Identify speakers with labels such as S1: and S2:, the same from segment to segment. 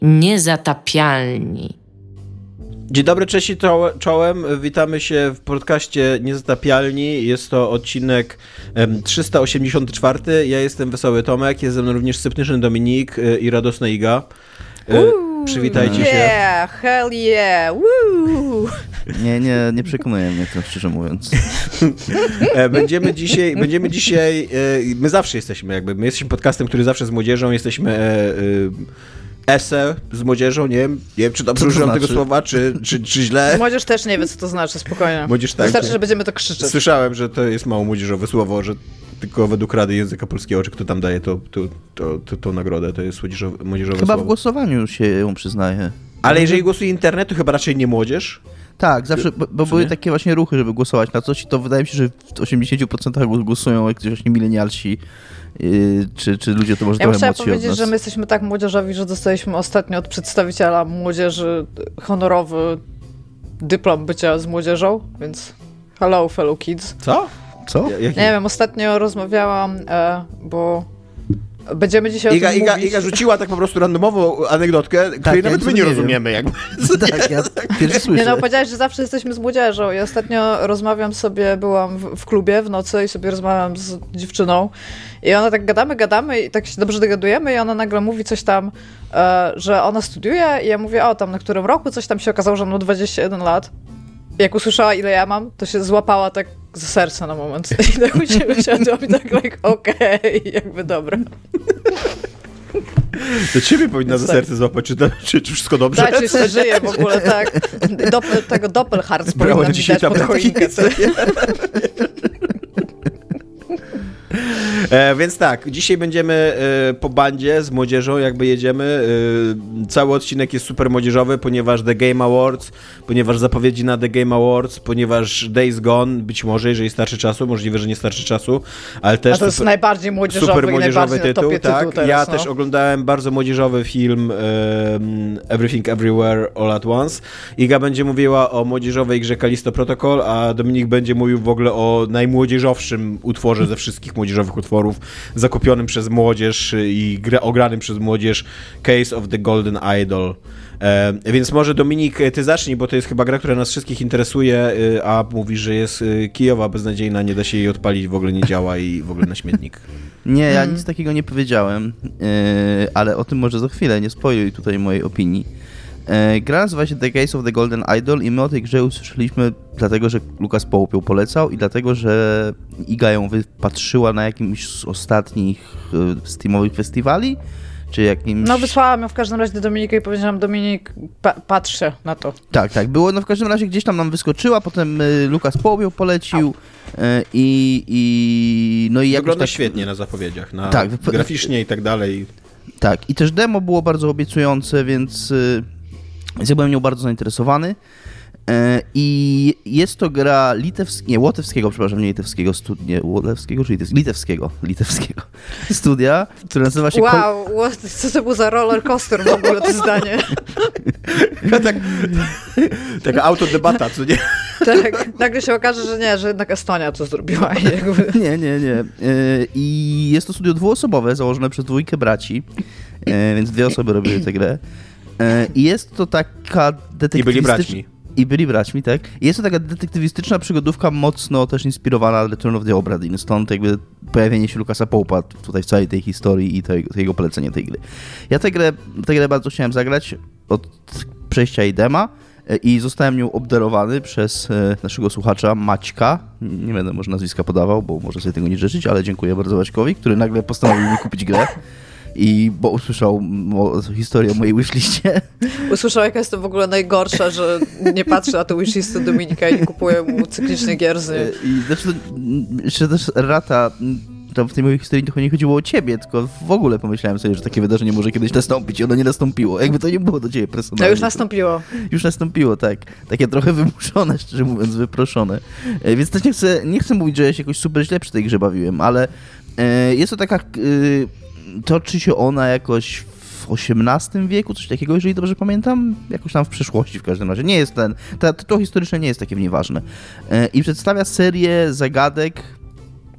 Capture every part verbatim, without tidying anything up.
S1: Niezatapialni.
S2: Dzień dobry, cześć i czołem. Witamy się w podcaście Niezatapialni. Jest to odcinek trzysta osiemdziesiąty czwarty. Ja jestem Wesoły Tomek, jest ze mną również sceptyczny Dominik i radosny Iga.
S3: Woo,
S2: Przywitajcie
S3: yeah,
S2: się.
S3: Yeah, hell yeah, woo!
S4: Nie, nie, nie przekonuje mnie to, szczerze mówiąc.
S2: Będziemy dzisiaj, będziemy dzisiaj, my zawsze jesteśmy jakby, my jesteśmy podcastem, który zawsze z młodzieżą, jesteśmy ese z młodzieżą, nie wiem, nie wiem czy dobrze użyłem znaczy? tego słowa, czy, czy, czy źle.
S3: Młodzież też nie wie, co to znaczy, spokojnie.
S2: Młodzież tak.
S3: Wystarczy, że będziemy to krzyczeć.
S2: Słyszałem, że to jest mało młodzieżowe słowo, że tylko według Rady Języka Polskiego, czy kto tam daje to, to, to, to, tą nagrodę, to jest młodzieżowe, młodzieżowe
S4: chyba
S2: słowo.
S4: W głosowaniu się ją przyznaje.
S2: Ale jeżeli głosuje internet, to chyba raczej nie młodzież?
S4: Tak, zawsze, bo, bo były takie właśnie ruchy, żeby głosować na coś i to wydaje mi się, że w osiemdziesiąt procent głosują jakieś właśnie milenialsi, yy, czy, czy ludzie to może
S3: ja
S4: trochę młodsi od nas.
S3: Ja muszę powiedzieć, że my jesteśmy tak młodzieżowi, że dostaliśmy ostatnio od przedstawiciela młodzieży honorowy dyplom bycia z młodzieżą, więc hello fellow kids.
S2: Co?
S4: Co?
S2: Ja, jaki?
S3: Nie wiem, ostatnio rozmawiałam, e, bo będziemy dzisiaj
S2: Iga,
S3: o tym
S2: Iga,
S3: mówić.
S2: Iga rzuciła tak po prostu randomową anegdotkę,
S4: tak,
S2: której
S4: ja
S2: nawet my nie, nie rozumiemy. Jakby.
S4: Tak, ja pierwszy słyszę.
S3: Nie no, powiedziałeś, że zawsze jesteśmy z młodzieżą. Ja ostatnio rozmawiam sobie, byłam w, w klubie w nocy i sobie rozmawiam z dziewczyną i ona tak gadamy, gadamy i tak się dobrze dogadujemy i ona nagle mówi coś tam, e, że ona studiuje i ja mówię, o tam na którym roku, coś tam się okazało, że mam dwadzieścia jeden lat. Jak usłyszała, ile ja mam, to się złapała tak za serce na moment. I tak u ciebie siadłam i tak, like, okej, okay, jakby dobra.
S2: To ciebie powinna za serce złapać, czy, to, czy, czy wszystko dobrze?
S3: Tak, czy jeszcze żyje w ogóle, tak. Doppel, tego Doppelharz powinna widać pod choinkę.
S2: E, więc tak, dzisiaj będziemy e, po bandzie z młodzieżą, jakby jedziemy. E, cały odcinek jest super młodzieżowy, ponieważ The Game Awards, ponieważ zapowiedzi na The Game Awards, ponieważ Days Gone, być może, jeżeli starczy czasu, możliwe, że nie starczy czasu, ale też...
S3: A to jest super, najbardziej młodzieżowy,
S2: super młodzieżowy
S3: i najbardziej
S2: tytuł,
S3: na topie
S2: tak.
S3: tytuł teraz,
S2: Ja
S3: no.
S2: też oglądałem bardzo młodzieżowy film um, Everything Everywhere All at Once. Iga będzie mówiła o młodzieżowej grze Callisto Protocol, a Dominik będzie mówił w ogóle o najmłodzieżowszym utworze ze wszystkich młodzieżowych utworów, zakupionym przez młodzież i gra, ogranym przez młodzież, Case of the Golden Idol. E, więc może Dominik, ty zacznij, bo to jest chyba gra, która nas wszystkich interesuje, a mówisz, że jest kijowa, beznadziejna, nie da się jej odpalić, w ogóle nie działa i w ogóle na śmietnik.
S4: Nie, ja nic takiego nie powiedziałem, yy, ale o tym może za chwilę, nie spoiluj tutaj mojej opinii. Gra nazywa się The Case of the Golden Idol i my o tej grze usłyszeliśmy dlatego, że Lukas Połup ją polecał i dlatego, że Iga ją wypatrzyła na jakimś z ostatnich Steamowych festiwali, czy jakimś...
S3: No wysłałam ją w każdym razie do Dominika i powiedziałam, Dominik, pa- patrz się na to.
S4: Tak, tak, było, no w każdym razie gdzieś tam nam wyskoczyła, potem y, Lukas Połup ją polecił y, i, i no i
S2: wygląda
S4: tak...
S2: świetnie na zapowiedziach, na
S4: tak,
S2: graficznie i tak dalej.
S4: Tak, i też demo było bardzo obiecujące, więc... Y, Więc ja byłem nią bardzo zainteresowany i jest to gra litewskiego, nie, łotewskiego, przepraszam, nie litewskiego, studi- nie, łotewskiego czy litewskiego? Litewskiego, litewskiego studia, które nazywa się...
S3: Wow, Kol- co to był za roller coaster w ogóle to zdanie?
S2: tak, taka autodebata, co nie?
S3: Tak, nagle się okaże, że nie, że jednak Estonia to zrobiła. Jakby.
S4: Nie, nie, nie. I jest to studio dwuosobowe, założone przez dwójkę braci, więc dwie osoby robiły tę grę. I jest to taka detektywistyczna...
S2: I byli braćmi.
S4: I byli braćmi, tak. I jest to taka detektywistyczna przygodówka, mocno też inspirowana Return of the Obra Dinn. Stąd jakby pojawienie się Lukasa Połupa tutaj w całej tej historii i tej, jego polecenie tej gry. Ja tę grę, tę grę bardzo chciałem zagrać od przejścia jej dema i zostałem nią obdarowany przez naszego słuchacza Maćka. Nie będę może nazwiska podawał, bo może sobie tego nie życzyć, ale dziękuję bardzo Maćkowi, który nagle postanowił mi kupić grę. I bo usłyszał mo- historię o mojej wishliście.
S3: Usłyszał, jaka jest to w ogóle najgorsza, że nie patrzy na tę wishlistę Dominika i nie kupuje mu cyklicznej gierzy.
S4: I znaczy, to, jeszcze też rata, tam w tej mojej historii trochę nie chodziło o ciebie, tylko w ogóle pomyślałem sobie, że takie wydarzenie może kiedyś nastąpić i ono nie nastąpiło. Jakby to nie było do ciebie personalnie.
S3: No już nastąpiło.
S4: Już nastąpiło, tak. Takie trochę wymuszone, szczerze mówiąc, wyproszone. Więc też nie chcę, nie chcę mówić, że ja się jakoś super źle przy tej grze bawiłem, ale jest to taka... Toczy się ona jakoś w osiemnastym wieku, coś takiego, jeżeli dobrze pamiętam, jakoś tam w przeszłości w każdym razie. Nie jest ten, to, to historyczne nie jest takie nieważne. I przedstawia serię zagadek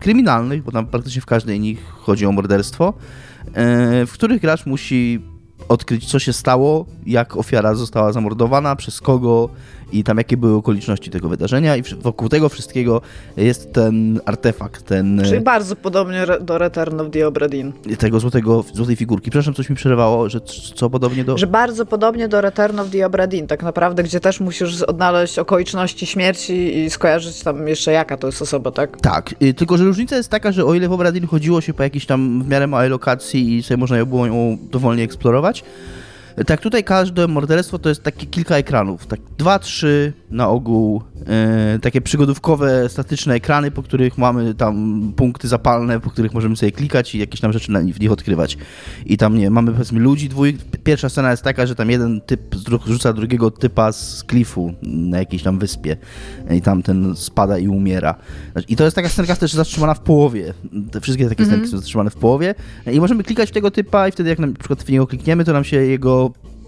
S4: kryminalnych, bo tam praktycznie w każdej nich chodzi o morderstwo, w których gracz musi odkryć, co się stało, jak ofiara została zamordowana, przez kogo i tam jakie były okoliczności tego wydarzenia i wokół tego wszystkiego jest ten artefakt, ten...
S3: Czyli bardzo podobnie re- do Return of the Obra Dinn.
S4: Tego złotego, złotej figurki. Przepraszam, coś mi przerywało, że co podobnie do...
S3: Że bardzo podobnie do Return of the Obra Dinn, tak naprawdę, gdzie też musisz odnaleźć okoliczności śmierci i skojarzyć tam jeszcze jaka to jest osoba, tak?
S4: Tak, y, tylko że różnica jest taka, że o ile w Obra Dinn chodziło się po jakiejś tam w miarę małej lokacji i sobie można było ją dowolnie eksplorować, tak tutaj każde morderstwo to jest takie kilka ekranów, tak dwa, trzy na ogół, e, takie przygodówkowe, statyczne ekrany, po których mamy tam punkty zapalne, po których możemy sobie klikać i jakieś tam rzeczy na nich, w nich odkrywać. I tam nie, mamy powiedzmy ludzi dwóch, pierwsza scena jest taka, że tam jeden typ rzuca drugiego typa z klifu na jakiejś tam wyspie i tam ten spada i umiera. I to jest taka scenka też zatrzymana w połowie, te wszystkie takie mm-hmm. scenki są zatrzymane w połowie i możemy klikać w tego typa i wtedy jak na przykład w niego klikniemy, to nam się jego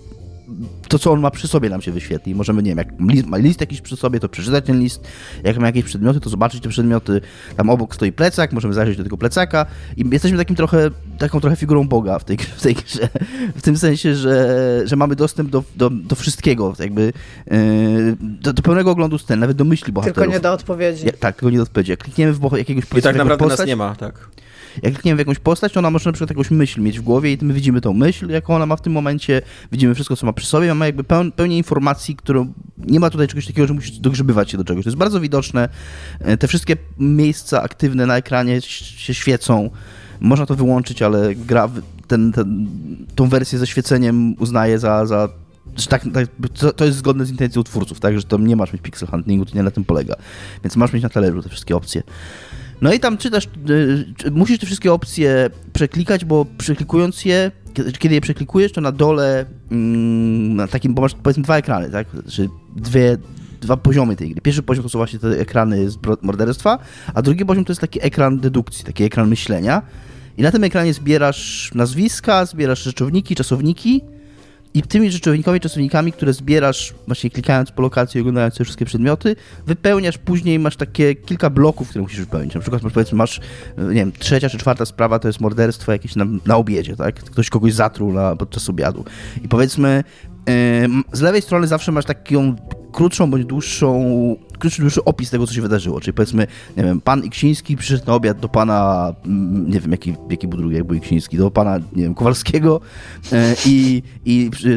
S4: to, co on ma przy sobie, nam się wyświetli. Możemy, nie wiem, jak list, ma list jakiś przy sobie, to przeczytać ten list. Jak ma jakieś przedmioty, to zobaczyć te przedmioty. Tam obok stoi plecak, możemy zajrzeć do tego plecaka i jesteśmy takim trochę, taką trochę figurą Boga w tej, w tej grze. W tym sensie, że, że mamy dostęp do, do, do wszystkiego, jakby yy, do, do pełnego oglądu scen, nawet do myśli bohaterów.
S3: Tylko nie do odpowiedzi.
S4: Ja, tak, tylko nie do odpowiedzi. Jak klikniemy w boha- jakiegoś
S2: I tak naprawdę
S4: postać,
S2: nas nie ma, tak.
S4: Jak klikniemy w jakąś postać, to ona może na przykład jakąś myśl mieć w głowie i my widzimy tą myśl, jaką ona ma w tym momencie, widzimy wszystko, co ma przy sobie, mamy jakby peł, pełnię informacji, którą nie ma tutaj czegoś takiego, że musisz dogrzebywać się do czegoś. To jest bardzo widoczne. Te wszystkie miejsca aktywne na ekranie się świecą. Można to wyłączyć, ale gra ten, ten, tą wersję ze świeceniem uznaje za, za że tak, tak, to jest zgodne z intencją twórców, tak, że to nie masz mieć pixel huntingu, to nie na tym polega. Więc masz mieć na talerzu te wszystkie opcje. No i tam czytasz, y, musisz te wszystkie opcje przeklikać, bo przeklikując je, kiedy je przeklikujesz, to na dole, mm, na takim, bo masz powiedzmy dwa ekrany, tak, czy dwie, dwa poziomy tej gry. Pierwszy poziom to są właśnie te ekrany z morderstwa, a drugi poziom to jest taki ekran dedukcji, taki ekran myślenia. I na tym ekranie zbierasz nazwiska, zbierasz rzeczowniki, czasowniki, i tymi rzeczownikami, czasownikami, które zbierasz właśnie klikając po lokacji i oglądając te wszystkie przedmioty, wypełniasz później, masz takie kilka bloków, które musisz wypełnić. Na przykład masz, powiedzmy, masz, nie wiem, trzecia czy czwarta sprawa to jest morderstwo jakieś na, na obiedzie, tak? Ktoś kogoś zatruł na, podczas obiadu. I powiedzmy, yy, z lewej strony zawsze masz taką krótszą bądź dłuższą, krótszy, dłuższy opis tego, co się wydarzyło. Czyli powiedzmy, nie wiem, pan Iksiński przyszedł na obiad do pana, nie wiem, jaki, jaki był drugi, jak był Iksiński, do pana, nie wiem, Kowalskiego e, i, i przy,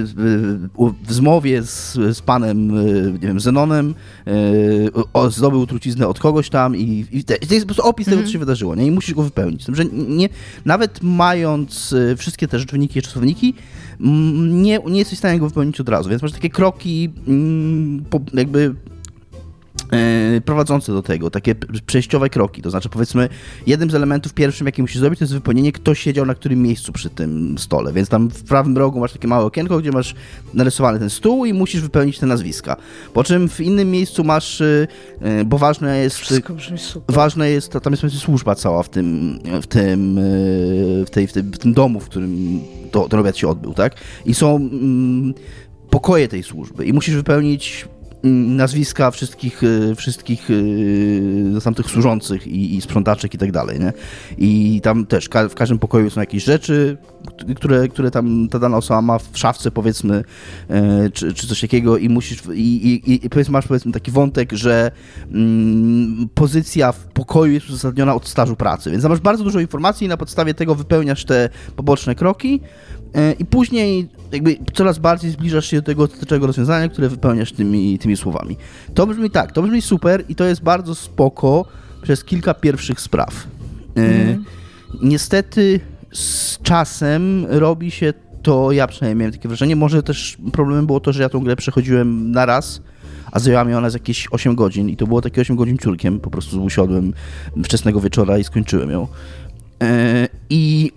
S4: w zmowie z, z panem, nie wiem, Zenonem e, o, zdobył truciznę od kogoś tam i, i te, to jest po prostu opis mm-hmm. tego, co się wydarzyło, nie? I musisz go wypełnić. Że nie, nawet mając wszystkie te rzeczowniki i czasowniki, nie, nie jesteś w stanie go wypełnić od razu, więc masz takie kroki po, jakby e, prowadzące do tego, takie przejściowe kroki, to znaczy powiedzmy jednym z elementów pierwszym, jaki musisz zrobić, to jest wypełnienie, kto siedział na którym miejscu przy tym stole, więc tam w prawym rogu masz takie małe okienko, gdzie masz narysowany ten stół i musisz wypełnić te nazwiska, po czym w innym miejscu masz, e, bo ważne jest
S3: wszystko brzmi super.
S4: Ważne jest, tam jest służba cała w tym, w tym, w tej, w tym, w tym domu, w którym to, ten obiad się odbył, tak? I są mm, pokoje tej służby i musisz wypełnić mm, nazwiska wszystkich, y, wszystkich y, tamtych służących i, i sprzątaczek i tak dalej, nie? I tam też ka- w każdym pokoju są jakieś rzeczy, które, które tam ta dana osoba ma w szafce, powiedzmy, y, czy, czy coś takiego i musisz, i, i, i powiedzmy, masz powiedzmy taki wątek, że mm, pozycja w pokoju jest uzasadniona od stażu pracy, więc tam masz bardzo dużo informacji i na podstawie tego wypełniasz te poboczne kroki i później jakby coraz bardziej zbliżasz się do tego ostatecznego rozwiązania, które wypełniasz tymi, tymi słowami. To brzmi tak, to brzmi super i to jest bardzo spoko przez kilka pierwszych spraw. Mm. Niestety z czasem robi się to, ja przynajmniej miałem takie wrażenie, może też problemem było to, że ja tą grę przechodziłem na raz, a zajęła mi ona z jakieś osiem godzin i to było takie osiem godzin ciurkiem, po prostu usiadłem wczesnego wieczora i skończyłem ją. I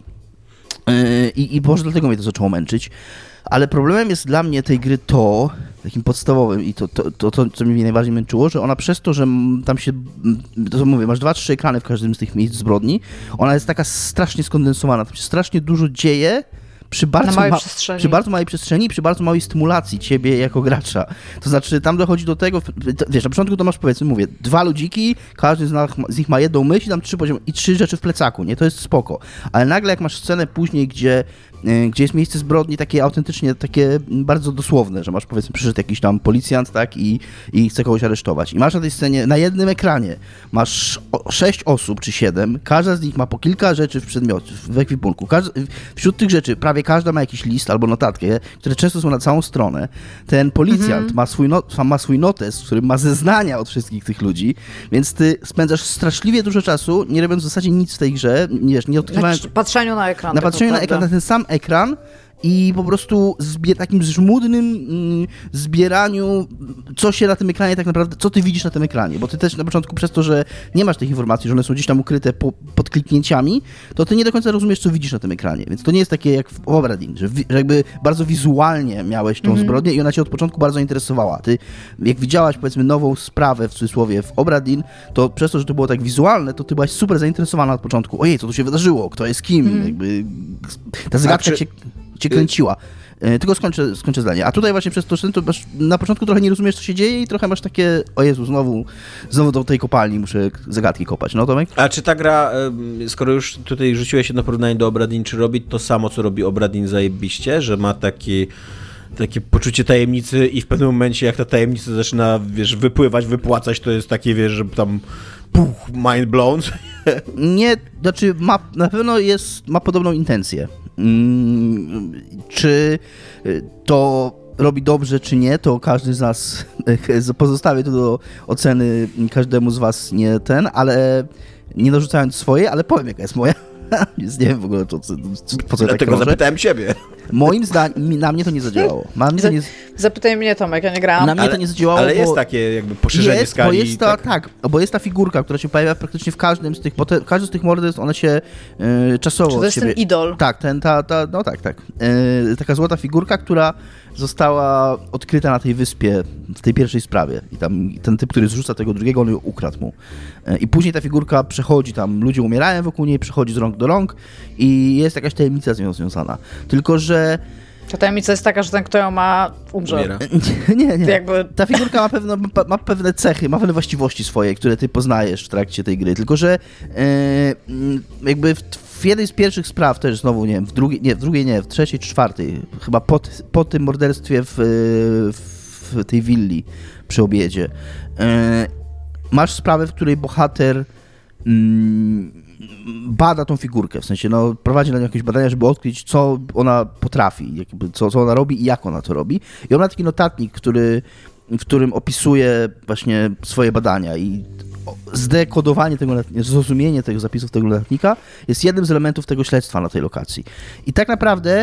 S4: I, I może dlatego mnie to zaczęło męczyć. Ale problemem jest dla mnie tej gry to, takim podstawowym i to, to, to, to co mnie najbardziej męczyło, że ona przez to, że tam się, to co mówię, masz dwa, trzy ekrany w każdym z tych miejsc zbrodni, ona jest taka strasznie skondensowana, tam się strasznie dużo dzieje, przy bardzo,
S3: małej
S4: ma-
S3: przestrzeni.
S4: przy bardzo małej przestrzeni i przy bardzo małej stymulacji ciebie jako gracza. To znaczy, tam dochodzi do tego, wiesz, na początku to masz, powiedzmy, mówię, dwa ludziki, każdy z, nas, z nich ma jedną myśl i tam trzy poziomy i trzy rzeczy w plecaku, nie? To jest spoko. Ale nagle jak masz scenę później, gdzie gdzie jest miejsce zbrodni takie autentycznie, takie bardzo dosłowne, że masz powiedzmy przyszedł jakiś tam policjant, tak, i, i chce kogoś aresztować. I masz na tej scenie, na jednym ekranie masz o, sześć osób czy siedem, każda z nich ma po kilka rzeczy w przedmiocie, w ekwipunku. Każda, wśród tych rzeczy prawie każda ma jakiś list albo notatkę, które często są na całą stronę. Ten policjant mhm. ma, swój no, ma swój notes, w którym ma zeznania od wszystkich tych ludzi, więc ty spędzasz straszliwie dużo czasu, nie robiąc w zasadzie nic w tej grze, nie, nie odkrywając...
S3: Na patrzeniu na ekran.
S4: Na patrzeniu na ekran, na ten sam ekran i po prostu zbie- takim żmudnym mm, zbieraniu, co się na tym ekranie tak naprawdę, co ty widzisz na tym ekranie, bo ty też na początku przez to, że nie masz tych informacji, że one są gdzieś tam ukryte po, pod kliknięciami, to ty nie do końca rozumiesz, co widzisz na tym ekranie, więc to nie jest takie jak w Obradin, że, wi- że jakby bardzo wizualnie miałeś tą mm-hmm. zbrodnię i ona cię od początku bardzo interesowała. Ty, jak widziałaś, powiedzmy, nową sprawę, w cudzysłowie, w Obradin, to przez to, że to było tak wizualne, to ty byłaś super zainteresowana od początku. Ojej, co tu się wydarzyło? Kto jest kim? Mm. Jakby ta zagadka cię... cię kręciła. E, tylko skończę, skończę zdanie. A tutaj właśnie przez to, że to masz, na początku trochę nie rozumiesz, co się dzieje i trochę masz takie, o Jezu, znowu, znowu do tej kopalni muszę zagadki kopać. No, Tomek?
S2: A czy ta gra, skoro już tutaj rzuciłeś się na porównanie do Obradin, czy robi to samo, co robi Obradin zajebiście, że ma taki... takie poczucie tajemnicy i w pewnym momencie, jak ta tajemnica zaczyna, wiesz, wypływać, wypłacać, to jest takie, wiesz, że tam puch, mind blown.
S4: Nie, znaczy ma, na pewno jest, ma podobną intencję. Hmm, czy to robi dobrze, czy nie, to każdy z nas, pozostawię to do oceny każdemu z was, nie ten, ale nie narzucając swoje, ale powiem, jaka jest moja. Nie wiem w ogóle, to, co, po co
S2: Dlatego
S4: tak
S2: zapytałem ciebie.
S4: Moim zdaniem, na mnie to nie zadziałało. Na mnie to nie...
S3: Zapytaj mnie, Tomek, ja nie grałam.
S4: Na mnie
S2: ale,
S4: to nie zadziałało,
S2: Ale
S4: bo
S2: jest takie jakby poszerzenie
S4: jest,
S2: skali.
S4: Bo jest ta,
S2: tak?
S4: tak, bo jest ta figurka, która się pojawia praktycznie w każdym z tych, bo te, każdy z tych morderstw, one się e, czasowo...
S3: Czy to jest
S4: siebie,
S3: ten idol?
S4: Tak, ten, ta, ta, no tak, tak. E, taka złota figurka, która została odkryta na tej wyspie w tej pierwszej sprawie. I tam ten typ, który zrzuca tego drugiego, on ją ukradł mu. E, I później ta figurka przechodzi tam, ludzie umierają wokół niej, przechodzi z rąk do rąk i jest jakaś tajemnica z nią związana. Tylko że
S3: Ta tajemnica jest taka, że ten, kto ją ma, umrze.
S2: Umiera.
S4: Nie, nie.
S3: Jakby...
S4: Ta figurka ma, pewno, ma pewne cechy, ma pewne właściwości swoje, które ty poznajesz w trakcie tej gry. Tylko że e, jakby w, w jednej z pierwszych spraw też znowu, nie wiem, w drugiej nie, w drugiej nie, w trzeciej czy czwartej, chyba po, po tym morderstwie w, w tej willi przy obiedzie, e, masz sprawę, w której bohater mm, bada tą figurkę, w sensie no, prowadzi na nią jakieś badania, żeby odkryć, co ona potrafi, jakby, co, co ona robi i jak ona to robi. I on ma taki notatnik, który, w którym opisuje właśnie swoje badania i zdekodowanie tego, zrozumienie tego zapisów tego notatnika jest jednym z elementów tego śledztwa na tej lokacji. I tak naprawdę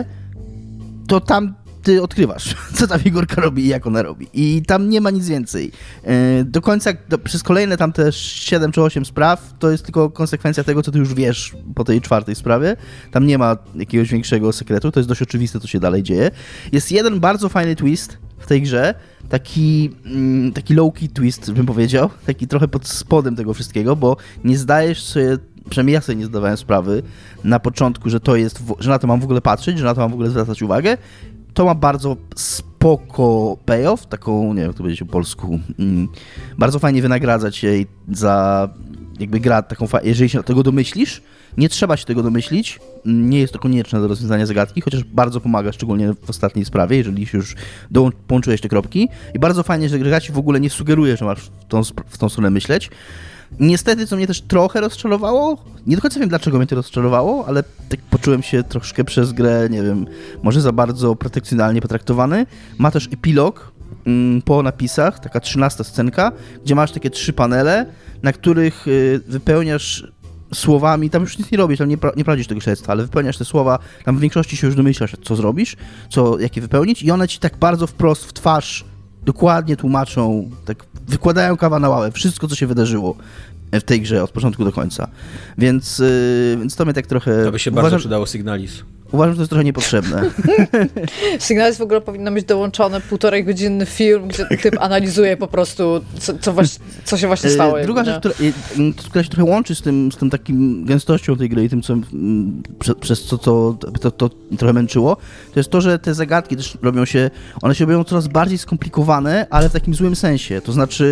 S4: to tam ty odkrywasz, co ta figurka robi i jak ona robi. I tam nie ma nic więcej. Do końca, do, przez kolejne tam też siedem czy osiem spraw, to jest tylko konsekwencja tego, co ty już wiesz po tej czwartej sprawie. Tam nie ma jakiegoś większego sekretu, to jest dość oczywiste, co się dalej dzieje. Jest jeden bardzo fajny twist w tej grze, taki, taki low-key twist, bym powiedział, taki trochę pod spodem tego wszystkiego, bo nie zdajesz sobie, przynajmniej ja sobie nie zdawałem sprawy na początku, że to jest, że na to mam w ogóle patrzeć, że na to mam w ogóle zwracać uwagę. To ma bardzo spoko payoff, taką, nie wiem jak to powiedzieć po polsku, mm, bardzo fajnie wynagradza cię za jakby gra taką, fa- jeżeli się tego domyślisz, nie trzeba się tego domyślić, nie jest to konieczne do rozwiązania zagadki, chociaż bardzo pomaga, szczególnie w ostatniej sprawie, jeżeli się już dołą- połączyłeś te kropki i bardzo fajnie, że gra ci w ogóle nie sugeruje, że masz w tą, w tą stronę myśleć. Niestety, co mnie też trochę rozczarowało, nie do końca wiem, dlaczego mnie to rozczarowało, ale tak poczułem się troszkę przez grę, nie wiem, może za bardzo protekcjonalnie potraktowany. Ma też epilog mm, po napisach, taka trzynasta scenka, gdzie masz takie trzy panele, na których y, wypełniasz słowami, tam już nic nie robisz, tam nie, pra- nie prowadzisz tego śledztwa, ale wypełniasz te słowa, tam w większości się już domyślasz, co zrobisz, co, jakie wypełnić i one ci tak bardzo wprost w twarz dokładnie tłumaczą, tak wykładają kawa na ławę, wszystko, co się wydarzyło w tej grze od początku do końca. Więc, yy, więc to mnie tak trochę...
S2: To by się
S4: uważam,
S2: bardzo przydało Signalis.
S4: Uważam, że to jest trochę niepotrzebne.
S3: Signalis w ogóle powinno być dołączony półtorej godzinny film, gdzie typ analizuje po prostu, co, co, właśnie, co się właśnie stało.
S4: Druga
S3: jakby,
S4: rzecz, która, która się trochę łączy z tym, z tym takim gęstością tej gry i tym, co, przez, przez co to, to, to trochę męczyło, to jest to, że te zagadki też robią się, one się robią coraz bardziej skomplikowane, ale w takim złym sensie. To znaczy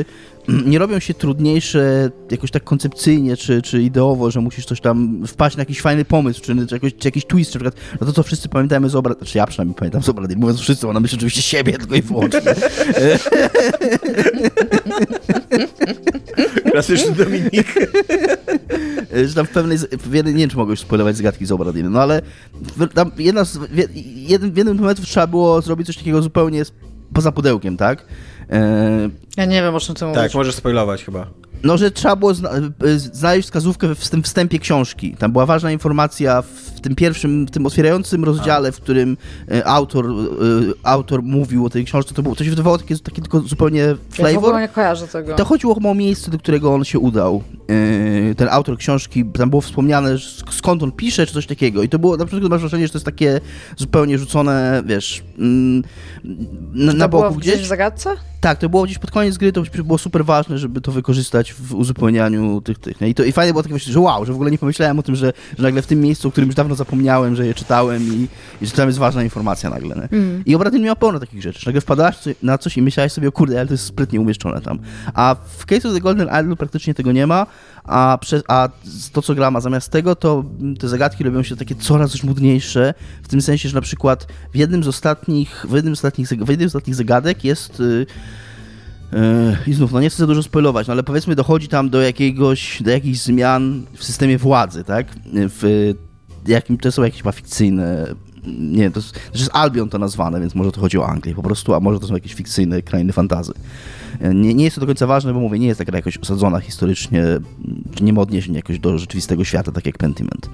S4: nie robią się trudniejsze jakoś tak koncepcyjnie, czy, czy ideowo, że musisz coś tam wpaść na jakiś fajny pomysł, czy, czy, jakoś, czy jakiś twist, na przykład, no to co wszyscy pamiętamy z obrad, znaczy ja przynajmniej pamiętam z obrad, mówiąc wszyscy, ona myśli oczywiście siebie, tylko i wyłącznie.
S2: Klasyczny Dominik.
S4: Że tam w pewnej, w jednej, nie wiem, czy mogę już spoilować zagadki z Obradiny, no ale tam jedna z, w, jeden, w jednym momencie trzeba było zrobić coś takiego zupełnie poza pudełkiem, tak? E...
S3: Ja nie wiem, o czym ty mówisz.
S2: Tak, możesz spoilować chyba.
S4: No, że trzeba było zna znaleźć wskazówkę w tym wstępie książki. Tam była ważna informacja w tym pierwszym, w tym otwierającym rozdziale, w którym e, autor, e, autor mówił o tej książce. To, było, to się wydawało takie, takie tylko zupełnie flavor.
S3: Ja w ogóle nie kojarzę tego.
S4: To chodziło o miejsce, do którego on się udał. E, ten autor książki, tam było wspomniane, skąd on pisze, czy coś takiego. I to było, na przykład masz wrażenie, że to jest takie zupełnie rzucone, wiesz, mm, na,
S3: to
S4: na boku
S3: było
S4: gdzieś.
S3: gdzieś w zagadce?
S4: Tak, to było gdzieś pod koniec gry, to było super ważne, żeby to wykorzystać w uzupełnianiu tych, tych. Nie? I, to, I fajnie było takie, że wow, że w ogóle nie pomyślałem o tym, że, że nagle w tym miejscu, o którym już dawno zapomniałem, że je czytałem i, i że tam jest ważna informacja nagle. Nie? Mm. I Obradin miał pełno takich rzeczy. Nagle wpadałaś na coś i myślałeś sobie, o kurde, ale to jest sprytnie umieszczone tam. A w Case of the Golden Idol praktycznie tego nie ma, a, przez, a to, co gra ma zamiast tego, to te zagadki robią się takie coraz żmudniejsze, w tym sensie, że na przykład w jednym z ostatnich, w jednym z ostatnich, w jednym z ostatnich zagadek jest... Yy, I znów, no nie chcę za dużo spoilować, no ale powiedzmy dochodzi tam do jakiegoś, do jakichś zmian w systemie władzy, tak? W jakim, to są jakieś chyba fikcyjne, nie wiem, to jest, to jest Albion to nazwane, więc może to chodzi o Anglię po prostu, a może to są jakieś fikcyjne krainy fantazy. Nie, nie jest to do końca ważne, bo mówię, nie jest ta gra jakoś osadzona historycznie, czy nie ma odniesień jakoś do rzeczywistego świata, tak jak Pentiment.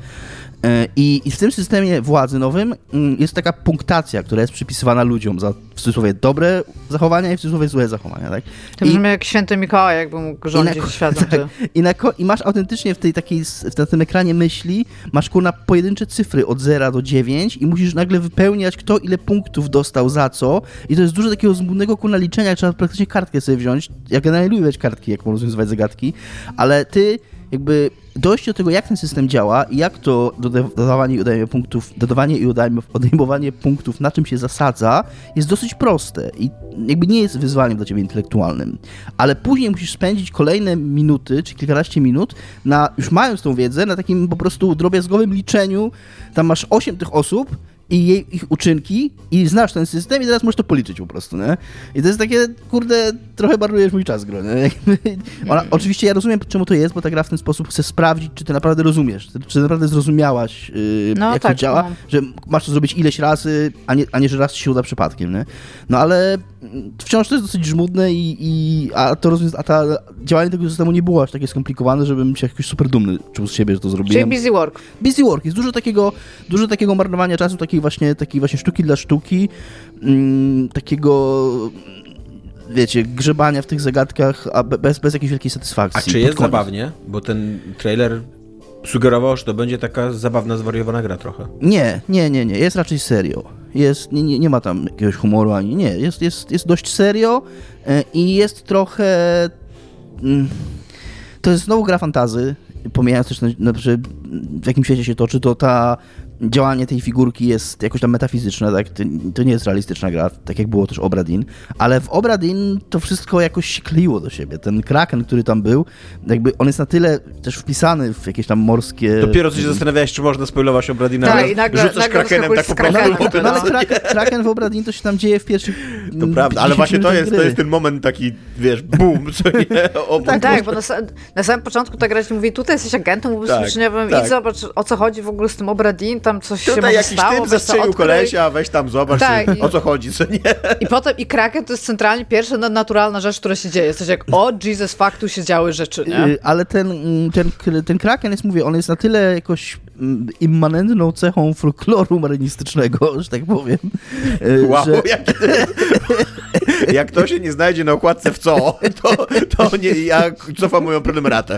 S4: I, I w tym systemie władzy nowym jest taka punktacja, która jest przypisywana ludziom za w cudzysłowie dobre zachowania i w cudzysłowie złe zachowania, tak?
S3: To brzmi jak święty Mikołaj, jakby mógł rządzić światem.
S4: Tak, i, na, I masz autentycznie w tej takiej, na tym ekranie myśli, masz kurna pojedyncze cyfry od zera do dziewięć i musisz nagle wypełniać, kto ile punktów dostał za co, i to jest dużo takiego zbudnego kurna liczenia, trzeba praktycznie kartkę sobie wziąć. Ja generalnie lubię kartki, jak można rozwiązywać zagadki, ale ty jakby dojście do tego, jak ten system działa i jak to dodawanie i odejmowanie punktów, dodawanie i odejmowanie punktów, na czym się zasadza, jest dosyć proste i jakby nie jest wyzwaniem dla ciebie intelektualnym. Ale później musisz spędzić kolejne minuty, czy kilkanaście minut, na, już mając tą wiedzę, na takim po prostu drobiazgowym liczeniu. Tam masz osiem tych osób i jej, ich uczynki i znasz ten system i teraz możesz to policzyć po prostu, nie? I to jest takie, kurde, trochę marnujesz mój czas, gro, nie? Ona, oczywiście ja rozumiem, czemu to jest, bo ta gra w ten sposób chce sprawdzić, czy ty naprawdę rozumiesz, czy naprawdę zrozumiałaś, yy,
S3: no,
S4: jak
S3: tak,
S4: to działa,
S3: no.
S4: że masz to zrobić ileś razy, a nie, a nie że raz ci się uda przypadkiem, nie? No ale wciąż to jest dosyć żmudne i, i a to rozwią- a ta działanie tego systemu nie było aż takie skomplikowane, żebym się jakoś super dumny czuł z siebie, że to zrobiłem.
S3: Czyli busy work.
S4: Busy work. Jest dużo takiego, dużo takiego marnowania czasu, takiej właśnie, takiej właśnie sztuki dla sztuki, mm, takiego, wiecie, grzebania w tych zagadkach, a bez, bez jakiejś wielkiej satysfakcji.
S2: A czy jest zabawnie? Bo ten trailer sugerował, że to będzie taka zabawna, zwariowana gra trochę.
S4: Nie, nie, nie, nie. Jest raczej serio. Jest, nie, nie, nie ma tam jakiegoś humoru ani nie. Jest, jest, jest dość serio yy, i jest trochę... Yy, to jest znowu gra fantazy, pomijając też, no, że w jakim świecie się toczy, to ta działanie tej figurki jest jakoś tam metafizyczne, tak? To nie jest realistyczna gra, tak jak było też Obradin, ale w Obradin to wszystko jakoś się kleiło do siebie. Ten kraken, który tam był, jakby on jest na tyle też wpisany w jakieś tam morskie...
S2: Dopiero co się zastanawiałeś, czy można spoilować Obradina,
S3: tak,
S2: ale
S3: i nagle,
S2: rzucasz
S3: nagle
S2: krakenem tak po prostu.
S4: No, no, ale kraken, kraken w Obradin to się tam dzieje w pierwszych...
S2: To prawda, ale właśnie to jest, to jest ten moment taki, wiesz, boom, co nie? O,
S3: tak, tak, bo na, na samym początku ta gra ci mówi, tutaj jesteś agentem ubezpieczeniowym, tak, tak. Idź zobacz, o co chodzi w ogóle z tym Obradin, tam coś
S2: tutaj
S3: się może
S2: jakiś
S3: stało,
S2: typ zastrzelił kolesia, weź tam zobacz, tak, co, i, o co chodzi, co nie?
S3: I potem, i Kraken to jest centralnie pierwsza naturalna rzecz, która się dzieje. Jesteś jak, o Jesus, fuck, tu się działy rzeczy, nie?
S4: Ale ten, ten, ten Kraken jest, mówię, on jest na tyle jakoś immanentną cechą folkloru marynistycznego, że tak powiem.
S2: Wow,
S4: że...
S2: jak, jak to się nie znajdzie na okładce w co, to, to nie, ja cofam moją prenumeratę.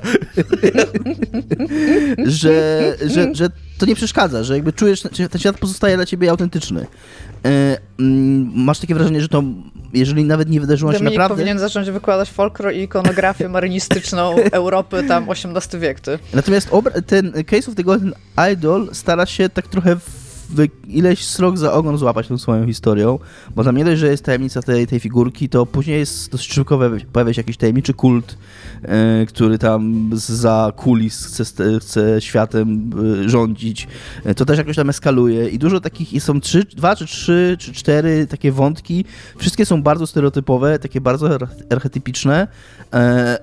S4: że, że, że to nie przeszkadza, że jakby czujesz, że ten świat pozostaje dla ciebie autentyczny. Masz takie wrażenie, że to, jeżeli nawet nie wydarzyło się
S3: Dominik
S4: naprawdę...
S3: powinien zacząć wykładać folklor i ikonografię marynistyczną Europy, tam osiemnasty wiek, ty.
S4: Natomiast ten Case of the Golden Idol stara się tak trochę w ileś srok za ogon złapać tą swoją historią, bo tam nie dość, że jest tajemnica tej, tej figurki, to później jest dosyć szybko pojawia się jakiś tajemniczy kult, yy, który tam za kulis chce, chce światem yy, rządzić. Yy, to też jakoś tam eskaluje i dużo takich, są trzy, dwa czy trzy, czy cztery takie wątki. Wszystkie są bardzo stereotypowe, takie bardzo archetypiczne. Yy,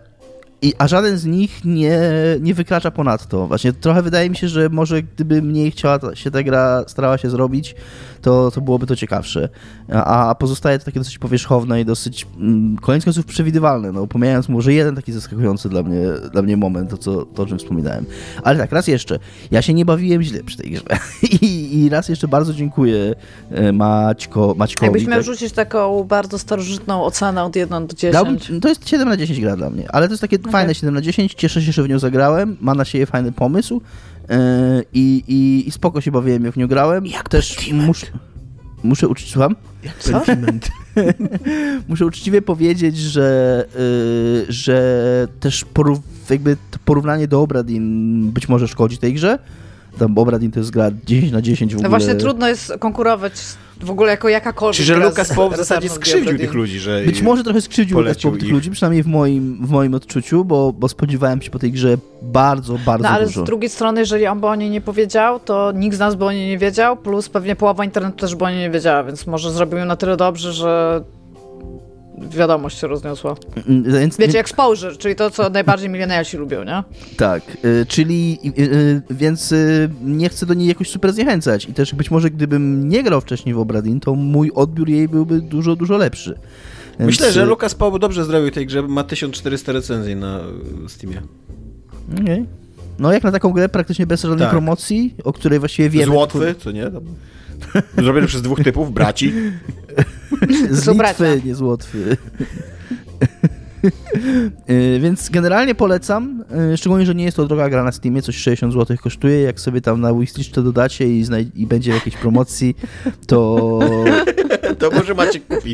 S4: I, a żaden z nich nie, nie wykracza ponadto. Właśnie trochę wydaje mi się, że może gdyby mniej chciała ta, się ta gra starała się zrobić, to, to byłoby to ciekawsze. A, a pozostaje to takie dosyć powierzchowne i dosyć mm, koniec końców przewidywalne. No, pomijając może jeden taki zaskakujący dla mnie, dla mnie moment, to, co, to o czym wspominałem. Ale tak, raz jeszcze, ja się nie bawiłem źle przy tej grze. I, i raz jeszcze bardzo dziękuję Maćko, Maćkowi.
S3: Jakbyś miał
S4: tak.
S3: rzucić taką bardzo starożytną ocenę od jeden do dziesięciu.
S4: Dałbym, to jest siedem na dziesięć gra dla mnie, ale to jest takie okay. fajne siedem na dziesięć, cieszę się, że w nią zagrałem, ma na siebie fajny pomysł yy, i, i, i spoko się bawiłem, jak w nią grałem.
S2: Jak
S4: też muszę, muszę uczciwie, słucham?
S2: Jak sentiment.
S4: Muszę uczciwie powiedzieć, że, yy, że też porów, jakby to porównanie do Obradin być może szkodzi tej grze. Tam Obradin to jest gra dziesięć na dziesięć w ogóle.
S3: No właśnie trudno jest konkurować w ogóle jako jakakolwiek.
S2: Czyli, że
S3: gra
S2: Lucas Pope w zasadzie skrzywdził tych ludzi, że
S4: być może trochę skrzywdził Lucas Pope tych ludzi, przynajmniej w moim, w moim odczuciu, bo, bo spodziewałem się po tej grze bardzo, bardzo
S3: no, ale
S4: dużo.
S3: z drugiej strony, jeżeli on by o niej nie powiedział, to nikt z nas by o niej nie wiedział, plus pewnie połowa internetu też by o niej nie wiedziała, więc może zrobił ją na tyle dobrze, że wiadomość się rozniosła.
S4: Więc,
S3: Wiecie, exposure, czyli to, co najbardziej milenialsi lubią, nie?
S4: Tak, y, czyli y, y, więc y, nie chcę do niej jakoś super zniechęcać i też być może gdybym nie grał wcześniej w Obradin, to mój odbiór jej byłby dużo, dużo lepszy. Więc...
S2: Myślę, że Lucas Pope dobrze zrobił tej grze, ma tysiąc czterysta recenzji na Steamie.
S4: Okay. No jak na taką grę praktycznie bez żadnej tak. promocji, o której właściwie wiemy...
S2: Z Łotwy, co nie? Zrobiony przez dwóch typów, braci.
S4: Z Litwy, nie z Łotwy. Więc generalnie polecam, szczególnie, że nie jest to droga gra na Steamie, coś sześćdziesiąt złotych kosztuje, jak sobie tam na wishlist to dodacie i, znaj- i będzie w jakiejś promocji, to...
S2: To może Maciek kupi.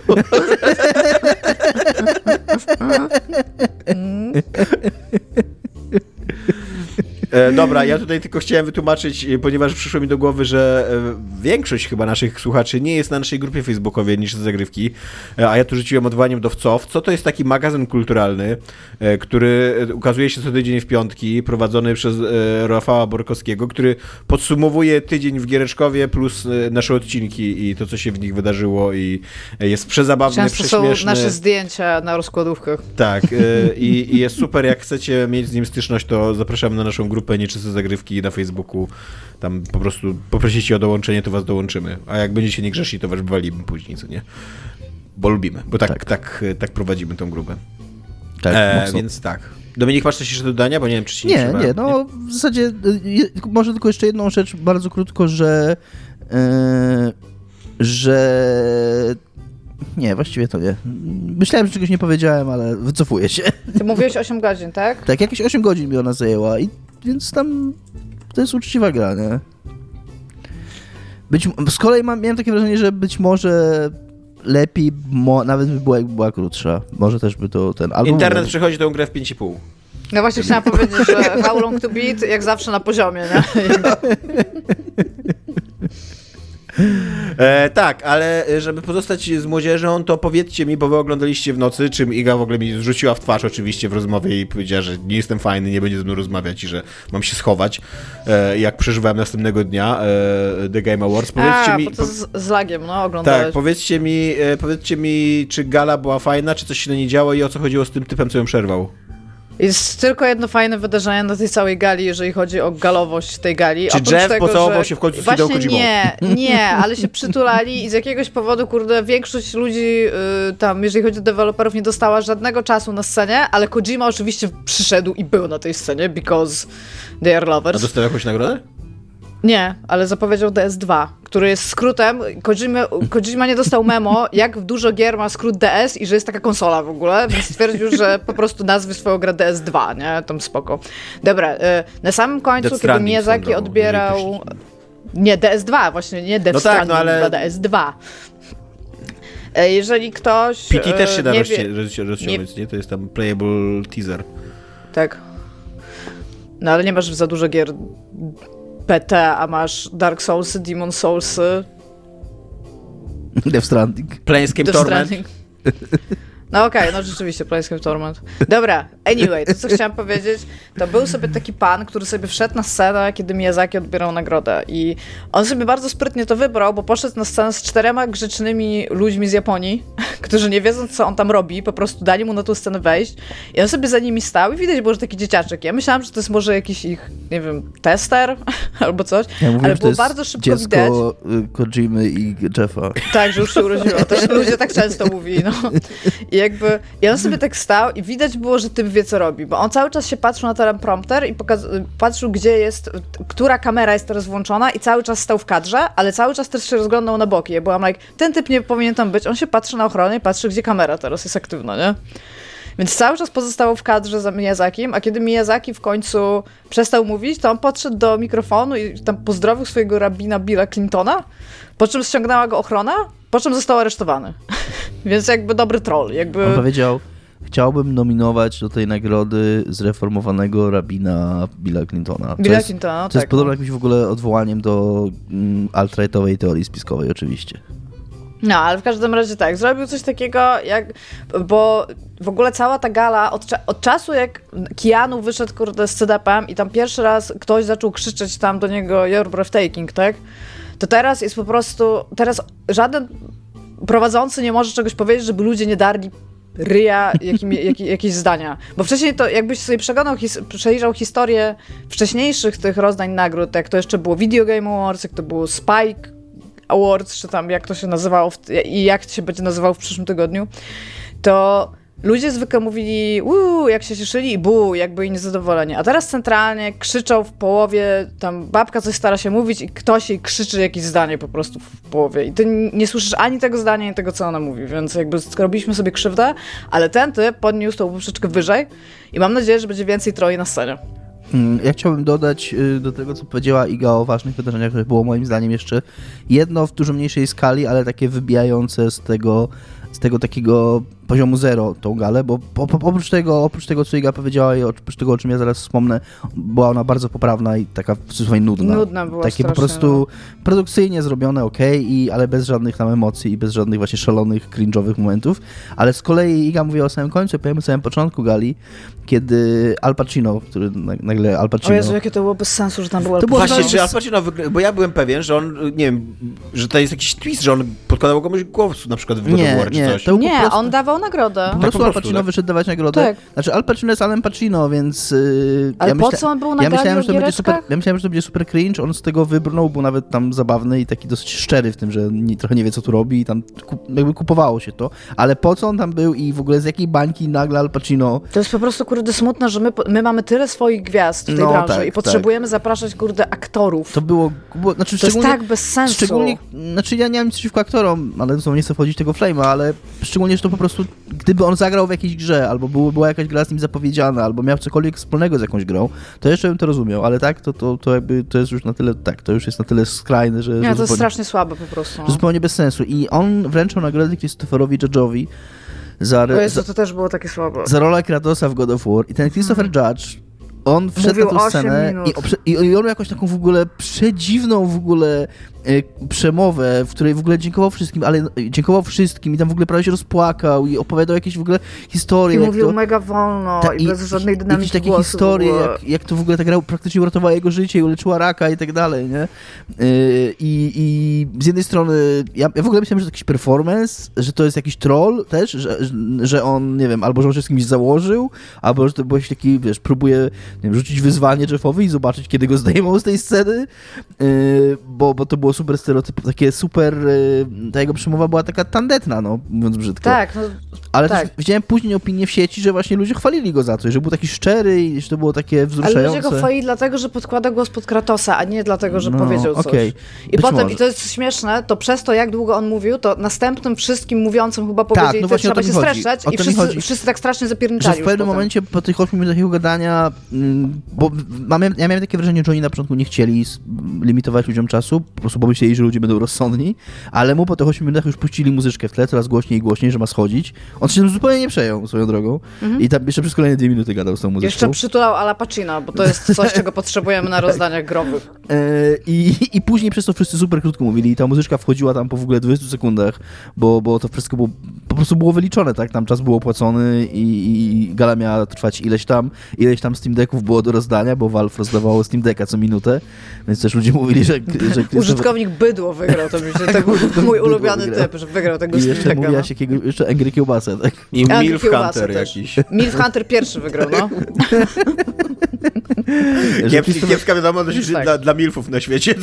S2: E, dobra, ja tutaj tylko chciałem wytłumaczyć, ponieważ przyszło mi do głowy, że większość chyba naszych słuchaczy nie jest na naszej grupie facebookowej niż zagrywki, a ja tu rzuciłem odwołaniem do W C O W. Co to jest taki magazyn kulturalny, który ukazuje się co tydzień w piątki, prowadzony przez Rafała Borkowskiego, który podsumowuje tydzień w Giereczkowie plus nasze odcinki i to, co się w nich wydarzyło i jest przezabawny,
S3: Często
S2: prześmieszny.
S3: są nasze zdjęcia na rozkładówkach.
S2: Tak, i, i jest super, jak chcecie mieć z nim styczność, to zapraszamy na naszą grupę Nieczyste Zagrywki na Facebooku. Tam po prostu poprosicie o dołączenie, to was dołączymy. A jak będziecie niegrzeszni, to was wywalimy później, co nie? Bo lubimy, bo tak, tak. tak, tak prowadzimy tą grupę.
S4: Tak,
S2: e, więc tak. Dominik, masz coś jeszcze do dodania? Bo nie wiem, czy ci nie,
S4: nie
S2: trzeba.
S4: Nie, no nie? W zasadzie może tylko jeszcze jedną rzecz, bardzo krótko, że yy, że nie, właściwie to nie. Myślałem, że czegoś nie powiedziałem, ale wycofuję się.
S3: Ty mówiłeś osiem godzin, tak?
S4: Tak, jakieś osiem godzin mi ona zajęła, i więc tam to jest uczciwa gra, nie? Być, z kolei mam, miałem takie wrażenie, że być może lepiej, mo, nawet by była, jakby była krótsza. Może też by to ten... Albo
S2: Internet
S4: może...
S2: przechodzi tą grę w pięć i pół.
S3: No właśnie chciałam powiedzieć, że how long to beat, jak zawsze na poziomie, nie?
S2: E, tak, ale żeby pozostać z młodzieżą, to powiedzcie mi, bo wy oglądaliście w nocy, czym Iga w ogóle mi zrzuciła w twarz oczywiście w rozmowie i powiedziała, że nie jestem fajny, nie będzie ze mną rozmawiać i że mam się schować, e, jak przeżywałem następnego dnia e, The Game Awards. Powiedzcie
S3: A,
S2: mi,
S3: bo to z, z lagiem, no, oglądałeś.
S2: Tak, powiedzcie mi, e, powiedzcie mi, czy gala była fajna, czy coś się na niej działo i o co chodziło z tym typem, co ją przerwał.
S3: Jest tylko jedno fajne wydarzenie na tej całej gali, jeżeli chodzi o galowość tej gali.
S2: Czy
S3: Oprócz
S2: Jeff
S3: tego,
S2: pocałował
S3: że...
S2: się w końcu z
S3: Właśnie
S2: Hideo Kojimą?
S3: nie, nie, ale się przytulali i z jakiegoś powodu, kurde, większość ludzi yy, tam, jeżeli chodzi o deweloperów, nie dostała żadnego czasu na scenie, ale Kojima oczywiście przyszedł i był na tej scenie, because they are lovers.
S2: A dostał jakąś nagrodę?
S3: Nie, ale zapowiedział D S dwa, który jest skrótem. Kojima, Kojima nie dostał memo, jak dużo gier ma skrót D S i że jest taka konsola w ogóle, więc stwierdził, że po prostu nazwy swoją grę D S dwa, nie? Tam spoko. Dobra, na samym końcu,
S2: Death
S3: kiedy Miyazaki odbierał... Nie, D S dwa, właśnie, nie Death
S2: no tak,
S3: Stranding,
S2: no ale...
S3: D S dwa. Jeżeli ktoś...
S2: P T też się da
S3: nie
S2: rozciągnąć, nie... nie? To jest tam playable teaser.
S3: Tak. No ale nie masz za dużo gier P T, a masz Dark Soulsy, Demon Soulsy.
S4: Death Stranding.
S2: Planescape
S3: Death
S2: Torment.
S3: Stranding. No okej, okay, no rzeczywiście, Planescape Torment. Dobra, anyway, to co chciałam powiedzieć, to był sobie taki pan, który sobie wszedł na scenę, kiedy Miyazaki odbierał nagrodę i on sobie bardzo sprytnie to wybrał, bo poszedł na scenę z czterema grzecznymi ludźmi z Japonii, którzy nie wiedząc, co on tam robi, po prostu dali mu na tą scenę wejść i on sobie za nimi stał i widać było, że taki dzieciaczek. Ja myślałam, że to jest może jakiś ich, nie wiem, tester albo coś,
S4: Ja mówię,
S3: ale
S4: że to
S3: było
S4: jest
S3: bardzo szybko
S4: dziecko
S3: widać.
S4: y, Kojimy i Jeffa.
S3: Tak, że już się urodziło. Też ludzie tak często mówili, no. I jakby, i on sobie tak stał i widać było, że typ wie, co robi, bo on cały czas się patrzył na teleprompter i pokaz- patrzył, gdzie jest, która kamera jest teraz włączona i cały czas stał w kadrze, ale cały czas też się rozglądał na boki. Ja byłam like, ten typ nie powinien tam być, on się patrzy na ochronę i patrzy, gdzie kamera teraz jest aktywna, nie? Więc cały czas pozostawał w kadrze za Miyazakim, a kiedy Miyazaki w końcu przestał mówić, to on podszedł do mikrofonu i tam pozdrowił swojego rabina Billa Clintona, po czym ściągnęła go ochrona, po czym został aresztowany. Więc jakby dobry troll. Jakby...
S4: On powiedział, chciałbym nominować do tej nagrody zreformowanego rabina Billa Clintona.
S3: Billa
S4: jest,
S3: Clintona, no
S4: to
S3: tak.
S4: jest podobno jakimś w ogóle odwołaniem do mm, alt-rightowej teorii spiskowej oczywiście.
S3: No, ale w każdym razie tak, zrobił coś takiego, jak, bo w ogóle cała ta gala, od, cza- od czasu jak Keanu wyszedł, kurde, z C D P-em i tam pierwszy raz ktoś zaczął krzyczeć tam do niego "You're breathtaking", tak? To teraz jest po prostu, teraz żaden prowadzący nie może czegoś powiedzieć, żeby ludzie nie darli ryja jakimi, jak, jakieś zdania. Bo wcześniej to jakbyś sobie przeglądał, his, przejrzał historię wcześniejszych tych rozdań nagród, jak to jeszcze było Video Game Awards, jak to było Spike Awards, czy tam jak to się nazywało w, i jak to się będzie nazywało w przyszłym tygodniu, to ludzie zwykle mówili uuu, jak się cieszyli i bu, jak byli niezadowoleni. A teraz centralnie krzyczą w połowie, tam babka coś stara się mówić i ktoś jej krzyczy jakieś zdanie po prostu w połowie. I ty nie słyszysz ani tego zdania, ani tego, co ona mówi, więc jakby robiliśmy sobie krzywdę, ale ten typ podniósł tą poprzeczkę wyżej i mam nadzieję, że będzie więcej troli na scenie.
S4: Ja chciałbym dodać do tego, co powiedziała Iga o ważnych wydarzeniach, które było moim zdaniem jeszcze jedno w dużo mniejszej skali, ale takie wybijające z tego, z tego takiego poziomu zero tą galę, bo po, po, oprócz tego, oprócz tego, co Iga powiedziała i oprócz tego, o czym ja zaraz wspomnę, była ona bardzo poprawna i taka w cudzysłowie nudna.
S3: Nudna była
S4: Takie po prostu no. produkcyjnie zrobione, okej, i ale bez żadnych tam emocji i bez żadnych właśnie szalonych, cringe'owych momentów. Ale z kolei Iga mówiła o samym końcu, powiem o samym początku gali, kiedy Al Pacino, który nagle Al Pacino...
S3: O Jezu, jakie to było bez sensu, że tam był Al
S4: To było
S2: Właśnie,
S3: Pacino.
S2: czy Al Pacino, wygl- bo ja byłem pewien, że on, nie wiem, że to jest jakiś twist, że on podkładał komuś głos na przykład w God of
S4: Nie,
S2: War czy
S4: nie,
S2: coś.
S4: to był
S3: Nie,
S4: po prostu...
S3: on dawał nagrodę.
S4: Po
S2: Tak,
S4: prostu
S2: po
S4: Al
S2: prostu,
S4: Pacino
S2: tak?
S4: wyszedł dawać nagrodę.
S3: Tak.
S4: Znaczy Al Pacino jest Alem Pacino, więc... Yy,
S3: Ale
S4: ja
S3: po
S4: myśla...
S3: co on był na
S4: ja
S3: gali
S4: myślałem,
S3: o
S4: że to będzie super,
S3: giereczkach?
S4: ja myślałem, że to będzie super cringe, on z tego wybrnął, był nawet tam zabawny i taki dosyć szczery w tym, że nie, trochę nie wie, co tu robi i tam kup, jakby kupowało się to. Ale po co on tam był i w ogóle z jakiej bańki nagle Al Pacino...
S3: To jest po prostu, kurde, smutne, że my, my mamy tyle swoich gwiazd w tej
S4: No,
S3: branży
S4: tak,
S3: i potrzebujemy zapraszać, kurde, aktorów.
S4: To było... było znaczy,
S3: To jest
S4: szczególnie-
S3: tak bez sensu.
S4: Szczególnie, znaczy ja nie mam nic przeciwko aktorom, ale to nie chcę wchodzić w tego flame'a, ale szczególnie, że to po prostu, gdyby on zagrał w jakiejś grze, albo było, była jakaś gra z nim zapowiedziana, albo miał cokolwiek wspólnego z jakąś grą, to jeszcze bym to rozumiał, ale tak, to, to, to jakby, to jest już na tyle, tak, to już jest na tyle skrajne, że,
S3: Nie,
S4: że,
S3: to jest
S4: zupełnie,
S3: strasznie słabe po prostu.
S4: że
S3: No.
S4: zupełnie bez sensu. I on wręczał nagrodę Christopherowi Judge'owi za,
S3: O Jezu,
S4: za,
S3: to też było takie słabe.
S4: za rolę Kratosa w God of War i ten Christopher Judge, on wszedł
S3: Mówił
S4: na tą
S3: osiem
S4: scenę
S3: minut.
S4: i, oprze- i, i on miał jakąś taką w ogóle przedziwną w ogóle e, przemowę, w której w ogóle dziękował wszystkim, ale e, dziękował wszystkim i tam w ogóle prawie się rozpłakał i opowiadał jakieś w ogóle historie.
S3: I
S4: jak
S3: mówił
S4: to,
S3: mega wolno
S4: ta-
S3: i, bez żadnej
S4: jakieś
S3: dynamiki
S4: takie
S3: głosu.
S4: historie,
S3: w ogóle.
S4: jak, jak to w ogóle ta gra praktycznie uratowała jego życie i uleczyła raka i tak dalej, nie? Yy, I, i z jednej strony ja, ja w ogóle myślałem, że to jakiś performance, że to jest jakiś troll też, że, że on, nie wiem, albo że on się z kimś założył, albo że to był jakiś taki, wiesz, próbuje nie wiem, rzucić wyzwanie Jeffowi i zobaczyć, kiedy go zdejmą z tej sceny, yy, bo, bo to było super stereotyp, takie super, yy, ta jego przemowa była taka tandetna, no, mówiąc brzydko.
S3: Tak, no
S4: Ale
S3: tak.
S4: też widziałem później opinię w sieci, że właśnie ludzie chwalili go za to, że był taki szczery i że to było takie
S3: ale
S4: wzruszające.
S3: ludzie go chwalili dlatego, że podkłada głos pod Kratosa, a nie dlatego, że
S4: No,
S3: powiedział coś.
S4: okej.
S3: I
S4: Być
S3: potem,
S4: może.
S3: i to jest śmieszne, to przez to, jak długo on mówił, to następnym wszystkim mówiącym chyba powiedzieli,
S4: no
S3: że
S4: właśnie o
S3: trzeba
S4: to
S3: się
S4: mi chodzi.
S3: streszczać
S4: O
S3: i
S4: to mi
S3: wszyscy,
S4: chodzi.
S3: wszyscy tak strasznie
S4: Że
S3: zapierniczali
S4: w
S3: już
S4: pewnym
S3: potem.
S4: momencie po tych ośmiu minutach jego gadania, mm, bo mamy, ja miałem takie wrażenie, że oni na początku nie chcieli s- limitować ludziom czasu, po prostu bo myśleli, że ludzie będą rozsądni, ale mu po tych ośmiu minutach już puścili muzyczkę w tle, coraz głośniej i głośniej, że ma schodzić. On się tym zupełnie nie przejął swoją drogą
S3: Mhm.
S4: i tam jeszcze przez kolejne dwie minuty gadał z tą muzyczką.
S3: Jeszcze przytulał Ala Pacino, bo to jest coś, czego potrzebujemy na rozdaniach growych.
S4: E, i, I później przez to wszyscy super krótko mówili i ta muzyczka wchodziła tam po w ogóle dwudziestu sekundach, bo, bo to wszystko było, po prostu było wyliczone, tak? Tam czas był opłacony i, i gala miała trwać ileś tam, ileś tam Steam Decków było do rozdania, bo Valve rozdawało Steam Decka co minutę, więc też ludzie mówili, że... że
S3: Użytkownik bydło wygrał, to mi się tak, mój ulubiony
S4: wygrał.
S3: typ, że wygrał tego
S4: I
S3: Steam
S4: jeszcze
S3: Decka.
S4: mówiłaś jakiego, jeszcze Angry Kiełbasę, tak?
S2: I
S3: Angry
S2: Milf
S3: Kiełbasę
S2: Hunter
S3: też.
S2: jakiś.
S3: Milf Hunter pierwszy wygrał, no.
S4: Że
S2: Kiepski,
S4: Christopher-
S2: kiepska wiadomość że
S3: Tak.
S2: dla, dla milfów na świecie.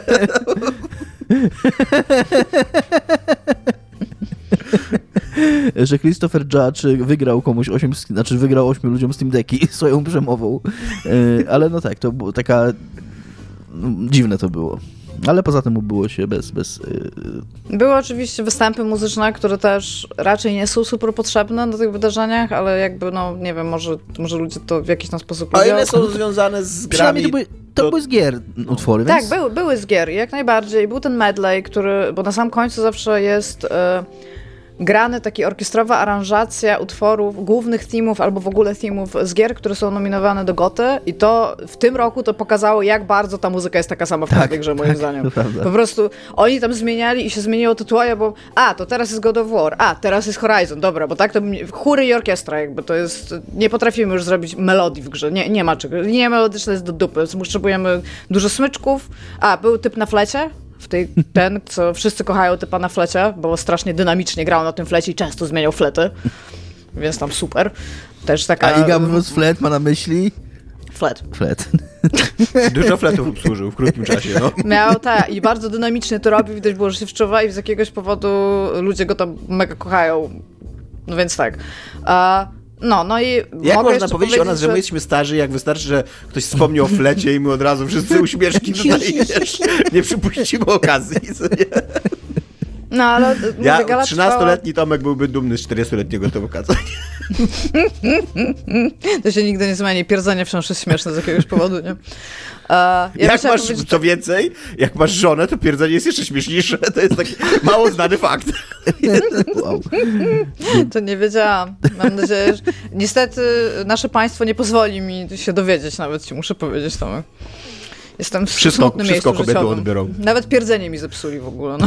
S4: że Christopher Judge wygrał komuś osiem, znaczy wygrał ośmiu ludziom Steam Decki swoją przemową, E, ale no tak, to było taka, no, dziwne to było. Ale poza tym było się bez... bez e,
S3: Były oczywiście występy muzyczne, które też raczej nie są super potrzebne na tych wydarzeniach, ale jakby, no nie wiem, może, może ludzie to w jakiś tam sposób
S2: A
S3: lubią.
S2: ile są związane z grami?
S4: Przynajmniej to były, to
S2: to-
S4: były z gier utwory,
S3: Tak,
S4: więc...
S3: były, były z gier, jak najbardziej. Był ten medley, który, bo na sam końcu zawsze jest e, grany taki orkiestrowa aranżacja utworów, głównych themów albo w ogóle themów z gier, które są nominowane do Goty i to w tym roku to pokazało, jak bardzo ta muzyka jest taka sama w każdej grze, moim
S4: tak,
S3: zdaniem.
S4: to prawda.
S3: Po prostu oni tam zmieniali i się zmieniło tytuły, bo a, to teraz jest God of War, a, teraz jest Horizon, dobra, bo tak to bym- chóry i orkiestra jakby, to jest, nie potrafimy już zrobić melodii w grze, nie, nie ma czego, linia melodyczna jest do dupy, potrzebujemy dużo smyczków, a, był typ na flecie, w tej, ten, co wszyscy kochają typa na flecie, bo strasznie dynamicznie grał na tym flecie i często zmieniał flety, więc tam super. Też taka...
S4: A Iga mówiąc flet ma na myśli?
S3: Flet.
S4: Flet.
S2: Dużo fletów obsłużył w krótkim czasie, no.
S3: Miał, tak, i bardzo dynamicznie to robi, widać było, że się wczuwa i z jakiegoś powodu ludzie go tam mega kochają. No więc tak. A, no, no i
S2: Jak
S3: mogę
S2: można
S3: jeszcze
S2: powiedzieć o nas, że my jesteśmy starzy, jak wystarczy, że ktoś wspomni o flecie i my od razu wszyscy uśmieszki tutaj, wiesz, nie przypuścimy okazji. Co nie?
S3: No, ale mówię,
S2: Ja,
S3: gala
S2: trzynastoletni Tomek byłby dumny z czterdziestoletniego Tomka. co nie?
S3: trwała- To się nigdy nie zmieni. Pierdzenie wciąż jest śmieszne z jakiegoś powodu, nie? A, ja
S2: Jak
S3: chciałam
S2: masz,
S3: powiedzieć-
S2: co więcej, jak masz żonę, to pierdzenie jest jeszcze śmieszniejsze. To jest taki mało znany fakt.
S4: Wow.
S3: To nie wiedziałam. Mam nadzieję, że... Niestety nasze państwo nie pozwoli mi się dowiedzieć, nawet ci muszę powiedzieć, Tomek. Jestem w
S2: Wszystko,
S3: smutnym
S2: wszystko
S3: miejscu
S2: kobiety
S3: życiowym.
S2: odbiorą.
S3: Nawet pierdzenie mi zepsuli w ogóle, no.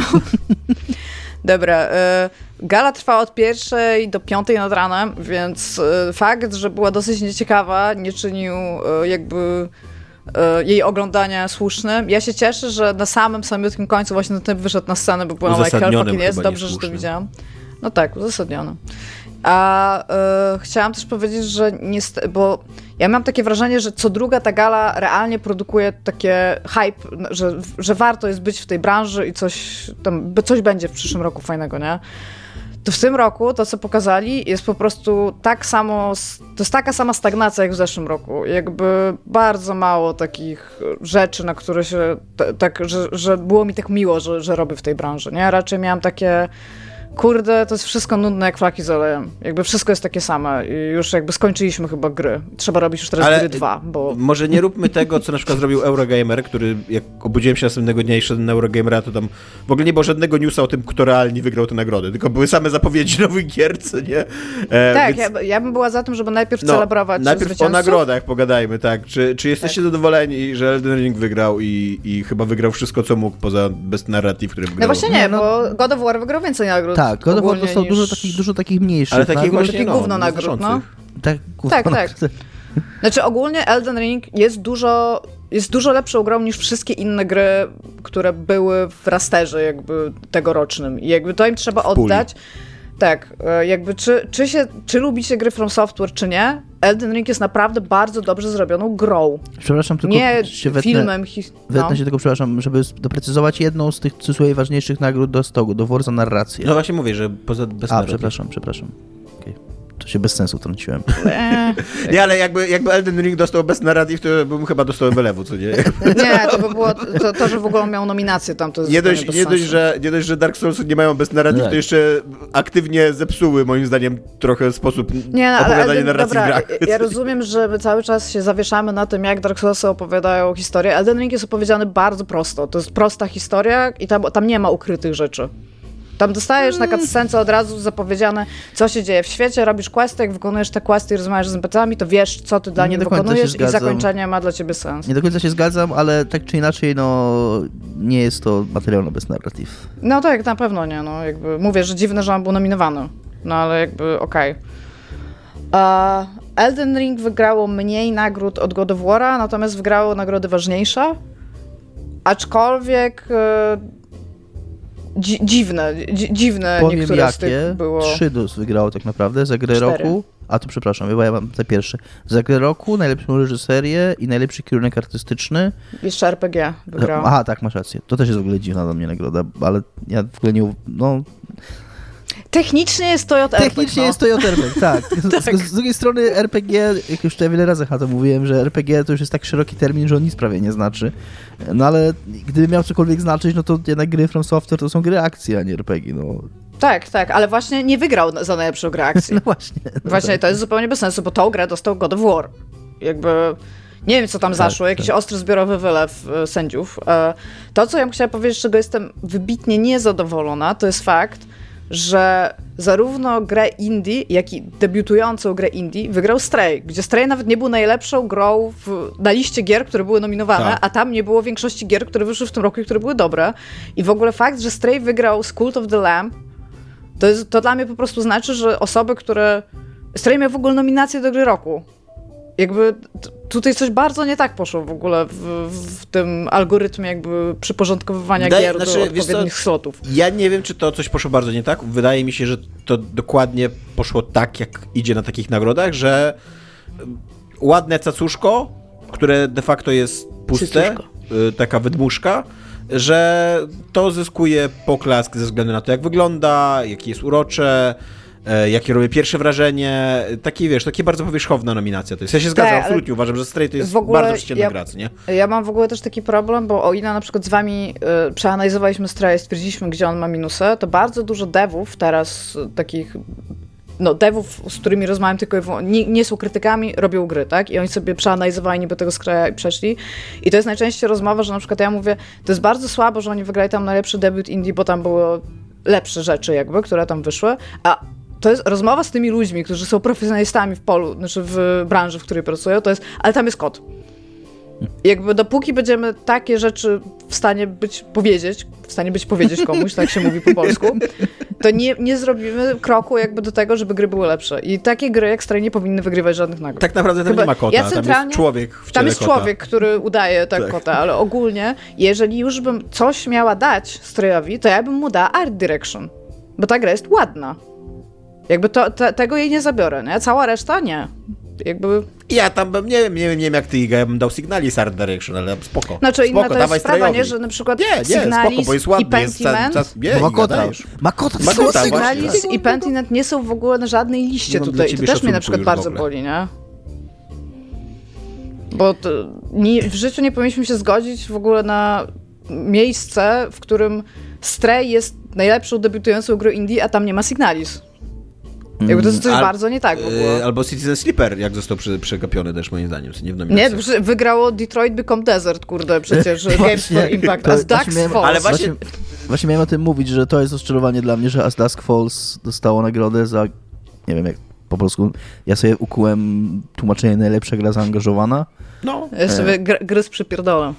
S3: Dobra, y, gala trwała od pierwszej do piątej nad ranem, więc y, fakt, że była dosyć nieciekawa, nie czynił y, jakby y, jej oglądania słusznym. Ja się cieszę, że na samym samiutkim końcu właśnie ten typ wyszedł na scenę, bo byłam like, hell
S2: Uzasadnionym
S3: fucking jest,
S2: chyba
S3: dobrze, że to
S2: niesłusznym.
S3: widziałam. No tak, uzasadnione. A y, chciałam też powiedzieć, że niestety, bo ja mam takie wrażenie, że co druga ta gala realnie produkuje takie hype, że, że warto jest być w tej branży i coś tam, coś będzie w przyszłym roku fajnego, nie? To w tym roku to, co pokazali, jest po prostu tak samo, to jest taka sama stagnacja jak w zeszłym roku. Jakby bardzo mało takich rzeczy, na które się, t- tak, że, że było mi tak miło, że, że robię w tej branży, nie? Raczej miałam takie, kurde, to jest wszystko nudne jak flaki z olejem. Jakby wszystko jest takie same i już jakby skończyliśmy chyba gry. Trzeba robić już teraz
S2: Ale
S3: gry dwa, bo...
S2: Może nie róbmy tego, co na przykład zrobił Eurogamer, który jak obudziłem się następnego dnia i szedłem na Eurogamera, to tam w ogóle nie było żadnego newsa o tym, kto realnie wygrał tę nagrodę, tylko były same zapowiedzi nowych gier, co nie? E,
S3: Tak,
S2: więc-
S3: ja, ja bym była za tym, żeby najpierw
S2: No,
S3: celebrować
S2: najpierw o
S3: zwycięzców.
S2: nagrodach pogadajmy, tak. Czy, czy jesteście zadowoleni, że Elden Ring wygrał i, i chyba wygrał wszystko, co mógł, poza Best Narrative, który
S3: No
S2: wygrał?
S3: właśnie nie,
S4: No, no.
S3: bo God of War wygrał więcej nagród.
S4: Tak, God of War
S3: ogólnie
S4: dostał
S3: niż-
S4: dużo takich, dużo takich mniejszych
S2: Ale takich
S4: nagród.
S2: właśnie,
S3: Takie
S2: no,
S3: gówno nagród, no.
S2: znaczących.
S4: Tak,
S3: Tak,
S4: kurwa,
S3: tak. Znaczy ogólnie Elden Ring jest dużo, jest dużo lepszą grą niż wszystkie inne gry, które były w rasterze jakby tegorocznym. I jakby to im trzeba
S2: puli.
S3: oddać. Tak, e, jakby czy, czy, się, czy lubicie gry From Software, czy nie, Elden Ring jest naprawdę bardzo dobrze zrobioną grą.
S4: Przepraszam, tylko
S3: Nie
S4: się wetnę,
S3: filmem. Hi-
S4: wetnę
S3: no.
S4: się tylko, przepraszam, żeby doprecyzować jedną z tych swoich ważniejszych nagród do stogu, do War za narrację.
S2: No właśnie mówię, że poza Best
S4: A,
S2: Narrative.
S4: przepraszam, przepraszam. Okay. To się bez sensu trąciłem.
S3: Eee,
S2: Nie, ale jakby, jakby Elden Ring dostał bez narrative, to bym chyba dostał wylewu, co nie?
S3: nie, to by było, to, to że w ogóle on miał nominację tam, to jest
S2: Nie dość,
S3: bez
S2: nie, dość,
S3: sensu.
S2: że, nie dość, że Dark Soulsy nie mają bez narrative,
S4: Tak.
S2: to jeszcze aktywnie zepsuły, moim zdaniem, trochę sposób
S3: Nie, no, ale
S2: opowiadania
S3: Elden,
S2: narracji
S3: dobra,
S2: w grach.
S3: ja rozumiem, że my cały czas się zawieszamy na tym, jak Dark Soulsy opowiadają historię. Elden Ring jest opowiedziany bardzo prosto. To jest prosta historia i tam, tam nie ma ukrytych rzeczy. Tam dostajesz na cutscence od razu zapowiedziane, co się dzieje w świecie, robisz questy, jak wykonujesz te questy i rozmawiasz z en pe ce ami, to wiesz, co ty dla
S4: Nie
S3: nich
S4: do końca się
S3: wykonujesz i
S4: zgadzam.
S3: zakończenie ma dla ciebie sens.
S4: Nie do końca się zgadzam, ale tak czy inaczej, no nie jest to materiał na bez narrative.
S3: No tak, na pewno nie, no jakby mówię, że dziwne, że on był nominowany, no ale jakby okej. Okay. Elden Ring wygrało mniej nagród od God of War'a, natomiast wygrało nagrody ważniejsze, aczkolwiek e, dzi dziwne, dzi dziwne
S4: Powiem
S3: niektóre z tych
S4: jakie,
S3: było.
S4: trzy dos wygrało tak naprawdę, za grę
S3: Cztery.
S4: roku, a to przepraszam, chyba ja mam te pierwsze. Za grę roku, najlepszą reżyserię i najlepszy kierunek artystyczny.
S3: Jeszcze er pe gie wygrało.
S4: Aha, tak, masz rację. To też jest w ogóle dziwna dla mnie nagroda, ale ja w ogóle nie... u- No,
S3: Technicznie jest to J R P G.
S4: technicznie
S3: no.
S4: jest to J R P G, tak.
S3: Tak.
S4: Z, z drugiej strony er pe gie, jak już tutaj wiele razy na to mówiłem, że er pe gie to już jest tak szeroki termin, że on nic prawie nie znaczy. No ale gdyby miał cokolwiek znaczyć, no to jednak gry From Software to są gry akcji, a nie er pe gie, no.
S3: Tak, tak, ale właśnie nie wygrał za najlepszą grę akcji.
S4: No właśnie. No
S3: Właśnie
S4: tak.
S3: to jest zupełnie bez sensu, bo tą grę dostał God of War. Jakby nie wiem, co tam zaszło, jakiś ostry zbiorowy wylew e, sędziów. E, to, co ja bym chciała powiedzieć, z czego jestem wybitnie niezadowolona, to jest fakt, że zarówno grę indie, jak i debiutującą grę indie wygrał Stray, gdzie Stray nawet nie był najlepszą grą w, na liście gier, które były nominowane,
S2: Tak.
S3: a tam nie było większości gier, które wyszły w tym roku i które były dobre. I w ogóle fakt, że Stray wygrał z Cult of the Lamb, to, jest, to dla mnie po prostu znaczy, że osoby, które... Stray miał w ogóle nominację do gry roku. Jakby t- tutaj coś bardzo nie tak poszło w ogóle w, w tym algorytmie jakby przyporządkowywania
S2: Wydaje-
S3: gier
S2: znaczy,
S3: do
S2: wiesz co,
S3: odpowiednich slotów.
S2: Ja nie wiem, czy to coś poszło bardzo nie tak. Wydaje mi się, że to dokładnie poszło tak, jak idzie na takich nagrodach, że ładne cacuszko, które de facto jest puste,
S3: Cycuszko.
S2: y, taka wydmuszka, że to zyskuje poklask ze względu na to, jak wygląda, jakie jest urocze, e, jakie robi pierwsze wrażenie. Taki, wiesz, takie bardzo powierzchowna nominacja to jest. Ja się zgadzam,
S3: Tak, ale
S2: absolutnie uważam, że Stray to jest
S3: w ogóle
S2: bardzo przeciętna
S3: ja-
S2: gra, co nie?
S3: Ja mam w ogóle też taki problem, bo o ile na przykład z wami y, przeanalizowaliśmy Stray, stwierdziliśmy, gdzie on ma minusy, to bardzo dużo devów teraz, y, takich no devów, z którymi rozmawiam tylko i wyłącznie, nie, nie są krytykami, robią gry, tak? I oni sobie przeanalizowali niby tego Straya i przeszli. I to jest najczęściej rozmowa, że na przykład ja mówię, to jest bardzo słabo, że oni wygrali tam najlepszy debiut indie, bo tam było lepsze rzeczy jakby, które tam wyszły, a to jest rozmowa z tymi ludźmi, którzy są profesjonalistami w polu, znaczy w branży, w której pracują, to jest, ale tam jest kod. Jakby dopóki będziemy takie rzeczy w stanie być powiedzieć, w stanie być powiedzieć komuś, tak się mówi po polsku, to nie, nie zrobimy kroku jakby do tego, żeby gry były lepsze. I takie gry jak Stray nie powinny wygrywać żadnych nagród.
S2: Tak naprawdę tam
S3: Chyba-
S2: nie ma kota,
S3: ja
S2: tam
S3: centralnie-
S2: jest człowiek w
S3: Tam
S2: ciele
S3: jest
S2: kota.
S3: człowiek, który udaje tak,
S2: Tak.
S3: kota, ale ogólnie, jeżeli już bym coś miała dać Strayowi, to ja bym mu dała art direction, bo ta gra jest ładna. Jakby to, te, tego jej nie zabiorę, nie? Cała reszta nie. Jakby...
S2: Ja tam bym, nie wiem, nie wiem, nie wiem jak ty, Iga, ja bym dał Signalis Art Direction, ale spoko.
S3: Znaczy inna
S2: spoko,
S3: to
S2: dawaj
S3: jest sprawa,
S2: Strayowi.
S3: nie? Że na przykład
S2: Nie, nie,
S3: Signalis
S2: spoko, bo jest
S3: i
S2: ładny, jest
S3: Pentiment,
S2: czas, nie,
S4: Ma
S2: Iga,
S4: kota.
S2: dajesz.
S4: Ma kota.
S2: Ma kota, właśnie.
S3: Signalis i Pentiment nie są w ogóle na żadnej liście
S2: Nie mam dla
S3: tutaj. To
S2: ciebie
S3: też mnie na
S2: szacunku
S3: przykład
S2: już w
S3: bardzo
S2: ogóle.
S3: boli, nie? Bo to, nie, w życiu nie powinniśmy się zgodzić w ogóle na miejsce, w którym Stray jest najlepszą debiutującą grą indie, a tam nie ma Signalis. Jakby to jest coś
S2: Al-
S3: bardzo nie tak w ogóle.
S2: Yy, Albo Citizen Sleeper, jak został przy, przegapiony też moim zdaniem, nie w
S3: Nie,
S2: nominacji.
S3: przy- wygrało Detroit Become Desert, kurde, przecież Games for Impact,
S4: to-
S3: As
S4: właśnie
S3: Dusk
S4: miałem-
S3: Falls.
S2: Ale właśnie-
S4: Właśnie, właśnie miałem o tym mówić, że to jest rozczarowanie dla mnie, że As Dusk Falls dostało nagrodę za, nie wiem jak po polsku, ja sobie ukułem tłumaczenie najlepsza gra zaangażowana.
S2: No.
S3: Ja sobie gr- gry z przypierdolem.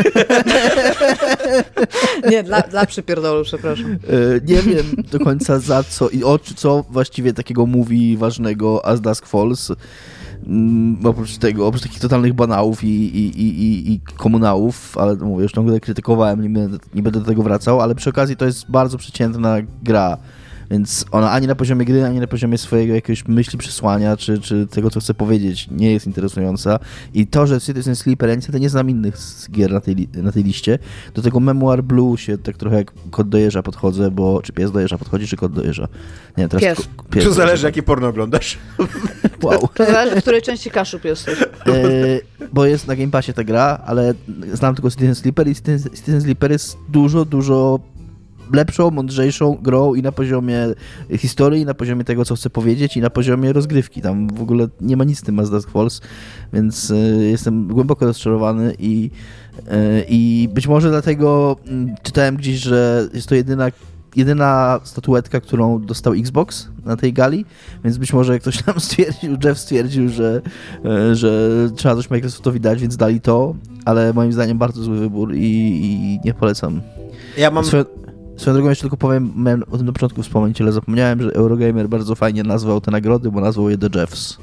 S3: Nie, dla, dla przypierdolu, przepraszam.
S4: E, nie wiem do końca za co i o co właściwie takiego mówi ważnego As Dusk Falls. Mm, oprócz tego, oprócz takich totalnych banałów i, i, i, i, i komunałów, ale mówię, już ciągle krytykowałem, nie będę, nie będę do tego wracał, ale przy okazji to jest bardzo przeciętna gra. Więc ona ani na poziomie gry, ani na poziomie swojego jakiegoś myśli, przesłania, czy, czy tego, co chce powiedzieć, nie jest interesująca. I to, że Citizen Sleeper, ja niestety nie znam innych z gier na tej, li- na tej liście, do tego Memoir Blue się tak trochę jak kot do jeża podchodzę, bo czy pies do jeża podchodzi, czy kot do jeża? Nie, teraz
S3: Pies.
S4: ko- pies
S2: To
S4: do
S2: zależy,
S4: jeża.
S2: jakie porno oglądasz.
S4: Wow.
S3: To zależy, w której części Kaszub jesteś.
S4: E, bo jest na Game Passie ta gra, ale znam tylko Citizen Sleeper i Citizen, Citizen Sleeper jest dużo, dużo lepszą, mądrzejszą grą i na poziomie historii, i na poziomie tego, co chcę powiedzieć, i na poziomie rozgrywki. Tam w ogóle nie ma nic z tym Mass Dusk Falls, więc y, jestem głęboko rozczarowany i, y, i być może dlatego y, czytałem gdzieś, że jest to jedyna jedyna statuetka, którą dostał Xbox na tej gali, więc być może ktoś tam stwierdził, Jeff stwierdził, że, y, że trzeba coś Microsoftowi dać, więc dali to, ale moim zdaniem bardzo zły wybór i, i nie polecam.
S2: Ja mam...
S4: Swoją, swoją drogą jeszcze tylko powiem, miałem o tym na początku wspomnieć, ale zapomniałem, że Eurogamer bardzo fajnie nazwał te nagrody, bo nazwał je The Jeffs.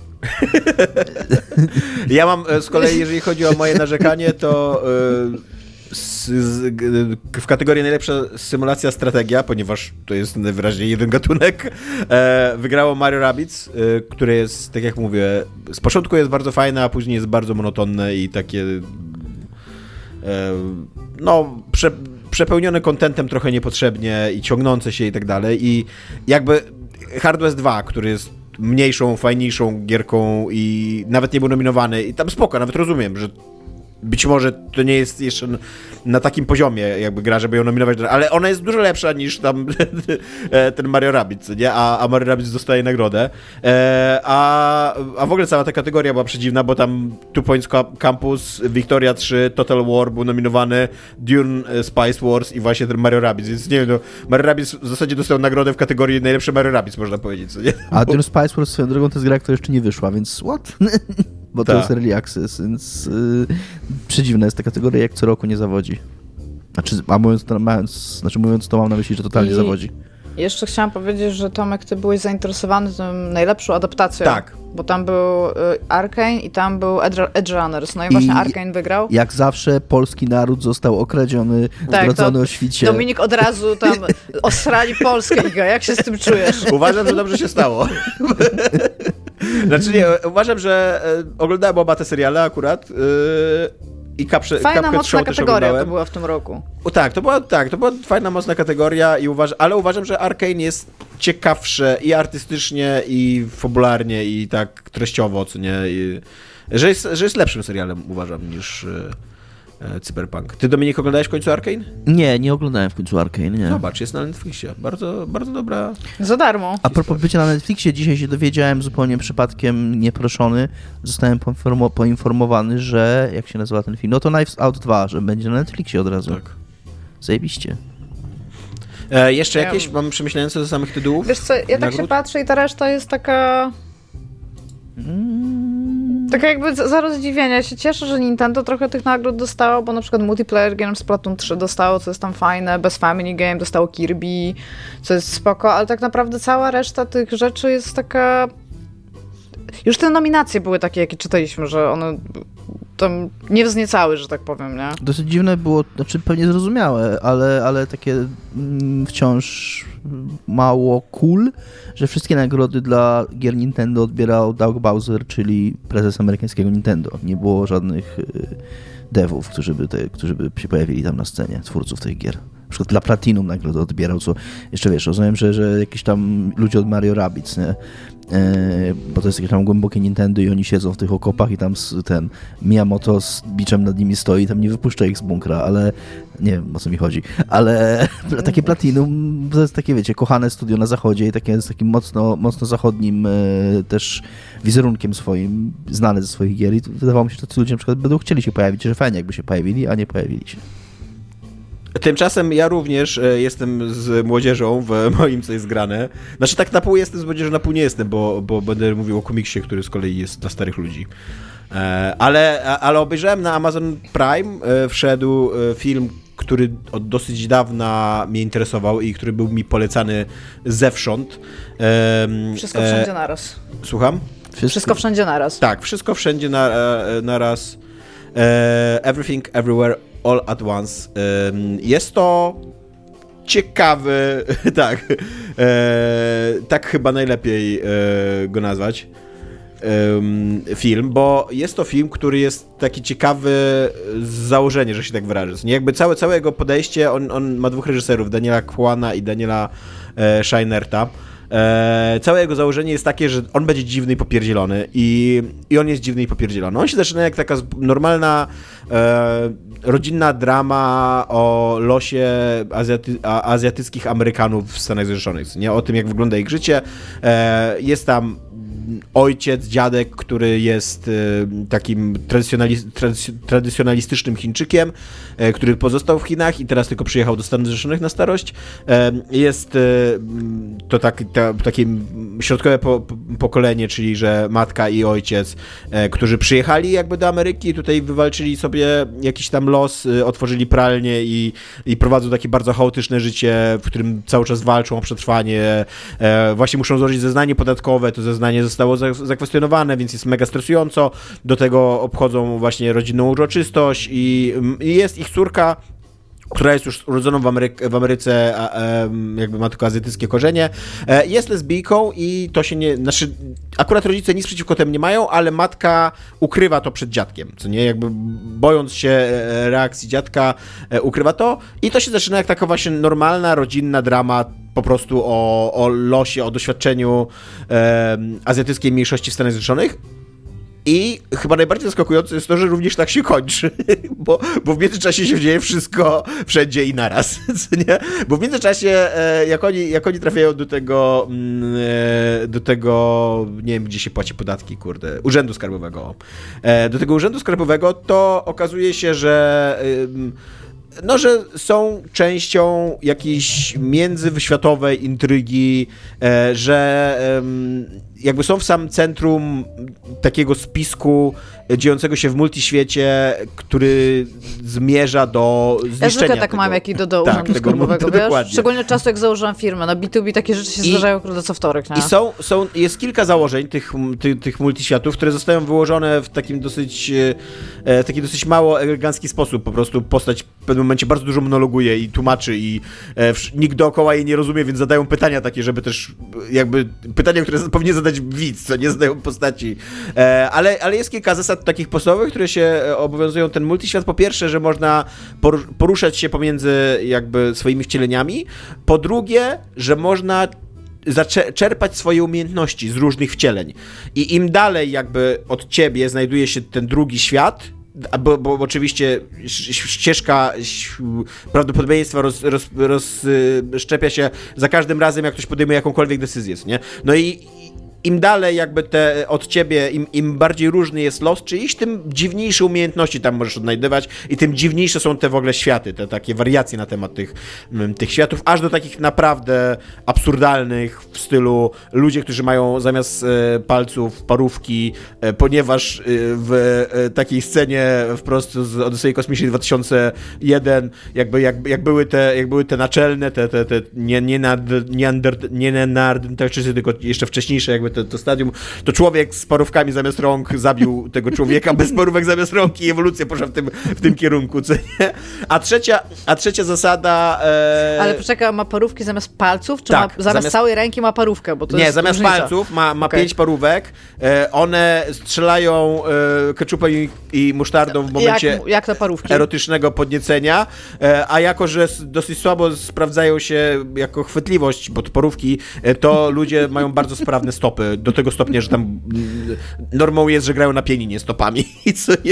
S2: Ja mam z kolei, jeżeli chodzi o moje narzekanie, to z, z, w kategorii najlepsza symulacja strategia, ponieważ to jest najwyraźniej jeden gatunek, e, wygrało Mario Rabbids, e, które jest, tak jak mówię, z początku jest bardzo fajne, a później jest bardzo monotonne i takie e, no prze, przepełnione kontentem trochę niepotrzebnie i ciągnące się i tak dalej. I jakby Hard West dwa, który jest mniejszą, fajniejszą gierką i nawet nie był nominowany i tam spoko, nawet rozumiem, że być może to nie jest jeszcze na takim poziomie jakby gra, żeby ją nominować, ale ona jest dużo lepsza niż tam ten Mario Rabbids, nie? A, a Mario Rabbids dostaje nagrodę. E, a, a w ogóle cała ta kategoria była przedziwna, bo tam Two Points Campus, Victoria trzy, Total War był nominowany, Dune Spice Wars i właśnie ten Mario Rabbids, więc nie wiem, no, Mario Rabbids w zasadzie dostał nagrodę w kategorii najlepsze Mario Rabbids, można powiedzieć, co nie?
S4: A Dune Spice Wars swoją drogą to jest gra, która jeszcze nie wyszła, więc what? Bo to
S2: Ta.
S4: jest Early Access, więc yy, przedziwna jest ta kategoria, jak co roku nie zawodzi. Znaczy, a mówiąc to, mając, znaczy mówiąc to mam na myśli, że totalnie
S3: I
S4: zawodzi.
S3: Jeszcze chciałam powiedzieć, że Tomek, ty byłeś zainteresowany tą najlepszą adaptacją.
S2: Tak.
S3: Bo tam był y, Arkane i tam był Edge, Edge Runners. No i właśnie
S4: I
S3: Arkane wygrał.
S4: Jak zawsze polski naród został okradziony,
S3: Tak,
S4: zdradzony
S3: to
S4: o świcie.
S3: Dominik od razu tam osrali Polskę, Iga. Jak się z tym czujesz?
S2: Uważam, że dobrze się stało. Znaczy nie, uważam, że e, oglądałem oba te seriale akurat e, i Cuphead,
S3: Fajna,
S2: Cuphead
S3: mocna
S2: Show też
S3: kategoria
S2: oglądałem.
S3: to była w tym roku.
S2: O, tak, to była, tak, to była fajna, mocna kategoria, i uważ, ale uważam, że Arkane jest ciekawsze i artystycznie, i fabularnie, i tak treściowo, co nie, i, że, jest, że jest lepszym serialem, uważam, niż e, e, Cyberpunk. Ty, Dominik, oglądałeś w końcu Arkane?
S4: Nie, nie oglądałem w końcu Arkane, nie.
S2: Zobacz, jest na Netflixie. Bardzo, bardzo dobra.
S3: Za darmo.
S4: A propos bycia na Netflixie, dzisiaj się dowiedziałem zupełnie przypadkiem, nieproszony, zostałem poinformo- poinformowany, że, jak się nazywa ten film, no to Knives Out dwa, że będzie na Netflixie od razu.
S2: Tak.
S4: Zajebiście.
S2: E, jeszcze
S3: Ja-
S2: jakieś, mam przemyślenia co do samych tytułów?
S3: Wiesz co, ja tak
S2: Nagród?
S3: się patrzę i ta reszta jest taka... Taka jakby za za zdziwienia. Ja się cieszę, że Nintendo trochę tych nagród dostało, bo na przykład Multiplayer Game Splatoon trzy dostało, co jest tam fajne, Best Family Game dostało Kirby, co jest spoko, ale tak naprawdę cała reszta tych rzeczy jest taka... Już te nominacje były takie, jakie czytaliśmy, że one tam nie wzniecały, że tak powiem, nie?
S4: Dosyć dziwne było, znaczy pewnie zrozumiałe, ale, ale takie mm, wciąż mało cool, że wszystkie nagrody dla gier Nintendo odbierał Doug Bowser, czyli prezes amerykańskiego Nintendo. Nie było żadnych y, devów, którzy by, te, którzy by się pojawili tam na scenie, twórców tych gier. Na przykład dla Platinum nagrodę odbierał, co jeszcze wiesz, rozumiem, że, że jakieś tam ludzie od Mario Rabbids, nie? E, bo to jest jakieś tam głębokie Nintendo i oni siedzą w tych okopach i tam s- ten Miyamoto z biczem nad nimi stoi i tam nie wypuszcza ich z bunkra, ale nie wiem, o co mi chodzi, ale takie Platinum to jest takie, wiecie, kochane studio na zachodzie i takie z takim mocno, mocno zachodnim e, też wizerunkiem swoim, znane ze swoich gier i wydawało mi się, że tacy ludzie na przykład będą chcieli się pojawić, że fajnie jakby się pojawili, a nie pojawili się.
S2: Tymczasem ja również e, jestem z młodzieżą w moim, co jest grane. Znaczy tak na pół jestem z młodzieżą, na pół nie jestem, bo, bo będę mówił o komiksie, który z kolei jest dla starych ludzi. E, ale, a- ale obejrzałem na Amazon Prime, e, wszedł e, film, który od dosyć dawna mnie interesował i który był mi polecany zewsząd. E,
S3: Wszystko
S2: e,
S3: wszędzie naraz.
S2: Słucham?
S3: Wszystko wszędzie naraz.
S2: Tak, wszystko wszędzie na, e, naraz. E, everything, everywhere, all at once. E, jest to ciekawy, tak, e, tak chyba najlepiej e, go nazwać, e, film, bo jest to film, który jest taki ciekawy z założenia, że się tak wyrażę. Nie, jakby całe, całe jego podejście, on, on ma dwóch reżyserów, Daniela Kwana i Daniela e, Scheinerta. E, całe jego założenie jest takie, że on będzie dziwny i popierdzielony i, i on jest dziwny i popierdzielony. On się zaczyna jak taka normalna e, rodzinna drama o losie azjaty, a, azjatyckich Amerykanów w Stanach Zjednoczonych, nie? O tym, jak wygląda ich życie. E, jest tam ojciec, dziadek, który jest y, takim tradycjonalis- tradyc- tradycjonalistycznym Chińczykiem, y, który pozostał w Chinach i teraz tylko przyjechał do Stanów Zjednoczonych na starość. Y, jest y, to tak, ta, takie środkowe po, po, pokolenie, czyli że matka i ojciec, y, którzy przyjechali jakby do Ameryki, tutaj wywalczyli sobie jakiś tam los, y, otworzyli pralnię i, i prowadzą takie bardzo chaotyczne życie, w którym cały czas walczą o przetrwanie. Y, właśnie muszą złożyć zeznanie podatkowe, to zeznanie zostało zakwestionowane, więc jest mega stresująco. Do tego obchodzą właśnie rodzinną uroczystość i, i jest ich córka, która jest już urodzoną w, Amery- w Ameryce, a, a, jakby ma tylko azjatyckie korzenie. Jest lesbijką i to się nie... Znaczy, akurat rodzice nic przeciwko temu nie mają, ale matka ukrywa to przed dziadkiem, co nie? Jakby bojąc się reakcji dziadka, ukrywa to i to się zaczyna jak taka właśnie normalna, rodzinna drama po prostu o, o losie, o doświadczeniu e, azjatyckiej mniejszości w Stanach Zjednoczonych. I chyba najbardziej zaskakujące jest to, że również tak się kończy, bo, bo w międzyczasie się dzieje wszystko wszędzie i naraz, nie? Bo w międzyczasie, e, jak, oni, jak oni trafiają do tego, e, do tego, nie wiem, gdzie się płaci podatki, kurde, Urzędu Skarbowego, e, do tego Urzędu Skarbowego, to okazuje się, że e, no, że są częścią jakiejś międzywyświatowej intrygi, e, że e, jakby są w samym centrum takiego spisku dziejącego się w multiświecie, który zmierza do zniszczenia.
S3: Ja zwykle tak
S2: tego.
S3: mam, jak idę do
S2: tak,
S3: Urzędu
S2: tego,
S3: Skarbowego,
S2: to
S3: wiesz?
S2: dokładnie.
S3: Szczególnie często, jak założyłam firmę. Na B dwa B takie rzeczy się
S2: I,
S3: zdarzają kurde co wtorek, nie?
S2: I są, są, jest kilka założeń tych, tych, tych multiświatów, które zostają wyłożone w takim dosyć w taki dosyć mało elegancki sposób. Po prostu postać w pewnym momencie bardzo dużo monologuje i tłumaczy i e, nikt dookoła jej nie rozumie, więc zadają pytania takie, żeby też jakby pytania, które powinien zadać widz, co nie zadają postaci. E, ale, ale jest kilka zasad takich podstawowych, które się obowiązują ten multiświat. Po pierwsze, że można poruszać się pomiędzy jakby swoimi wcieleniami. Po drugie, że można zaczerpać swoje umiejętności z różnych wcieleń. I im dalej jakby od ciebie znajduje się ten drugi świat, bo, bo oczywiście ścieżka prawdopodobieństwa roz, roz, rozszczepia się za każdym razem, jak ktoś podejmuje jakąkolwiek decyzję, nie? No i im dalej jakby te od ciebie, im, im bardziej różny jest los czyjś, tym dziwniejsze umiejętności tam możesz odnajdywać i tym dziwniejsze są te w ogóle światy, te takie wariacje na temat tych, tych światów, aż do takich naprawdę absurdalnych w stylu ludzie, którzy mają zamiast e, palców parówki, e, ponieważ e, w e, takiej scenie wprost z Odysei Kosmicznej dwa tysiące jeden jakby jak, jak, były, te, jak były te naczelne, te, te, te nie, nie, nad, nie, nie neandertalczycy, tylko jeszcze wcześniejsze jakby to, to stadium, to człowiek z parówkami zamiast rąk zabił tego człowieka bez parówek zamiast rąk i ewolucja poszła w tym, w tym kierunku, co nie? A trzecia, a trzecia zasada... E...
S3: Ale poczekaj, ma parówki zamiast palców, czy
S2: tak,
S3: ma, zamiast, zamiast całej ręki ma parówkę? Bo to
S2: nie,
S3: jest
S2: zamiast
S3: różnica.
S2: palców ma, ma
S3: okay.
S2: pięć parówek, e, one strzelają e, keczupem i, i musztardą w momencie
S3: jak, jak te parówki?
S2: erotycznego podniecenia, e, a jako, że dosyć słabo sprawdzają się jako chwytliwość, bo to parówki, e, to ludzie mają bardzo sprawne stopy, do tego stopnia, że tam normą jest, że grają na pianinie stopami i co nie.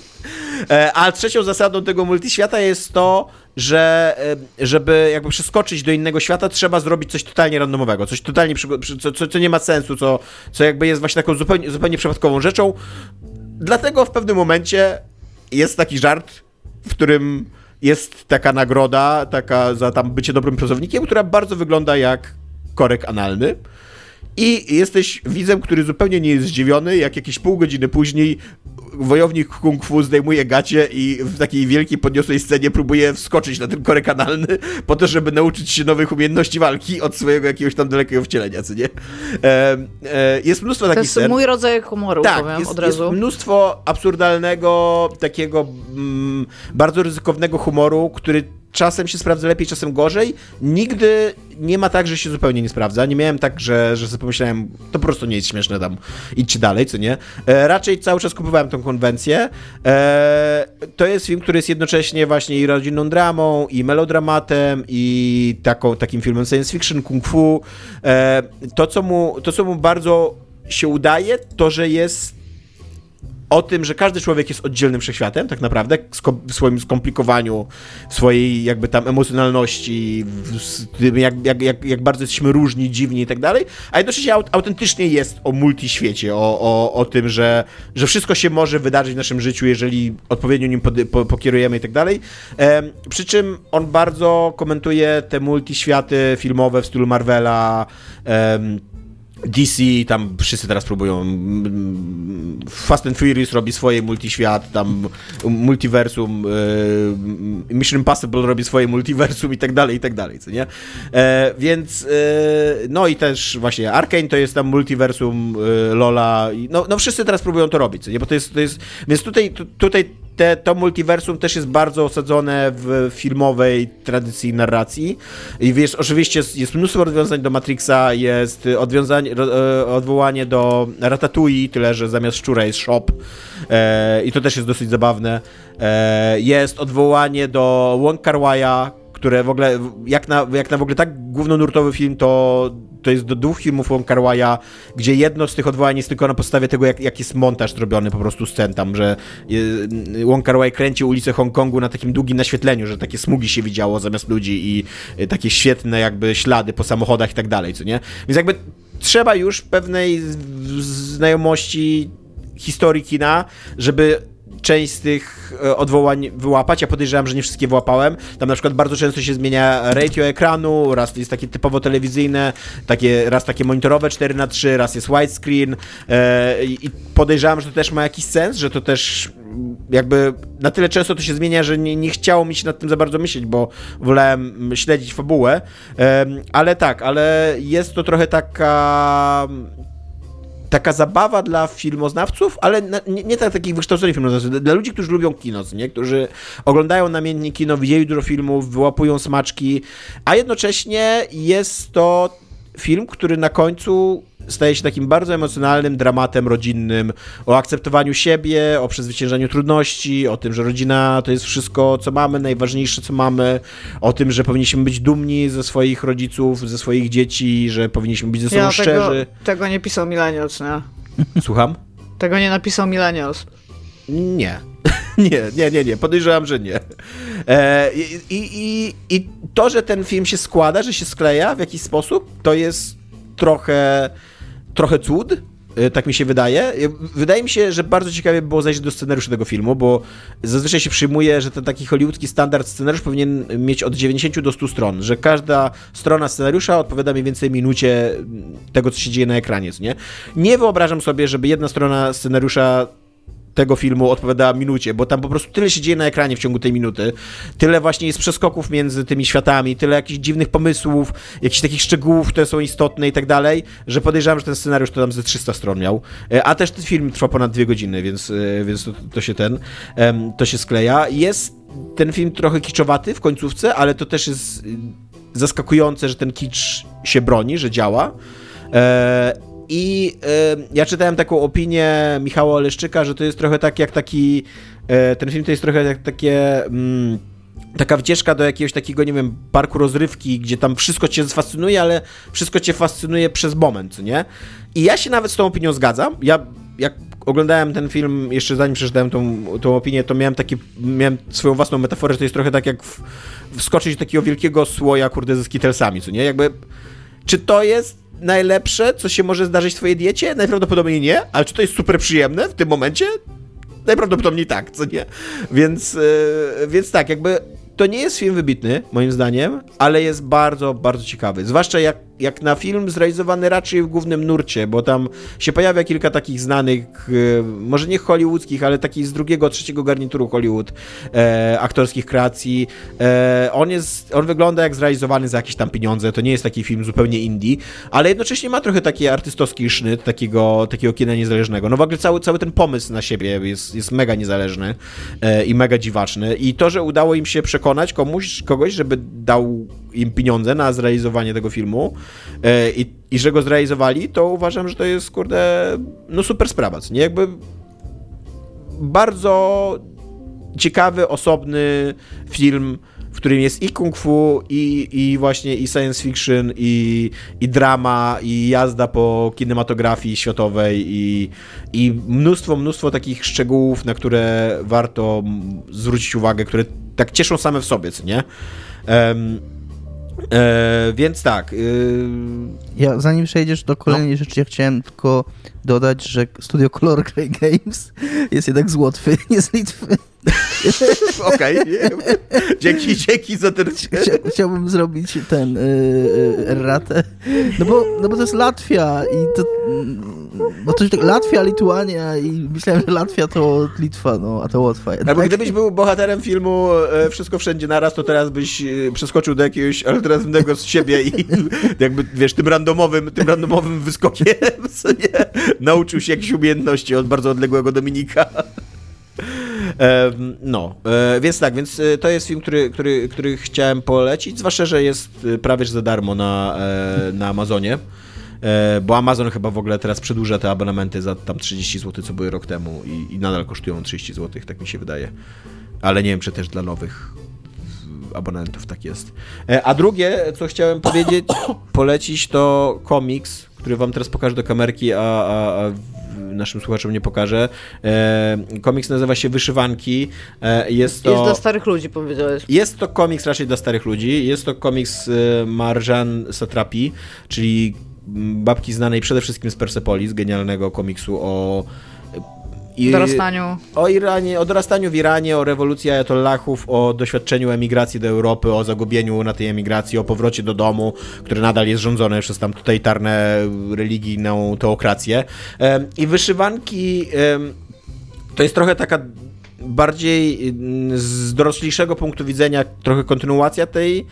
S2: A trzecią zasadą tego multiświata jest to, że żeby jakby przeskoczyć do innego świata, trzeba zrobić coś totalnie randomowego, coś totalnie, co, co, co nie ma sensu, co, co jakby jest właśnie taką zupełnie, zupełnie przypadkową rzeczą. Dlatego w pewnym momencie jest taki żart, w którym jest taka nagroda, taka za tam bycie dobrym pracownikiem, która bardzo wygląda jak korek analny. I jesteś widzem, który zupełnie nie jest zdziwiony, jak jakieś pół godziny później wojownik kung fu zdejmuje gacie i w takiej wielkiej podniosłej scenie próbuje wskoczyć na ten korek analny po to, żeby nauczyć się nowych umiejętności walki od swojego jakiegoś tam dalekiego wcielenia, co nie? E, e, jest mnóstwo takich scen.
S3: To jest mój rodzaj humoru,
S2: tak,
S3: powiem
S2: jest,
S3: od razu.
S2: jest mnóstwo absurdalnego, takiego mm, bardzo ryzykownego humoru, który czasem się sprawdza lepiej, czasem gorzej. Nigdy nie ma tak, że się zupełnie nie sprawdza. Nie miałem tak, że, że sobie pomyślałem, to po prostu nie jest śmieszne, tam idźcie dalej, co nie? E, raczej cały czas kupowałem tą konwencję. E, to jest film, który jest jednocześnie właśnie i rodzinną dramą, i melodramatem, i taką, takim filmem science fiction, kung fu. E, to, co mu, to, co mu bardzo się udaje, to, że jest o tym, że każdy człowiek jest oddzielnym wszechświatem, tak naprawdę, w swoim skomplikowaniu, w swojej jakby tam emocjonalności, w tym jak, jak, jak, jak bardzo jesteśmy różni, dziwni i tak dalej, a jednocześnie autentycznie jest o multiświecie, o, o, o tym, że, że wszystko się może wydarzyć w naszym życiu, jeżeli odpowiednio nim pod, po, pokierujemy i tak dalej. Ehm, przy czym on bardzo komentuje te multiświaty filmowe w stylu Marvela, ehm, D C, tam wszyscy teraz próbują, Fast and Furious robi swoje multiświat, tam multiversum, Mission Impossible robi swoje multiversum i tak dalej, i tak dalej, co nie? E, więc, e, no i też właśnie Arkane to jest tam multiversum e, Lola, no, no wszyscy teraz próbują to robić, co nie? Bo to jest, to jest, więc tutaj, tu, tutaj Te, to multiversum też jest bardzo osadzone w filmowej tradycji narracji i wiesz, oczywiście jest, jest mnóstwo odwiązań do Matrixa, jest odwiązań, odwołanie do Ratatouille, tyle że zamiast szczura jest shop e, i to też jest dosyć zabawne. E, jest odwołanie do Wong Kar-wai'a, które w ogóle, jak na, jak na w ogóle tak głównonurtowy film, to to jest do dwóch filmów Wong Kar-wai'a, gdzie jedno z tych odwołań jest tylko na podstawie tego, jak, jak jest montaż zrobiony po prostu scen tam, że Wong Kar-wai kręci ulicę Hongkongu na takim długim naświetleniu, że takie smugi się widziało zamiast ludzi i takie świetne jakby ślady po samochodach i tak dalej, co nie? Więc jakby trzeba już pewnej znajomości historii kina, żeby część z tych odwołań wyłapać. Ja podejrzewam, że nie wszystkie wyłapałem. Tam na przykład bardzo często się zmienia ratio ekranu, raz jest takie typowo telewizyjne, takie, raz takie monitorowe cztery na trzy, raz jest widescreen e, i podejrzewam, że to też ma jakiś sens, że to też jakby na tyle często to się zmienia, że nie, nie chciało mi się nad tym za bardzo myśleć, bo wolałem śledzić fabułę, e, ale tak, ale jest to trochę taka taka zabawa dla filmoznawców, ale na, nie, nie dla takich wykształconych filmoznawców, dla ludzi, którzy lubią kino, nie? Którzy oglądają namiętnie kino, widzieli dużo filmów, wyłapują smaczki, a jednocześnie jest to film, który na końcu staje się takim bardzo emocjonalnym dramatem rodzinnym, o akceptowaniu siebie, o przezwyciężaniu trudności, o tym, że rodzina to jest wszystko, co mamy, najważniejsze, co mamy, o tym, że powinniśmy być dumni ze swoich rodziców, ze swoich dzieci, że powinniśmy być ze sobą
S3: ja
S2: szczerzy.
S3: Tego, tego nie pisał Millennials, nie?
S2: Słucham?
S3: Tego nie napisał Millennials.
S2: Nie. Nie, nie, nie, nie. Podejrzewam, że nie. E, i, i, I to, że ten film się składa, że się skleja w jakiś sposób, to jest trochę, trochę cud. Tak mi się wydaje. Wydaje mi się, że bardzo ciekawie było zajrzeć do scenariusza tego filmu, bo zazwyczaj się przyjmuje, że ten taki hollywoodzki standard scenariusz powinien mieć od dziewięćdziesięciu do stu stron, że każda strona scenariusza odpowiada mniej więcej minucie tego, co się dzieje na ekranie, nie? Nie wyobrażam sobie, żeby jedna strona scenariusza tego filmu odpowiada minucie, bo tam po prostu tyle się dzieje na ekranie w ciągu tej minuty, tyle właśnie jest przeskoków między tymi światami, tyle jakichś dziwnych pomysłów, jakichś takich szczegółów, które są istotne i tak dalej, że podejrzewam, że ten scenariusz to tam ze trzysta stron miał, a też ten film trwa ponad dwie godziny, więc, więc to, to się ten, to się skleja. Jest ten film trochę kiczowaty w końcówce, ale to też jest zaskakujące, że ten kicz się broni, że działa. I y, ja czytałem taką opinię Michała Oleszczyka, że to jest trochę tak jak taki, y, ten film to jest trochę jak takie, mm, taka wycieczka do jakiegoś takiego, nie wiem, parku rozrywki, gdzie tam wszystko cię fascynuje, ale wszystko cię fascynuje przez moment, nie? I ja się nawet z tą opinią zgadzam. Ja jak oglądałem ten film, jeszcze zanim przeczytałem tą, tą opinię, to miałem takie, miałem swoją własną metaforę, że to jest trochę tak jak w, wskoczyć do takiego wielkiego słoja, kurde, ze skittlesami, co nie? Jakby, czy to jest najlepsze, co się może zdarzyć w twojej diecie? Najprawdopodobniej nie, ale czy to jest super przyjemne w tym momencie? Najprawdopodobniej tak, co nie? Więc, yy, więc tak, jakby to nie jest film wybitny, moim zdaniem, ale jest bardzo, bardzo ciekawy. Zwłaszcza jak jak na film zrealizowany raczej w głównym nurcie, bo tam się pojawia kilka takich znanych, może nie hollywoodzkich, ale takich z drugiego, trzeciego garnituru Hollywood e, aktorskich kreacji. E, on jest, on wygląda jak zrealizowany za jakieś tam pieniądze, to nie jest taki film zupełnie indie, ale jednocześnie ma trochę taki artystowski sznyt takiego, takiego kina niezależnego. No w ogóle cały, cały ten pomysł na siebie jest, jest mega niezależny e, i mega dziwaczny i to, że udało im się przekonać komuś, kogoś, żeby dał im pieniądze na zrealizowanie tego filmu e, i, i że go zrealizowali, to uważam, że to jest, kurde, no super sprawa, nie? Jakby bardzo ciekawy, osobny film, w którym jest i kung fu, i, i właśnie i science fiction, i, i drama, i jazda po kinematografii światowej, i, i mnóstwo, mnóstwo takich szczegółów, na które warto zwrócić uwagę, które tak cieszą same w sobie, co nie? Um, e, więc tak. Y...
S4: Ja zanim przejdziesz do kolejnej no. rzeczy, ja chciałem tylko dodać, że studio Color Grey Games jest jednak z Łotwy, nie z Litwy.
S2: Okej. Okay. Dzięki, dzięki za ten...
S4: Chcia, chciałbym zrobić ten yy, erratę. No bo, no bo to jest Latwia i to... Bo to jest Latwia, Lituania i myślałem, że Latwia to Litwa, no, a to Łotwa.
S2: Albo tak? Gdybyś był bohaterem filmu Wszystko Wszędzie Naraz, to teraz byś przeskoczył do jakiegoś alternatywnego z siebie i jakby, wiesz, tym randomowym, tym randomowym wyskokiem sobie nauczył się jakieś umiejętności od bardzo odległego Dominika. No, więc tak, więc to jest film, który, który, który chciałem polecić, zwłaszcza, że jest prawie że za darmo na, na Amazonie, bo Amazon chyba w ogóle teraz przedłuża te abonamenty za tam trzydzieści złotych, co były rok temu i, i nadal kosztują trzydzieści złotych, tak mi się wydaje, ale nie wiem, czy też dla nowych abonentów tak jest. A drugie, co chciałem powiedzieć, polecić, to komiks, który wam teraz pokażę do kamerki, a, a, a naszym słuchaczom nie pokażę. E, komiks nazywa się Wyszywanki. E, jest to...
S3: Jest dla starych ludzi, powiedziałeś.
S2: Jest to komiks raczej dla starych ludzi. Jest to komiks e, Marjane Satrapi, czyli babki znanej przede wszystkim z Persepolis, genialnego komiksu o
S3: I, dorastaniu.
S2: O Iranie, o dorastaniu w Iranie, o rewolucji ajatollahów, o doświadczeniu emigracji do Europy, o zagubieniu na tej emigracji, o powrocie do domu, które nadal jest rządzone przez tam totalitarne religijną teokrację. I Wyszywanki to jest trochę taka bardziej z doroślejszego punktu widzenia trochę kontynuacja tej,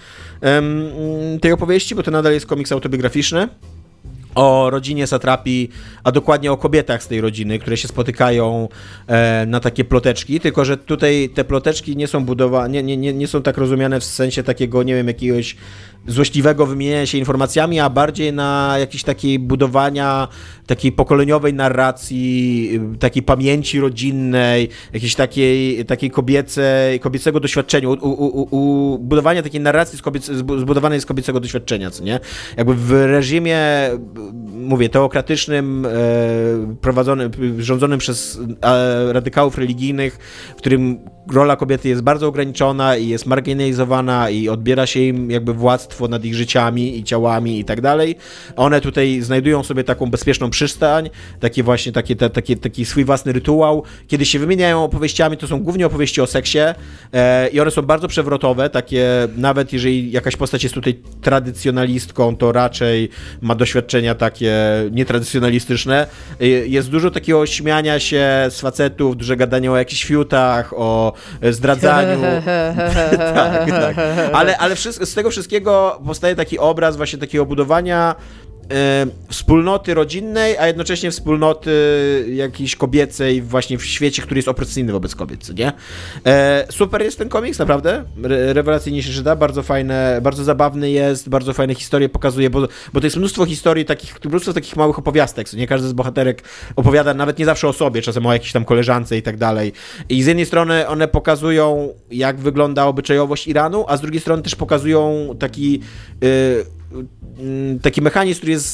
S2: tej opowieści, bo to nadal jest komiks autobiograficzny o rodzinie Satrapi, a dokładnie o kobietach z tej rodziny, które się spotykają e, na takie ploteczki, tylko że tutaj te ploteczki nie są budowane, nie, nie, nie są tak rozumiane w sensie takiego, nie wiem, jakiegoś złośliwego wymieniania się informacjami, a bardziej na jakieś takiej budowania takiej pokoleniowej narracji, takiej pamięci rodzinnej, jakiejś takiej, takiej kobiecej, kobiecego doświadczenia, u, u, u, budowania takiej narracji z kobiec, zbudowanej z kobiecego doświadczenia, co nie? Jakby w reżimie, mówię, teokratycznym, e, prowadzonym, rządzonym przez e, radykałów religijnych, w którym rola kobiety jest bardzo ograniczona i jest marginalizowana i odbiera się im jakby władztwo nad ich życiami i ciałami i tak dalej. One tutaj znajdują sobie taką bezpieczną przystań, takie właśnie takie, te, takie, taki swój własny rytuał. Kiedy się wymieniają opowieściami, to są głównie opowieści o seksie e, i one są bardzo przewrotowe, takie nawet jeżeli jakaś postać jest tutaj tradycjonalistką, to raczej ma doświadczenia takie nietradycjonalistyczne. E, jest dużo takiego śmiania się z facetów, duże gadanie o jakichś fiutach, o zdradzaniu. tak, tak. Ale, ale wszystko, z tego wszystkiego powstaje taki obraz właśnie takiego budowania e, wspólnoty rodzinnej, a jednocześnie wspólnoty jakiejś kobiecej właśnie w świecie, który jest opresyjny wobec kobiet, co nie? E, super jest ten komiks, naprawdę. Re, rewelacyjnie się czyta, bardzo fajne, bardzo zabawny jest, bardzo fajne historie pokazuje, bo, bo to jest mnóstwo historii, takich, mnóstwo takich małych opowiastek, co nie? Każdy z bohaterek opowiada nawet nie zawsze o sobie, czasem o jakiejś tam koleżance i tak dalej. I z jednej strony one pokazują, jak wygląda obyczajowość Iranu, a z drugiej strony też pokazują taki... Yy, taki mechanizm, który jest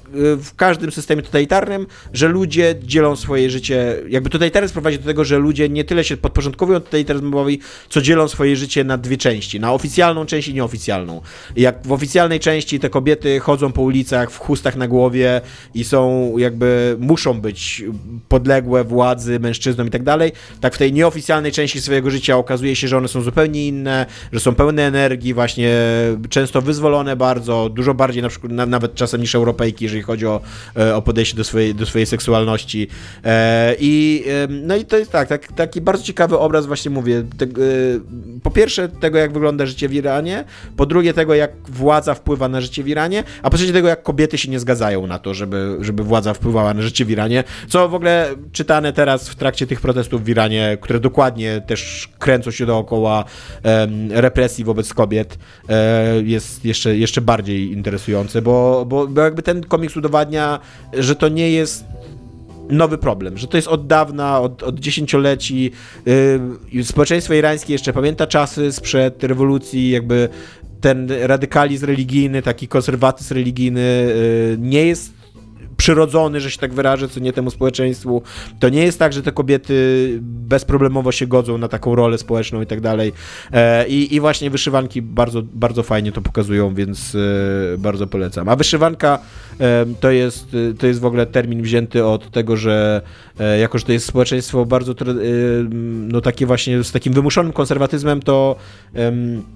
S2: w każdym systemie totalitarnym, że ludzie dzielą swoje życie, jakby totalitaryzm prowadzi do tego, że ludzie nie tyle się podporządkowują totalitaryzmowi, co dzielą swoje życie na dwie części, na oficjalną część i nieoficjalną. I jak w oficjalnej części te kobiety chodzą po ulicach w chustach na głowie i są jakby, muszą być podległe władzy, mężczyznom i tak dalej, tak w tej nieoficjalnej części swojego życia okazuje się, że one są zupełnie inne, że są pełne energii, właśnie często wyzwolone bardzo, dużo bardziej na przykład na, nawet czasem niż Europejki, jeżeli chodzi o, o podejście do swojej, do swojej seksualności. I no i to jest tak, tak taki bardzo ciekawy obraz, właśnie mówię, te, po pierwsze tego, jak wygląda życie w Iranie, po drugie tego, jak władza wpływa na życie w Iranie, a po trzecie tego, jak kobiety się nie zgadzają na to, żeby, żeby władza wpływała na życie w Iranie, co w ogóle czytane teraz w trakcie tych protestów w Iranie, które dokładnie też kręcą się dookoła um, represji wobec kobiet, um, jest jeszcze, jeszcze bardziej interesujące, bo, bo, bo jakby ten komiks udowadnia, że to nie jest nowy problem, że to jest od dawna, od, od dziesięcioleci. Yy, społeczeństwo irańskie jeszcze pamięta czasy sprzed rewolucji, jakby ten radykalizm religijny, taki konserwatyzm religijny yy, nie jest przyrodzony, że się tak wyrażę, co nie temu społeczeństwu. To nie jest tak, że te kobiety bezproblemowo się godzą na taką rolę społeczną i tak dalej. I, i właśnie wyszywanki bardzo, bardzo fajnie to pokazują, więc e, bardzo polecam. A wyszywanka e, to jest, to jest w ogóle termin wzięty od tego, że e, jako, że to jest społeczeństwo bardzo e, no takie właśnie z takim wymuszonym konserwatyzmem, to e,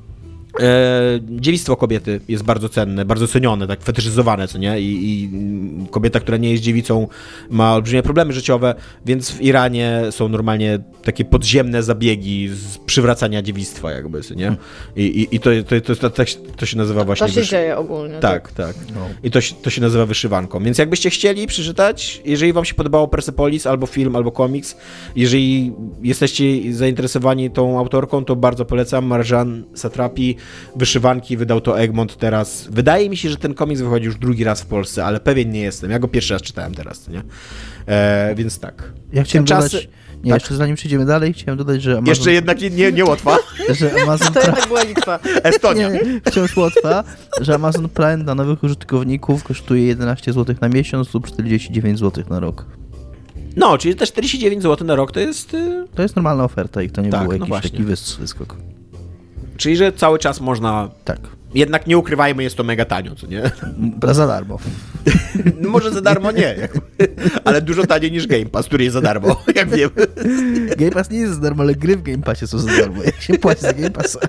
S2: E, dziewictwo kobiety jest bardzo cenne, bardzo cenione, tak fetyszyzowane, co nie? I, I kobieta, która nie jest dziewicą, ma olbrzymie problemy życiowe, więc w Iranie są normalnie takie podziemne zabiegi z przywracania dziewictwa, jakby, co nie? I, i, i to, to, to, to, to się nazywa właśnie...
S3: To się
S2: wyszy...
S3: dzieje ogólnie.
S2: Tak, tak. No. I to, to się nazywa wyszywanką. Więc jakbyście chcieli przeczytać, jeżeli wam się podobało Persepolis, albo film, albo komiks, jeżeli jesteście zainteresowani tą autorką, to bardzo polecam. Marjan Satrapi, Wyszywanki, wydał to Egmont teraz. Wydaje mi się, że ten komiks wychodzi już drugi raz w Polsce, ale pewien nie jestem. Ja go pierwszy raz czytałem teraz, nie? E, więc tak.
S4: Ja chciałem
S2: Czasy...
S4: dodać, nie,
S2: tak?
S4: jeszcze zanim przejdziemy dalej, chciałem dodać, że Amazon...
S2: Jeszcze jednak nie, nie, nie Łotwa.
S4: że Amazon
S3: To jednak była Litwa.
S2: Estonia.
S4: Nie, wciąż Łotwa, że Amazon Prime dla nowych użytkowników kosztuje jedenaście złotych na miesiąc lub czterdzieści dziewięć złotych na rok.
S2: No, czyli te czterdzieści dziewięć złotych na rok to jest...
S4: To jest normalna oferta i to nie
S2: tak,
S4: był
S2: no
S4: jakiś
S2: właśnie.
S4: taki wyskok.
S2: Czyli, że cały czas można...
S4: Tak.
S2: Jednak nie ukrywajmy, jest to mega tanio, co nie?
S4: Za darmo.
S2: No może za darmo nie, jakby. Ale dużo taniej niż Game Pass, który jest za darmo, jak wiemy.
S4: Game Pass nie jest za darmo, ale gry w Game Passie są za darmo. Jak się płaci za Game Passa.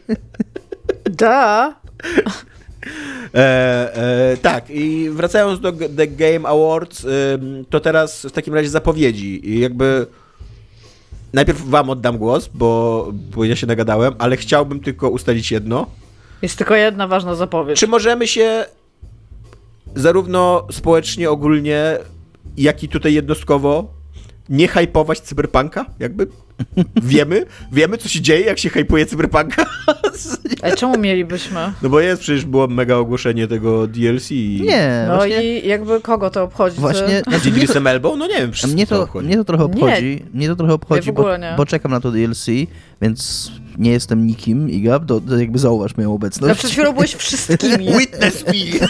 S3: Da.
S2: E, e, tak, i wracając do The Game Awards, y, to teraz w takim razie zapowiedzi. I jakby najpierw wam oddam głos, bo, bo ja się nagadałem, ale chciałbym tylko ustalić jedno.
S3: Jest tylko jedna ważna zapowiedź.
S2: Czy możemy się zarówno społecznie, ogólnie, jak i tutaj jednostkowo nie hypować Cyberpunka? Jakby wiemy, wiemy co się dzieje, jak się hypuje Cyberpunka.
S3: Ale czemu mielibyśmy?
S2: No bo jest, przecież było mega ogłoszenie tego D L C. I...
S4: Nie,
S3: No
S4: właśnie,
S3: i jakby kogo to obchodzi?
S4: właśnie
S3: Ty?
S4: znaczy,
S2: Z
S4: mnie, to,
S2: Idrisem Elbą? No nie wiem, wszystko
S4: mnie, to,
S2: obchodzi.
S4: mnie to trochę obchodzi, mnie to trochę obchodzi,
S3: w
S4: bo,
S3: ogóle nie.
S4: bo czekam na to D L C, więc nie jestem nikim, Igab, do, do, jakby zauważ moją obecność.
S3: No przed chwilą byłeś wszystkimi.
S2: Witness me!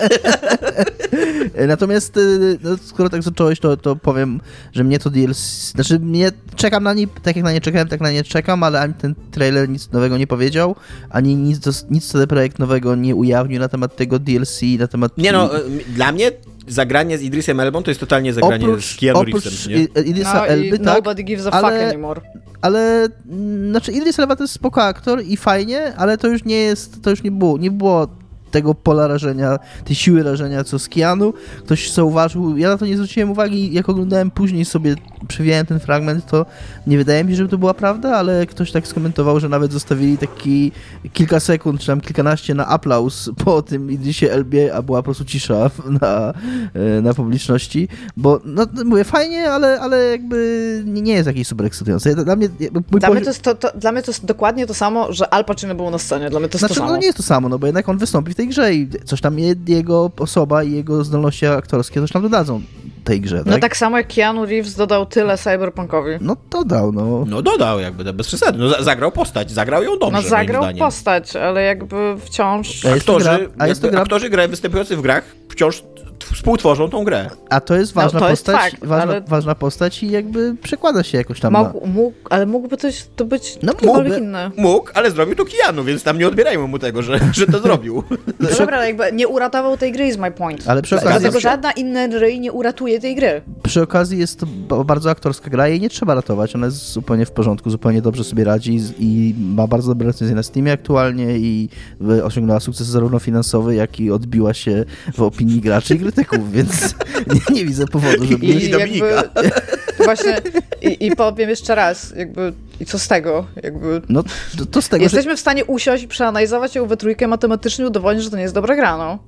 S4: Natomiast y, no, skoro tak zacząłeś, to, to powiem, że mnie to D L C, znaczy mnie czekam na nie, tak jak na nie czekałem, tak na nie czekam, ale ani ten trailer nic nowego nie powiedział, ani nic, nic C D Projekt nowego nie ujawnił na temat tego D L C, na temat...
S2: Nie no, dla mnie zagranie z Idrisem Elbą to jest totalnie zagranie
S4: oprócz,
S2: z Keanu
S4: oprócz
S2: Reevesem, nie?
S4: Idrisa
S3: No
S4: Elby,
S3: i
S4: tak,
S3: nobody gives a
S4: ale-
S3: fuck anymore.
S4: ale mm, znaczy Idris Elba to jest spoko aktor i fajnie, ale to już nie jest, to już nie było, nie było tego pola rażenia, tej siły rażenia, co z Keanu. Ktoś zauważył, ja na to nie zwróciłem uwagi, jak oglądałem później sobie, przewijałem ten fragment, to nie wydaje mi się, żeby to była prawda, ale ktoś tak skomentował, że nawet zostawili taki kilka sekund, czy tam kilkanaście na aplauz po tym Idrisie Elbie, a była po prostu cisza na, na publiczności, bo no mówię, fajnie, ale, ale jakby nie, nie jest jakiś super ekscytujący. Dla mnie, mój
S3: Dla mnie,
S4: poziom-
S3: to jest to, to, dla mnie to jest dokładnie to samo, że Al Pacino był na scenie. Dla mnie to jest
S4: Znaczy,
S3: to samo.
S4: no nie jest to samo, no bo jednak on wystąpi w tej grze i coś tam je, jego osoba i jego zdolności aktorskie coś tam dodadzą tej grze, tak?
S3: No tak samo jak Keanu Reeves dodał tyle Cyberpunkowi.
S4: No to dał, no.
S2: No dodał jakby, bez przesady. No, za- zagrał postać, zagrał ją dobrze,
S3: No zagrał
S2: moim zdaniem.
S3: postać, ale jakby wciąż...
S4: A jest to
S2: Aktorzy,
S4: gra- a jest to
S2: jakby
S4: gra-
S2: aktorzy graj, występujący w grach wciąż współtworzą tą grę.
S4: A to jest ważna
S3: No, to jest
S4: postać,
S3: fakt,
S4: ważna,
S3: ale-
S4: ważna postać i jakby przekłada się jakoś tam na...
S3: Mógł, mógł, ale mógłby to, to być
S4: No
S3: ktokolwiek
S4: mógłby.
S3: inny.
S2: Mógł, ale zrobił to Keanu, więc tam nie odbierajmy mu tego, że, że to zrobił.
S3: No dobra, ale jakby nie uratował tej gry, is my point.
S4: Ale przy
S2: Tak,
S4: okazji,
S3: Dlatego żadna inna gry nie uratuje tej gry.
S4: przy okazji jest to ba- bardzo aktorska gra i jej nie trzeba ratować, ona jest zupełnie w porządku, zupełnie dobrze sobie radzi i, i ma bardzo dobre recenzje na Steamie aktualnie i w- osiągnęła sukces zarówno finansowy, jak i odbiła się w opinii graczy i krytyków, więc nie, nie widzę powodu, żeby...
S2: I Dominika.
S3: Właśnie, i, i powiem jeszcze raz, jakby, i co z tego? Jakby,
S4: No to, to z tego, że...
S3: jesteśmy w stanie usiąść i przeanalizować ją we trójkę, matematycznie udowodnić, że to nie jest dobra gra, no.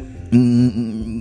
S4: Mm,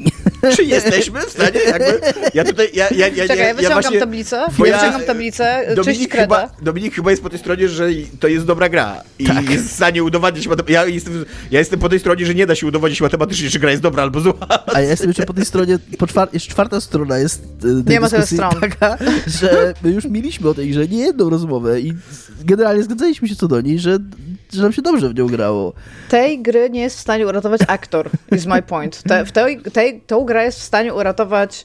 S2: Czy jesteśmy w stanie jakby... Ja tutaj... Ja, ja, ja,
S3: Czekaj, ja
S2: ja
S3: wyciągam
S2: właśnie-
S3: tablicę,
S2: bo
S3: ja
S2: ja-
S3: wyciągam tablicę, czyść
S2: Dominik
S3: kreda.
S2: chyba, Dominik chyba jest po tej stronie, że to jest dobra gra i
S4: Tak.
S2: jest w stanie udowodnić... matem- Ja jestem, ja jestem po tej stronie, że nie da się udowodnić matematycznie, czy gra jest dobra albo zła.
S4: A ja jestem jeszcze po tej stronie, po czwar- jeszcze czwarta strona jest e, tej
S3: Nie ma tyle
S4: dyskusji
S3: stron.
S4: taka, że my już mieliśmy o tej grze nie jedną rozmowę i generalnie zgadzaliśmy się co do niej, że, że nam się dobrze w nią grało.
S3: Tej gry nie jest w stanie uratować aktor, is my point. Te, w tej, tej, tą grę jest w stanie uratować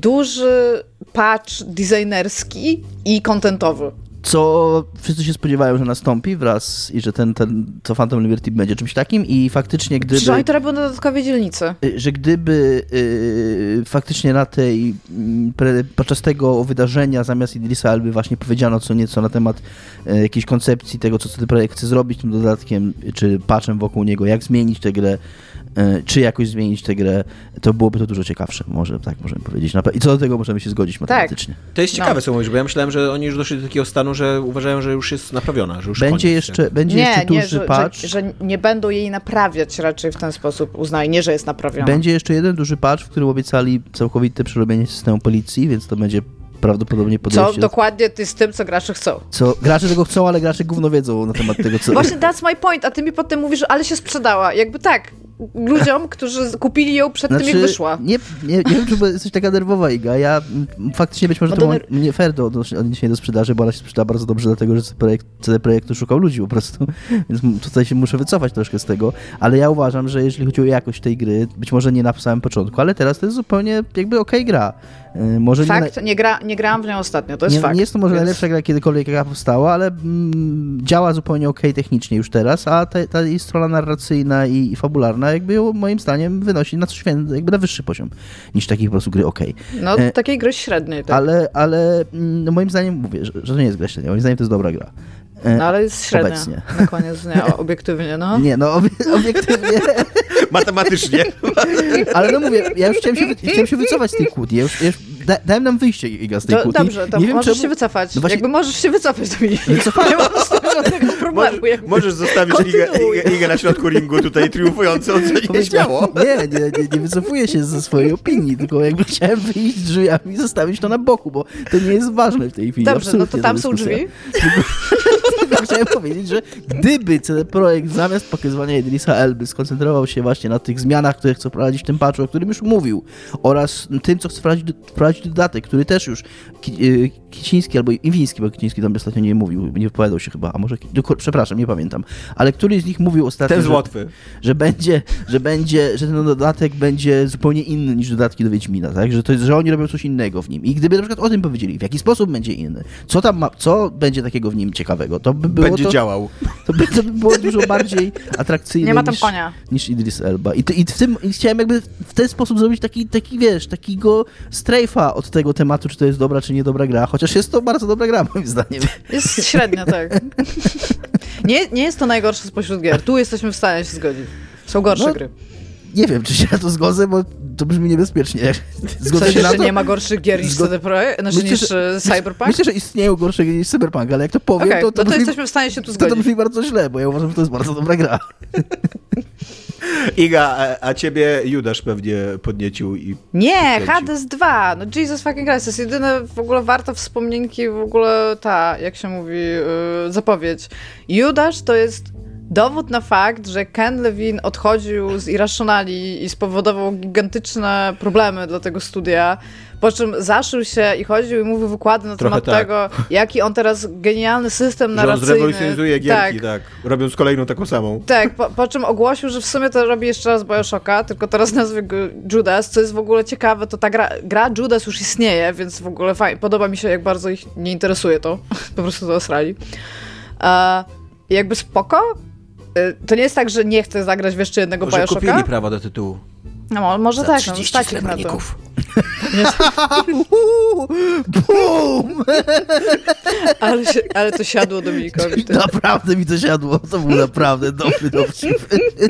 S3: duży patch designerski i kontentowy.
S4: Co wszyscy się spodziewają, że nastąpi wraz i że ten, ten to Phantom Liberty będzie czymś takim i faktycznie gdyby...
S3: Przecież oni to robią na dodatkowej dzielnicy.
S4: że gdyby y, faktycznie na tej, mm, pre, podczas tego wydarzenia zamiast Idrisa Elby właśnie powiedziano co nieco na temat y, jakiejś koncepcji tego, co ten projekt chce zrobić tym dodatkiem, czy patchem wokół niego, jak zmienić tę grę, y, czy jakoś zmienić tę grę, to byłoby to dużo ciekawsze, może tak możemy powiedzieć. Na pe- I co do tego możemy się zgodzić matematycznie.
S2: To jest ciekawe,
S3: No.
S2: co mówisz, bo ja myślałem, że oni już doszli do takiego stanu, że uważają, że już jest naprawiona, że już
S4: Będzie
S2: koniec.
S4: jeszcze, będzie
S3: Nie,
S4: jeszcze duży
S3: nie, że,
S4: patch.
S3: że, że nie będą jej naprawiać raczej w ten sposób, uznaj, nie, że jest naprawiona.
S4: Będzie jeszcze jeden duży patch, w którym obiecali całkowite przerobienie systemu policji, więc to będzie prawdopodobnie
S3: Co
S4: podejście.
S3: dokładnie ty z tym, co gracze chcą.
S4: Co gracze tego chcą, ale gracze gówno wiedzą na temat tego, co...
S3: Właśnie that's my point, a ty mi potem mówisz, ale się sprzedała. Jakby tak, ludziom, którzy kupili ją przed tym, jak wyszła.
S4: Nie, nie, nie wiem, czy jesteś taka nerwowa, Iga. Ja m, faktycznie być może
S3: No
S4: to
S3: to
S4: było
S3: ner-
S4: nie fair do, do odniesienia do sprzedaży, bo ona się sprzedała bardzo dobrze, dlatego że C D Projekt, C D Projektu szukał ludzi po prostu. Więc m- tutaj się muszę wycofać troszkę z tego. Ale ja uważam, że jeżeli chodzi o jakość tej gry, być może nie na samym początku, ale teraz to jest zupełnie jakby okej gra. Yy, może nie,
S3: Fakt, nie, gra, nie grałam w nią ostatnio, to jest
S4: nie,
S3: fakt.
S4: nie jest to może
S3: Więc-
S4: najlepsza gra kiedykolwiek jaka powstała, ale mm, działa zupełnie okej technicznie już teraz, a ta, ta jej strona narracyjna i, i fabularna jakby ją moim zdaniem wynosi na coś więcej, jakby na wyższy poziom niż takich po prostu gry okej.
S3: No,
S4: E,
S3: takiej gry średniej. Tak.
S4: Ale, ale mm, no moim zdaniem mówię, że, że to nie jest gra średnia, moim zdaniem to jest dobra gra. E,
S3: No, ale jest średnia
S4: obecnie.
S3: na koniec dnia, obiektywnie, no.
S4: Nie, no obie- obiektywnie,
S2: Matematycznie.
S4: ale no mówię, ja już chciałem się, wy- chciałem się wycofać z tej kłótni, ja już, ja już da, dałem nam wyjście, Iga, z tej
S3: To,
S4: kłótni.
S3: dobrze, to
S4: Nie wiem,
S3: możesz
S4: czemu-
S3: się wycofać.
S4: No właśnie-
S3: Jakby możesz się wycofać, Dominik.
S4: Wycofałem.
S3: Nie mam z tym żadnego problemu.
S2: Możesz,
S3: jakby.
S2: możesz zostawić Igę,
S3: Kontynuuj.
S2: Igę, Igę na środku ringu tutaj triumfująco, co nie
S4: Powiedziałem-
S2: działo.
S4: Nie, nie, nie, nie wycofuję się ze swojej opinii, tylko jakby chciałem wyjść drzwiami i zostawić to na boku, bo to nie jest ważne w tej chwili.
S3: Dobrze, no to
S4: absolutnie
S3: tam
S4: ta
S3: są
S4: dyskusja.
S3: drzwi.
S4: Tylko chciałem powiedzieć, że gdyby C D Projekt zamiast pokazywania Idrisa Elby skoncentrował się właśnie na tych zmianach, które chce wprowadzić w tym patchu, o którym już mówił, oraz tym, co chce wprowadzić, do, wprowadzić dodatek, który też już Ki, y, Kiciński albo Iwiński, bo Kiciński tam ostatnio nie mówił, nie wypowiadał się chyba, a może, tylko- przepraszam, nie pamiętam, ale któryś z nich mówił ostatnio,
S2: Ten z
S4: że,
S2: Łotwy.
S4: że będzie, że będzie, że ten dodatek będzie zupełnie inny niż dodatki do Wiedźmina, tak? Że to jest, że oni robią coś innego w nim. I gdyby na przykład o tym powiedzieli, w jaki sposób będzie inny, co tam ma, co będzie takiego w nim ciekawego, to by było
S2: Będzie
S4: to,
S2: działał.
S4: to by, to by było dużo bardziej atrakcyjne
S3: Nie ma tam
S4: niż,
S3: konia.
S4: niż Idris Elba. I, to, i, w tym, I chciałem jakby w ten sposób zrobić taki, taki wiesz, takiego strajfa od tego tematu, czy to jest dobra, czy niedobra gra, chociaż jest to bardzo dobra gra, moim zdaniem.
S3: Jest średnia, tak. Nie, nie jest to najgorsze spośród gier. Tu jesteśmy w stanie się zgodzić. Są gorsze
S4: No,
S3: gry.
S4: Nie wiem, czy się na to zgodzę, bo to brzmi niebezpiecznie.
S3: W
S4: Zgodzę się
S3: sensie,
S4: na
S3: że
S4: to.
S3: nie ma gorszych gier niż
S4: Zgod-
S3: C D Projekt, znaczy
S4: Myślę,
S3: niż
S4: że-
S3: e, Cyberpunk?
S4: Myślę, że istnieją gorsze gry niż Cyberpunk, ale jak to powiem,
S3: Okej,
S4: to, to,
S3: no to
S4: brzmi,
S3: jesteśmy w stanie się tu
S4: to, to
S3: zgodzić.
S4: brzmi bardzo źle, bo ja uważam, że to jest bardzo dobra gra.
S2: Iga, a, a ciebie Judasz pewnie podniecił i...
S3: Nie,
S2: Kręcił.
S3: Hades dwa, no Jesus fucking Christ, to jest jedyne w ogóle warto wspomnienki, w ogóle ta, jak się mówi, yy, zapowiedź. Judasz to jest dowód na fakt, że Ken Levine odchodził z Irrationali i spowodował gigantyczne problemy dla tego studia, po czym zaszył się i chodził i mówił wykłady na
S2: Trochę
S3: temat
S2: tak.
S3: tego, jaki on teraz genialny system
S2: Że on
S3: narracyjny.
S2: zrewolucjonizuje gierki, tak. tak. Robiąc kolejną taką samą.
S3: Tak, po, po czym ogłosił, że w sumie to robi jeszcze raz Bioshocka, tylko teraz nazwie go Judas, co jest w ogóle ciekawe, to ta gra, gra Judas już istnieje, więc w ogóle fajnie, podoba mi się, jak bardzo ich nie interesuje to. Po prostu to osrali. E, jakby spoko. E, to nie jest tak, że nie chcę zagrać w jeszcze jednego
S2: Może
S3: Bioshocka.
S2: kupili prawa do tytułu.
S3: No, może
S2: Za
S3: tak,
S2: trzydzieści
S3: no, stać ich na to.
S4: Boom!
S3: Ale, się, ale to siadło Dominikowi. Ty.
S4: Naprawdę mi to siadło. To był naprawdę dobry dowcip.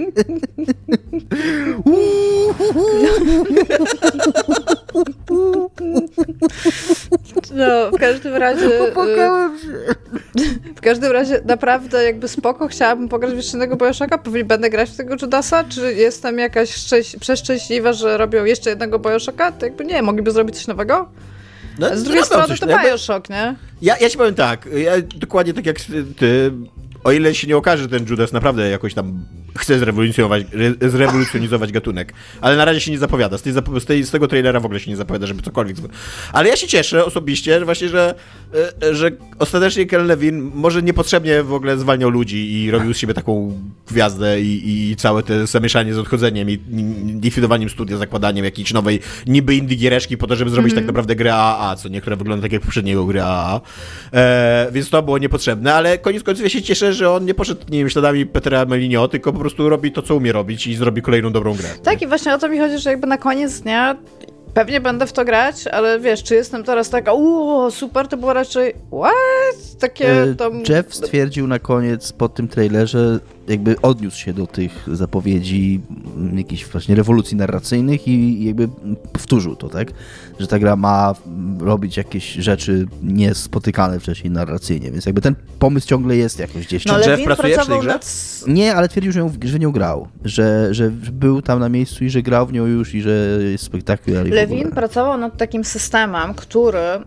S3: No, w każdym razie...
S4: Popłakałem się.
S3: W każdym razie naprawdę jakby spoko, chciałabym pograć w jeszcze jednego Bioshocka, pewnie będę grać w tego Judasa, czy jestem jakaś szczęś- przeszczęśliwa, że robią jeszcze jednego Bioshocka? To jakby nie, mogliby zrobić coś nowego?
S2: No,
S3: A z drugiej
S2: robią
S3: strony
S2: coś,
S3: to
S2: no jakby-
S3: Bioshock, nie?
S2: Ja, ja ci powiem tak, ja dokładnie tak jak ty, o ile się nie okaże, że ten Judas naprawdę jakoś tam chce zrewolucjonizować, re, zrewolucjonizować gatunek, ale na razie się nie zapowiada, z, tej, z, tej, z tego trailera w ogóle się nie zapowiada, żeby cokolwiek... Ale ja się cieszę osobiście właśnie, że, że ostatecznie Ken Levine może niepotrzebnie w ogóle zwalniał ludzi i robił z siebie taką gwiazdę i, i całe te zamieszanie z odchodzeniem i likwidowaniem studia, zakładaniem jakiejś nowej niby indie giereczki po to, żeby zrobić mm-hmm. tak naprawdę grę A A, co niektóre wygląda tak jak poprzedniego gry A A. E, więc to było niepotrzebne, ale koniec końców ja się cieszę, że on nie poszedł, nie wiem, śladami Petera Melinio, tylko po prostu robi to, co umie robić i zrobi kolejną dobrą grę.
S3: Tak, i właśnie o to mi chodzi, że jakby na koniec dnia pewnie będę w to grać, ale wiesz, czy jestem teraz taka, uuu, super, to było raczej what? Takie tam...
S4: Jeff stwierdził na koniec po tym trailerze, jakby odniósł się do tych zapowiedzi jakichś właśnie rewolucji narracyjnych i jakby powtórzył to, tak? Że ta gra ma robić jakieś rzeczy niespotykane wcześniej narracyjnie, więc jakby ten pomysł ciągle jest jakoś gdzieś.
S3: No,
S2: Jeff
S3: Levine
S2: pracuje przy tej
S3: pracował
S2: grze?
S3: nad...
S4: Nie, ale twierdził, że, ją, że w nią grał, że, że był tam na miejscu i że grał w nią już i że jest spektakularny.
S3: Levine pracował nad takim systemem, który mm,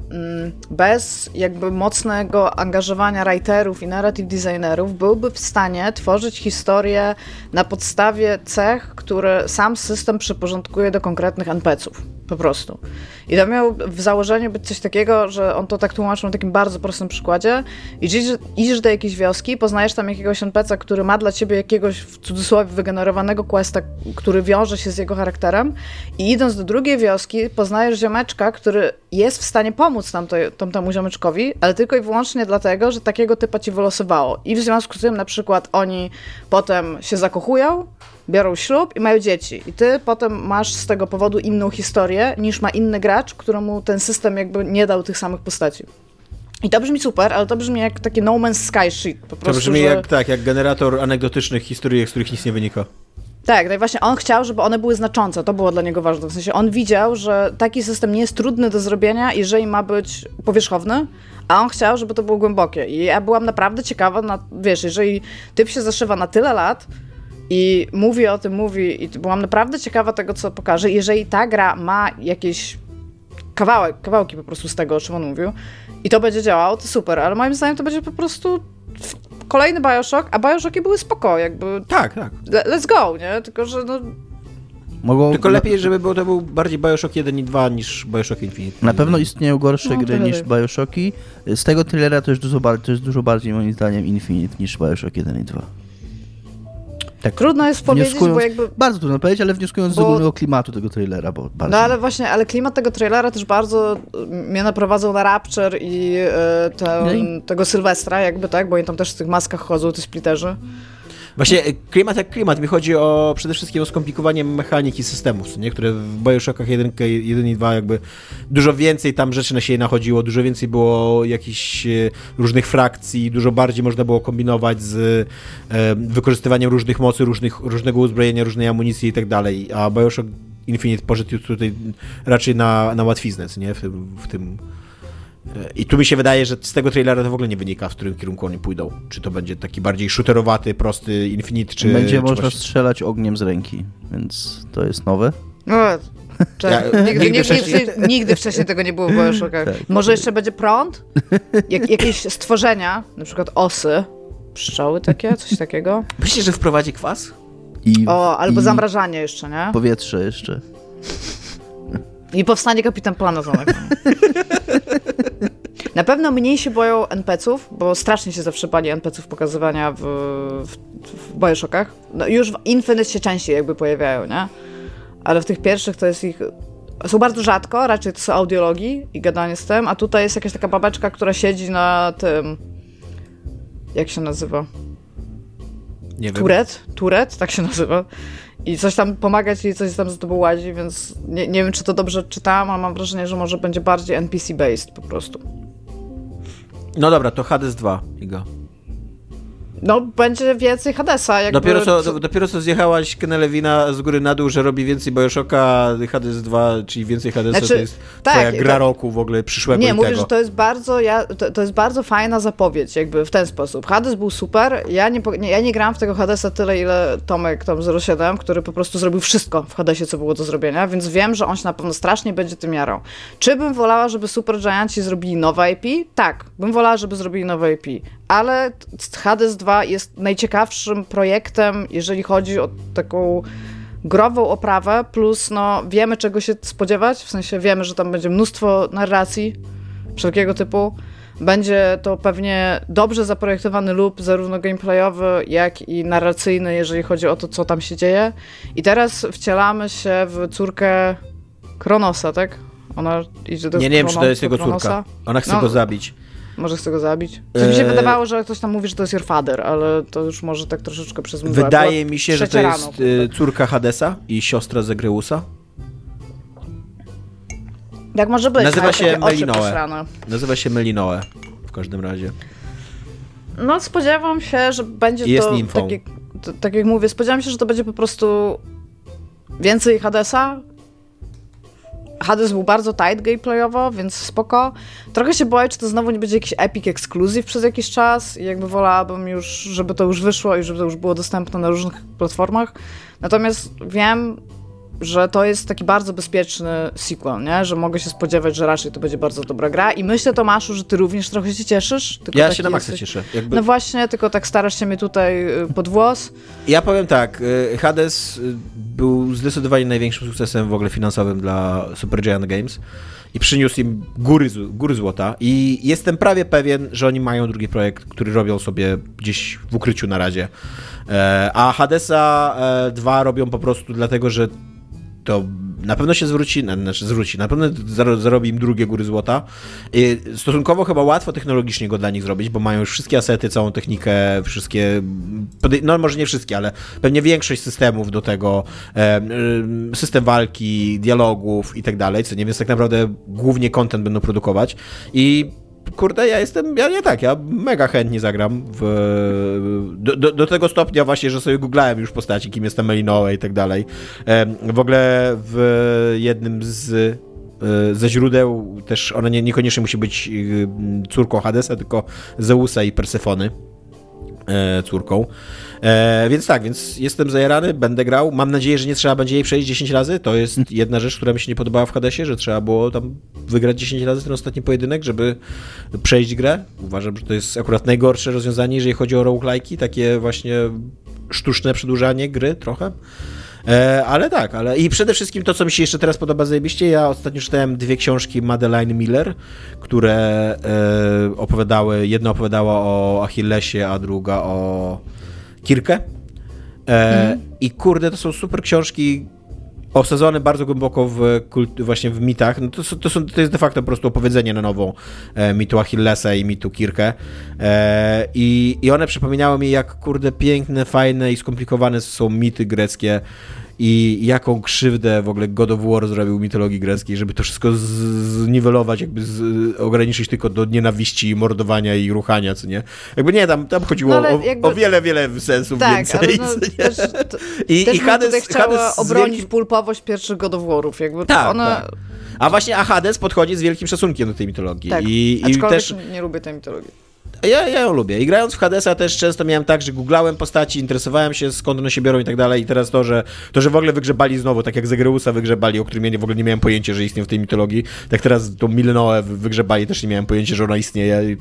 S3: bez jakby mocnego angażowania writerów i narrative designerów byłby w stanie tworzyć historię na podstawie cech, które sam system przyporządkuje do konkretnych en pe ce ów. Po prostu. I to miało w założeniu być coś takiego, że on to tak tłumaczył na takim bardzo prostym przykładzie. Idziesz, idziesz do jakiejś wioski, poznajesz tam jakiegoś en pe ce, który ma dla ciebie jakiegoś w cudzysłowie wygenerowanego questa, który wiąże się z jego charakterem i idąc do drugiej wioski poznajesz ziomeczka, który jest w stanie pomóc tamto, tamtemu ziomeczkowi, ale tylko i wyłącznie dlatego, że takiego typa ci wylosowało. I w związku z tym na przykład oni potem się zakochują, biorą ślub i mają dzieci. I ty potem masz z tego powodu inną historię, niż ma inny gracz, któremu ten system jakby nie dał tych samych postaci. I to brzmi super, ale to brzmi jak taki No Man's Sky shit. Po prostu,
S2: To brzmi
S3: że...
S2: jak, tak, jak generator anegdotycznych historii, z których nic nie wynika.
S3: Tak, no i właśnie on chciał, żeby one były znaczące. To było dla niego ważne. W sensie on widział, że taki system nie jest trudny do zrobienia, jeżeli ma być powierzchowny, a on chciał, żeby to było głębokie. I ja byłam naprawdę ciekawa, na, wiesz, jeżeli typ się zaszywa na tyle lat i mówi o tym, mówi i byłam naprawdę ciekawa tego, co pokaże. Jeżeli ta gra ma jakieś kawałek, kawałki po prostu z tego, o czym on mówił i to będzie działało, to super, ale moim zdaniem to będzie po prostu kolejny Bioshock, a Bioshocki były spoko, jakby
S2: Tak, tak.
S3: let's go, nie? Tylko, że no...
S4: Mogą,
S2: Tylko lepiej, żeby było, to był bardziej Bioshock jeden i dwa niż Bioshock Infinite.
S4: Na pewno istnieją gorsze
S3: No,
S4: gry
S3: trochę
S4: niż
S3: tak.
S4: Bioshocki. Z tego trailera to jest, dużo, bar- to jest dużo bardziej moim zdaniem Infinite niż Bioshock jeden i dwa. Tak,
S3: Trudno jest powiedzieć,
S4: wnioskując-
S3: bo jakby...
S4: Bardzo trudno powiedzieć, ale wnioskując
S3: Bo-
S4: z ogólnego klimatu tego trailera, bo bardzo...
S3: No ale właśnie, ale klimat tego trailera też bardzo mnie naprowadzał na Rapture i e, te,
S4: No i-
S3: tego Sylwestra jakby, tak? Bo oni tam też w tych maskach chodzą, te splitterzy.
S2: Właśnie klimat jak klimat. Mi chodzi o przede wszystkim o skomplikowanie mechaniki systemów, nie? Które w Bioshockach jeden, jeden i dwa jakby dużo więcej tam rzeczy na siebie nachodziło, dużo więcej było jakichś e, różnych frakcji, dużo bardziej można było kombinować z e, wykorzystywaniem różnych mocy, różnych, różnego uzbrojenia, różnej amunicji i tak dalej, a Bioshock Infinite poszedł tutaj raczej na, na łatwiznę, nie? W, w tym... I tu mi się wydaje, że z tego trailera to w ogóle nie wynika, w którym kierunku oni pójdą. Czy to będzie taki bardziej shooterowaty, prosty Infinite, czy...
S4: Będzie
S2: czy
S4: można
S2: właśnie...
S4: strzelać ogniem z ręki, więc to jest nowe.
S3: No, czy,
S2: Ja-
S3: nigdy,
S2: nigdy
S3: nigdy,
S2: wcześniej-
S3: nigdy, nigdy wcześniej tego nie było w Bioshockach.
S4: Tak.
S3: Może jeszcze będzie prąd? Jak, jakieś stworzenia, na przykład osy, pszczoły takie, coś takiego.
S2: Myślisz, że wprowadzi kwas?
S4: I,
S3: O, albo
S4: i
S3: zamrażanie jeszcze, nie?
S4: powietrze jeszcze.
S3: I powstanie Kapitan Planezonek. Na pewno mniej się boją en pe ce ów, bo strasznie się zawsze bali en pe ce ów pokazywania w, w, w Bioshockach. No, już w Infinite się częściej jakby pojawiają, nie? Ale w tych pierwszych to jest ich... Są bardzo rzadko, raczej to są audiologii i gadanie z tym, a tutaj jest jakaś taka babeczka, która siedzi na tym... Jak się nazywa?
S2: Nie wiem.
S3: Turet? Turet? Tak się nazywa. I coś tam pomagać i coś tam za tobą łazi, więc nie, nie wiem, czy to dobrze czytałam, ale mam wrażenie, że może będzie bardziej en pe ce-based po prostu.
S2: No dobra, to Hades dwa, Iga.
S3: No, będzie więcej Hadesa. Jakby...
S2: Dopiero co, do, dopiero co zjechałaś Kenelewina z góry na dół, że robi więcej Bioshocka, Hades dwa, czyli więcej Hadesa,
S3: Znaczy,
S2: to jest
S3: tak,
S2: twoja gra
S3: to...
S2: roku w ogóle przyszłego
S3: Nie,
S2: i
S3: mówię,
S2: tego.
S3: że to jest bardzo, ja, to, to jest bardzo fajna zapowiedź, jakby w ten sposób. Hades był super, ja nie, nie, ja nie grałam w tego Hadesa tyle, ile Tomek tam zero siedem, który po prostu zrobił wszystko w Hadesie, co było do zrobienia, więc wiem, że on się na pewno strasznie będzie tym jarał. Czy bym wolała, żeby Super Giantsi zrobili nowe I P? Tak, bym wolała, żeby zrobili nowe I P, ale Hades dwa jest najciekawszym projektem, jeżeli chodzi o taką grową oprawę, plus no wiemy, czego się spodziewać, w sensie wiemy, że tam będzie mnóstwo narracji wszelkiego typu. Będzie to pewnie dobrze zaprojektowany loop, zarówno gameplayowy, jak i narracyjny, jeżeli chodzi o to, co tam się dzieje. I teraz wcielamy się w córkę Kronosa, tak? Ona idzie do
S2: Nie, nie wiem, czy to jest jego
S3: Kronosa.
S2: córka. Ona chce
S3: No.
S2: go zabić.
S3: Może chce go zabić. To mi się
S2: Eee.
S3: wydawało, że ktoś tam mówi, że to jest your father, ale to już może tak troszeczkę przez mgłę.
S2: Wydaje
S3: Było
S2: mi się, że to
S3: trzecie
S2: jest
S3: rano,
S2: y, córka Hadesa i siostra Zegreusa.
S3: Jak może być?
S2: Nazywa
S3: ale
S2: się
S3: takie oczy
S2: Melinoe.
S3: przesrane.
S2: Nazywa się Melinoe w każdym razie.
S3: No spodziewam się, że będzie
S2: I jest
S3: to,
S2: nimfą.
S3: tak jak, to, tak jak mówię, spodziewam się, że to będzie po prostu więcej Hadesa. Hades był bardzo tight gameplayowo, więc spoko. Trochę się boję, czy to znowu nie będzie jakiś Epic Exclusive przez jakiś czas i jakby wolałabym już, żeby to już wyszło i żeby to już było dostępne na różnych platformach. Natomiast wiem, że to jest taki bardzo bezpieczny sequel, nie? Że mogę się spodziewać, że raczej to będzie bardzo dobra gra i myślę, Tomaszu, że ty również trochę się cieszysz. Tylko
S2: Ja
S3: taki
S2: się na maksa
S3: jesteś...
S2: cieszę. Jakby...
S3: No właśnie, tylko tak starasz się mnie tutaj y, pod włos.
S2: Ja powiem tak, y, Hades y, był zdecydowanie największym sukcesem w ogóle finansowym dla Supergiant Games i przyniósł im góry, z- góry złota i jestem prawie pewien, że oni mają drugi projekt, który robią sobie gdzieś w ukryciu na razie. E, a Hadesa e, dwa robią po prostu dlatego, że to na pewno się zwróci, znaczy zwróci, na pewno zaro, zarobi im drugie góry złota. I stosunkowo chyba łatwo technologicznie go dla nich zrobić, bo mają już wszystkie asety, całą technikę, wszystkie, no może nie wszystkie, ale pewnie większość systemów do tego, e, system walki, dialogów i tak dalej, co nie, więc tak naprawdę głównie content będą produkować i kurde, ja jestem, ja nie tak, ja mega chętnie zagram w, do, do, do tego stopnia właśnie, że sobie googlałem już postaci, kim jest ta Melinoe i tak dalej. W ogóle w jednym z ze źródeł też ona nie, niekoniecznie musi być córką Hadesa, tylko Zeusa i Persefony córką. E, więc tak, więc jestem zajarany, będę grał. Mam nadzieję, że nie trzeba będzie jej przejść dziesięć razy. To jest jedna rzecz, która mi się nie podobała w Hadesie, że trzeba było tam wygrać dziesięć razy ten ostatni pojedynek, żeby przejść grę. Uważam, że to jest akurat najgorsze rozwiązanie, jeżeli chodzi o roguelike'i, takie właśnie sztuczne przedłużanie gry trochę. E, ale tak, ale i przede wszystkim to, co mi się jeszcze teraz podoba zajebiście, ja ostatnio czytałem dwie książki Madeleine Miller, które e, opowiadały, jedna opowiadała o Achillesie, a druga o Kirkę. E, mm. I kurde, to są super książki osadzone bardzo głęboko w kult, właśnie w mitach. No to, to, są, to jest de facto po prostu opowiedzenie na nowo e, mitu Achillesa i mitu Kirkę. E, i, I one przypominały mi, jak kurde piękne, fajne i skomplikowane są mity greckie i jaką krzywdę w ogóle God of War zrobił mitologii greckiej, żeby to wszystko z, zniwelować, jakby z, ograniczyć tylko do nienawiści, mordowania i ruchania, co nie? Jakby nie, tam, tam chodziło
S3: no,
S2: o,
S3: jakby...
S2: o wiele, wiele sensów
S3: tak,
S2: więcej.
S3: Ale no, też, to,
S2: I,
S3: też
S2: i Hades,
S3: tutaj chciała
S2: Hades
S3: obronić
S2: wielkim...
S3: pulpowość pierwszych God of War'ów. Jakby
S2: tak,
S3: one...
S2: tak. A właśnie a Hades podchodzi z wielkim szacunkiem do tej mitologii.
S3: Tak,
S2: I,
S3: aczkolwiek
S2: i też...
S3: nie lubię tej mitologii.
S2: Ja, ja ją lubię. I grając w Hadesa też często miałem tak, że googlałem postaci, interesowałem się, skąd one się biorą i tak dalej. I teraz to, że to, że w ogóle wygrzebali znowu, tak jak Zegreusa wygrzebali, o którym ja nie, w ogóle nie miałem pojęcia, że istnieje w tej mitologii, tak teraz tą Melinoe wygrzebali, też nie miałem pojęcia, że ona istnieje.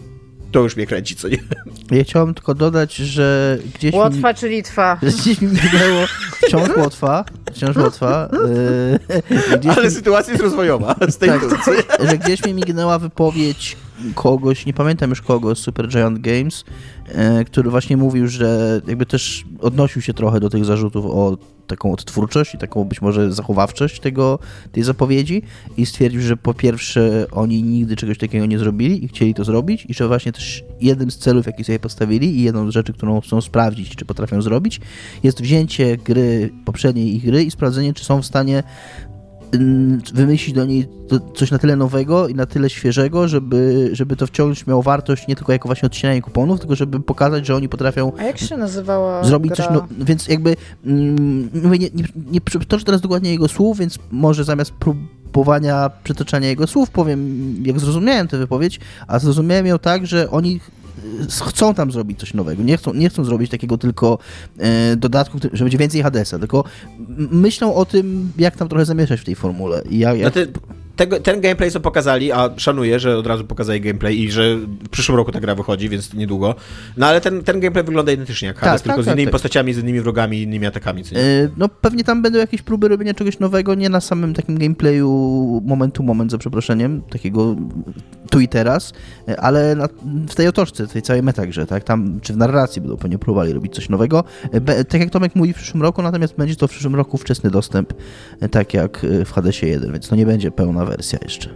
S2: to już mnie kręci, co nie?
S4: Ja chciałem tylko dodać, że gdzieś
S3: Łotwa
S4: mi,
S3: czy Litwa?
S4: że gdzieś mi mignęło, wciąż Łotwa, wciąż Łotwa, yy, gdzieś
S2: Ale
S4: mi,
S2: sytuacja jest rozwojowa z tej
S4: tak,
S2: co nie?
S4: że gdzieś mi mignęła wypowiedź kogoś, nie pamiętam już kogo, z Supergiant Games, yy, który właśnie mówił, że jakby też odnosił się trochę do tych zarzutów o taką odtwórczość i taką być może zachowawczość tego, tej zapowiedzi i stwierdził, że po pierwsze oni nigdy czegoś takiego nie zrobili i chcieli to zrobić i że właśnie też jednym z celów, jaki sobie postawili i jedną z rzeczy, którą chcą sprawdzić, czy potrafią zrobić, jest wzięcie gry, poprzedniej ich gry i sprawdzenie, czy są w stanie wymyślić do niej coś na tyle nowego i na tyle świeżego, żeby, żeby to wciąż miało wartość nie tylko jako właśnie odcinanie kuponów, tylko żeby pokazać, że oni potrafią
S3: A jak się nazywała
S4: zrobić
S3: gra?
S4: coś, no, więc jakby mm, mówię, nie, nie, nie przytoczę teraz dokładnie jego słów, więc może zamiast próbowania przytoczenia jego słów powiem, jak zrozumiałem tę wypowiedź, a zrozumiałem ją tak, że oni chcą tam zrobić coś nowego. Nie chcą, nie chcą zrobić takiego tylko e, dodatku, że będzie więcej Hadesa, tylko myślą o tym, jak tam trochę zamieszać w tej formule. I jak, jak...
S2: No ty, tego, ten gameplay, co pokazali, a szanuję, że od razu pokazali gameplay i że w przyszłym roku ta gra wychodzi, więc niedługo. No ale ten, ten gameplay wygląda identycznie jak Hades,
S4: tak,
S2: tylko
S4: tak,
S2: z innymi
S4: tak.
S2: postaciami, z innymi wrogami, innymi atakami. Co nie?
S4: E, no pewnie tam będą jakieś próby robienia czegoś nowego, nie na samym takim gameplayu moment to moment, za przeproszeniem, takiego tu i teraz, ale na, w tej otoczce, tej całej metagrze, tak, tam, czy w narracji będą pewnie próbowali robić coś nowego. Be, tak jak Tomek mówi w przyszłym roku, natomiast będzie to w przyszłym roku wczesny dostęp, tak jak w Hadesie jeden, więc to nie będzie pełna wersja jeszcze.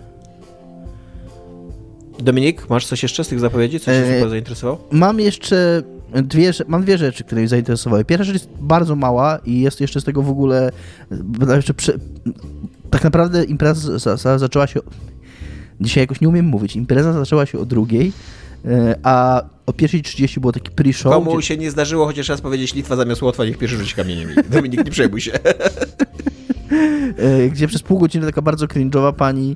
S2: Dominik, masz coś jeszcze z tych zapowiedzi? Coś cię super zainteresował?
S4: Mam jeszcze dwie, mam dwie rzeczy, które mnie zainteresowały. Pierwsza rzecz jest bardzo mała i jest jeszcze z tego w ogóle, jeszcze prze, tak naprawdę impreza za, za, zaczęła się, dzisiaj jakoś nie umiem mówić, impreza zaczęła się o drugiej, a o pierwszej trzydzieści było taki pre-show.
S2: Komu
S4: gdzie...
S2: się nie zdarzyło chociaż raz powiedzieć Litwa zamiast Łotwa, niech pierwszy rzuci kamieniem. Dominik, nie przejmuj się.
S4: Gdzie przez pół godziny taka bardzo cringe'owa pani...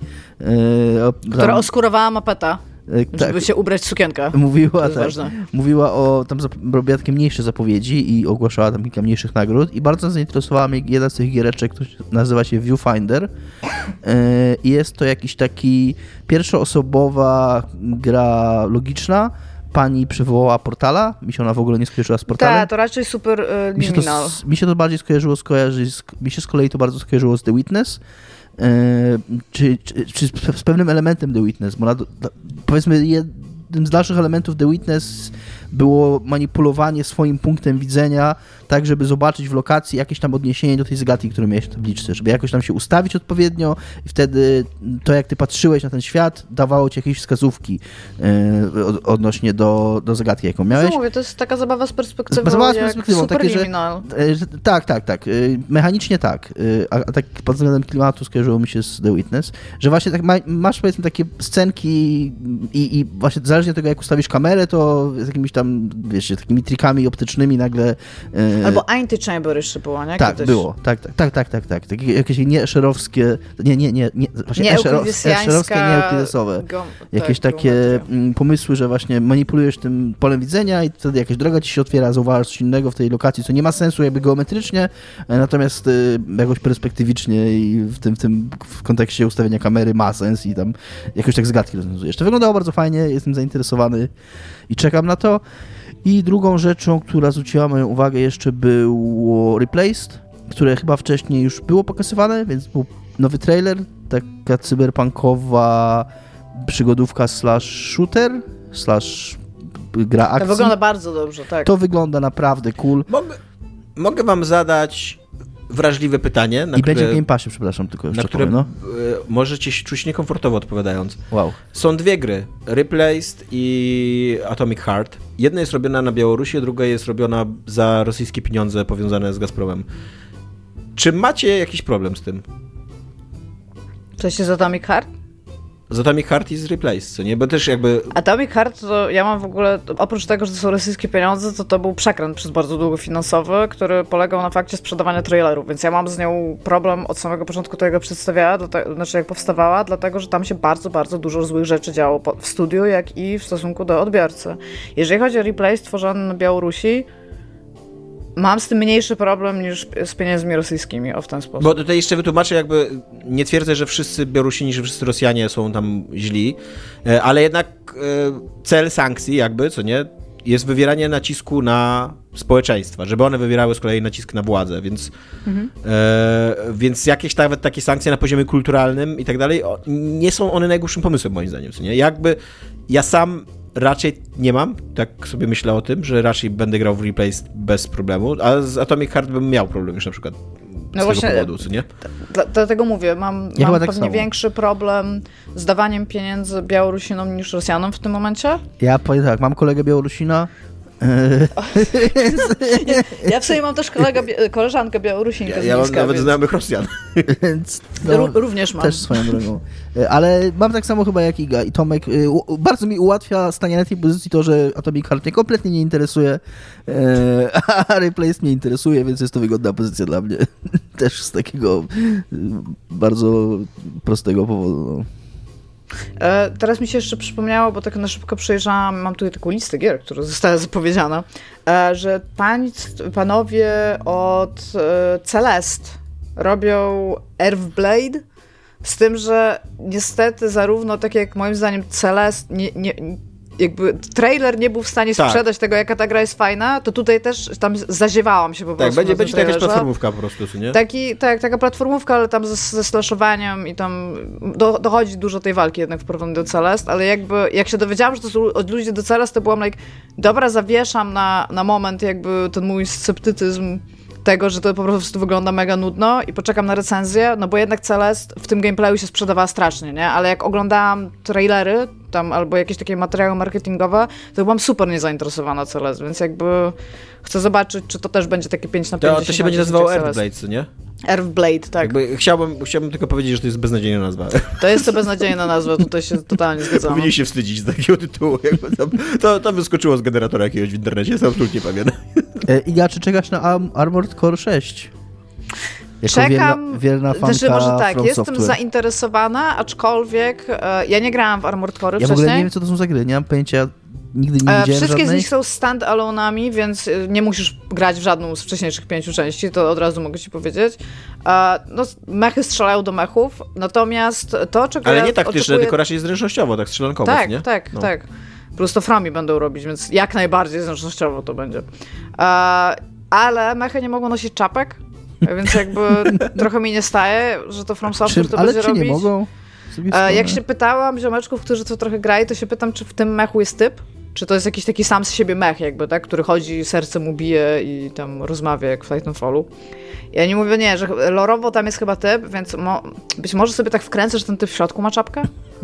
S4: E,
S3: Która tam, oskurowała mapeta,
S4: e,
S3: żeby
S4: tak,
S3: się ubrać w sukienkę.
S4: Mówiła, tak,
S3: ważne.
S4: mówiła o... Tam robiła takie mniejsze zapowiedzi i ogłaszała tam kilka mniejszych nagród i bardzo zainteresowała mnie jedna z tych giereczek, która nazywa się Viewfinder. E, jest to jakiś taki pierwszoosobowa gra logiczna. Pani przywołała Portala, mi się ona w ogóle nie skojarzyła z Portalem.
S3: Tak, to raczej super uh,
S4: mi, się to, mi się to bardziej skojarzyło, skojarzy, mi się z kolei to bardzo skojarzyło z The Witness, yy, czy, czy, czy z, z pewnym elementem The Witness, bo na, powiedzmy jednym z dalszych elementów The Witness było manipulowanie swoim punktem widzenia, tak żeby zobaczyć w lokacji jakieś tam odniesienie do tej zagadki, którą miałeś w tabliczce, żeby jakoś tam się ustawić odpowiednio i wtedy to, jak ty patrzyłeś na ten świat, dawało ci jakieś wskazówki yy, od, odnośnie do, do zagadki, jaką miałeś.
S3: Co mówię, to jest taka zabawa z perspektywą,
S4: zabawa z
S3: jak
S4: perspektywą, takie, że, że tak, tak, tak. Yy, mechanicznie tak, yy, a, a tak pod względem klimatu skojarzyło mi się z The Witness, że właśnie tak ma, masz powiedzmy takie scenki i, i właśnie zależnie od tego, jak ustawisz kamerę, to z jakimiś tam, wiesz, takimi trikami optycznymi nagle... Yy,
S3: Albo Anti-Chamber jeszcze było, nie?
S4: Tak,
S3: Kiedyś.
S4: było. Tak, tak, tak, tak, tak, tak. Takie jakieś nieszerowskie, nie, nie, nie, nie, właśnie
S3: nie
S4: eszerowskie, nieeuklidesowe. Jakieś tak, takie geometria. Pomysły, że właśnie manipulujesz tym polem widzenia i wtedy jakaś droga ci się otwiera, zauważasz coś innego w tej lokacji, co nie ma sensu jakby geometrycznie, natomiast y, jakoś perspektywicznie i w tym, w tym w kontekście ustawienia kamery ma sens i tam jakoś tak zagadki rozwiązujesz. To wyglądało bardzo fajnie, jestem zainteresowany i czekam na to. I drugą rzeczą, która zwróciła moją uwagę jeszcze było Replaced, które chyba wcześniej już było pokazywane, więc był nowy trailer, taka cyberpunkowa przygodówka slash shooter, slash gra akcji.
S3: To wygląda bardzo dobrze, tak.
S4: To wygląda naprawdę cool.
S2: Mogę, mogę wam zadać wrażliwe pytanie. Na
S4: I
S2: które,
S4: będzie w Game Passie, przepraszam, tylko jeszcze
S2: na które
S4: powiem, no.
S2: y, możecie się czuć niekomfortowo odpowiadając.
S4: Wow.
S2: Są dwie gry, Replaced i Atomic Heart. Jedna jest robiona na Białorusi, a druga jest robiona za rosyjskie pieniądze powiązane z Gazpromem. Czy macie jakiś problem z tym?
S3: Coś z Atomic Heart?
S2: Z Atomic Heart i z Replaced, co nie? Bo też jakby...
S3: Atomic Heart to ja mam w ogóle, oprócz tego, że to są rosyjskie pieniądze, to to był przekręt przez bardzo długo finansowy, który polegał na fakcie sprzedawania trailerów, więc ja mam z nią problem od samego początku tego przedstawiała, dlatego, znaczy jak powstawała, dlatego, że tam się bardzo, bardzo dużo złych rzeczy działo w studiu, jak i w stosunku do odbiorcy. Jeżeli chodzi o Replaced tworzony na Białorusi, mam z tym mniejszy problem niż z pieniędzmi rosyjskimi, o w ten sposób.
S2: Bo tutaj jeszcze wytłumaczę, jakby nie twierdzę, że wszyscy Białorusini, że wszyscy Rosjanie są tam źli, ale jednak cel sankcji jakby, co nie, jest wywieranie nacisku na społeczeństwa, żeby one wywierały z kolei nacisk na władzę, więc, mhm. e, więc jakieś nawet takie sankcje na poziomie kulturalnym i tak dalej, nie są one najgorszym pomysłem moim zdaniem, co nie? Jakby ja sam raczej nie mam, tak sobie myślę o tym, że raczej będę grał w Replaced bez problemu, a z Atomic Heart bym miał problem już na przykład z
S3: no
S2: tego
S3: właśnie,
S2: powodu, co nie?
S3: Dla, dlatego mówię, mam,
S4: ja
S3: mam
S4: tak
S3: pewnie
S4: samo.
S3: większy problem z dawaniem pieniędzy Białorusinom niż Rosjanom w tym momencie.
S4: Ja powiem tak, mam kolegę Białorusina.
S3: Ja w sobie mam też kolega, koleżankę Białorusinkę
S2: Ja,
S3: z
S2: ja mam
S3: Mińska,
S2: nawet
S3: więc...
S2: znajomych Rosjan.
S4: Więc, no,
S3: Ró- również mam.
S4: Też swoją drogą. Ale mam tak samo chyba jak Iga i Tomek. U- bardzo mi ułatwia stanie na tej pozycji to, że Atomic Heart mnie kompletnie nie interesuje, a Replaced mnie interesuje, więc jest to wygodna pozycja dla mnie. Też z takiego bardzo prostego powodu. No.
S3: E, teraz mi się jeszcze przypomniało, bo tak na szybko przejrzałam, mam tutaj taką listę gier, która została zapowiedziana, e, że pań, panowie od e, Celeste robią Earthblade, z tym, że niestety zarówno tak jak moim zdaniem Celeste, nie, nie, jakby trailer nie był w stanie
S2: tak.
S3: sprzedać tego, jaka ta gra jest fajna, to tutaj też tam zaziewałam się po prostu.
S2: Tak, będzie,
S3: na
S2: będzie to
S3: tym
S2: jakaś
S3: trailerze.
S2: platformówka po prostu, co nie?
S3: Taki, tak, taka platformówka, ale tam ze, ze slashowaniem i tam do, dochodzi dużo tej walki jednak w porównaniu do Celeste, ale jakby jak się dowiedziałam, że to są od ludzi do Celeste, to byłam like, dobra, zawieszam na, na moment jakby ten mój sceptycyzm tego, że to po prostu wygląda mega nudno i poczekam na recenzję, no bo jednak Celeste w tym gameplayu się sprzedawała strasznie, nie? Ale jak oglądałam trailery tam albo jakieś takie materiały marketingowe, to byłam super niezainteresowana Celeste, więc jakby chcę zobaczyć, czy to też będzie takie pięć na pięć.
S2: To, to się będzie nazywało Earthblade, co nie?
S3: Earthblade, tak.
S2: Jakby chciałbym, chciałbym tylko powiedzieć, że to jest beznadziejna nazwa.
S3: To jest to beznadziejna nazwa, tutaj się totalnie zgadzam.
S2: Powinien się wstydzić z takiego tytułu. Jakby tam, to, to wyskoczyło z generatora jakiegoś w internecie, jestem absolutnie pewien.
S4: E, Iga, czy czekasz na Arm- Armored Core sześć? Jako
S3: Czekam,
S4: wierna, wierna fanka
S3: znaczy może tak,
S4: From
S3: jestem
S4: Software.
S3: zainteresowana, aczkolwiek e, ja nie grałam w Armored Core
S4: Ja w
S3: wcześniej.
S4: ogóle nie wiem, co to są za gry, nie mam pojęcia, nigdy nie
S3: E,
S4: widziałem
S3: Wszystkie
S4: żadnej.
S3: z nich są stand-alone'ami, więc e, nie musisz grać w żadną z wcześniejszych pięciu części, to od razu mogę ci powiedzieć. E, no, mechy strzelają do mechów, natomiast to, czego
S2: Ale
S3: ja
S2: nie taktyczne,
S3: oczekuję...
S2: tylko raczej zręcznościowo, tak strzelankowo,
S3: Tak,
S2: nie?
S3: tak,
S2: No.
S3: tak. Plus to Fromi będą robić, więc jak najbardziej zręcznościowo to będzie. E, ale mechy nie mogą nosić czapek, więc jakby trochę mi nie staje, że to From Software
S4: Czy,
S3: to
S4: ale
S3: będzie
S4: czy
S3: robić.
S4: nie mogą? Z drugiej
S3: E, jak
S4: strony.
S3: się pytałam ziomeczków, którzy to trochę grali, to się pytam, czy w tym mechu jest typ? Czy to jest jakiś taki sam z siebie mech jakby, tak? Który chodzi, serce mu bije i tam rozmawia jak w Titanfallu. Ja nie mówię, nie, że lorowo tam jest chyba typ, więc mo- być może sobie tak wkręcę, że ten typ w środku ma czapkę?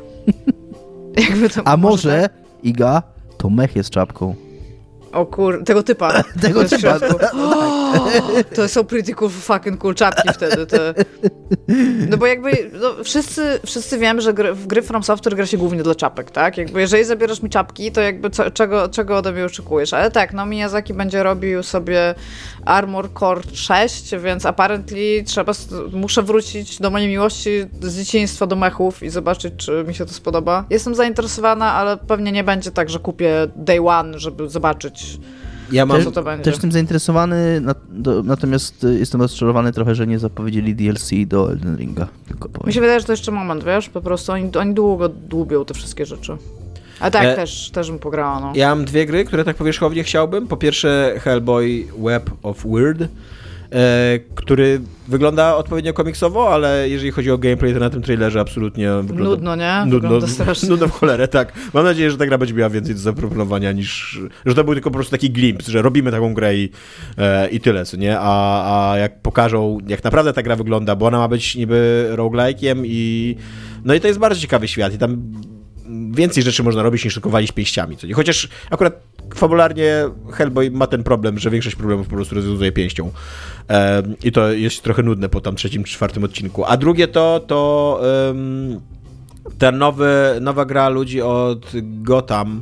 S3: Jakby to
S4: A może,
S3: tak?
S4: Iga, to mech jest czapką.
S3: O kur... tego typa.
S4: Tego
S3: jest w
S4: typa,
S3: środku.
S4: tak.
S3: To są pretty cool, fucking cool czapki wtedy. Te... No bo jakby no, wszyscy, wszyscy wiemy, że gry, w gry From Software gra się głównie dla czapek, tak? Jakby jeżeli zabierasz mi czapki, to jakby co, czego, czego ode mnie oczekujesz? Ale tak, no Miyazaki będzie robił sobie Armored Core sześć, więc apparently trzeba, muszę wrócić do mojej miłości z dzieciństwa do mechów i zobaczyć, czy mi się to spodoba. Jestem zainteresowana, ale pewnie nie będzie tak, że kupię day one, żeby zobaczyć.
S2: Ja mam...
S3: Co to będzie?
S4: Też jestem zainteresowany, na, do, natomiast y, jestem rozczarowany trochę, że nie zapowiedzieli D L C do Elden Ringa. Tylko powiem.
S3: Mi się wydaje, że to jeszcze moment, wiesz? Po prostu oni, oni długo dłubią te wszystkie rzeczy. A tak,
S2: E...
S3: też, też bym pograła, no.
S2: Ja mam dwie gry, które tak powierzchownie chciałbym. Po pierwsze Hellboy Web of Weird, e, który wygląda odpowiednio komiksowo, ale jeżeli chodzi o gameplay, to na tym trailerze absolutnie wygląda...
S3: Nudno, nie?
S2: Nudno,
S3: Wygląda strasznie.
S2: nudno w cholerę, tak. Mam nadzieję, że ta gra będzie miała więcej do zaproponowania niż... Że to był tylko po prostu taki glimpse, że robimy taką grę i, e, i tyle, co nie? A, a jak pokażą, jak naprawdę ta gra wygląda, bo ona ma być niby roguelike'iem i... No i to jest bardzo ciekawy świat i tam więcej rzeczy można robić niż tylko walić pięściami. Co nie? Chociaż akurat fabularnie Hellboy ma ten problem, że większość problemów po prostu rozwiązuje pięścią. E, I to jest trochę nudne po tam trzecim, czwartym odcinku. A drugie to, to um, ta nowy, nowa gra ludzi od Gotham,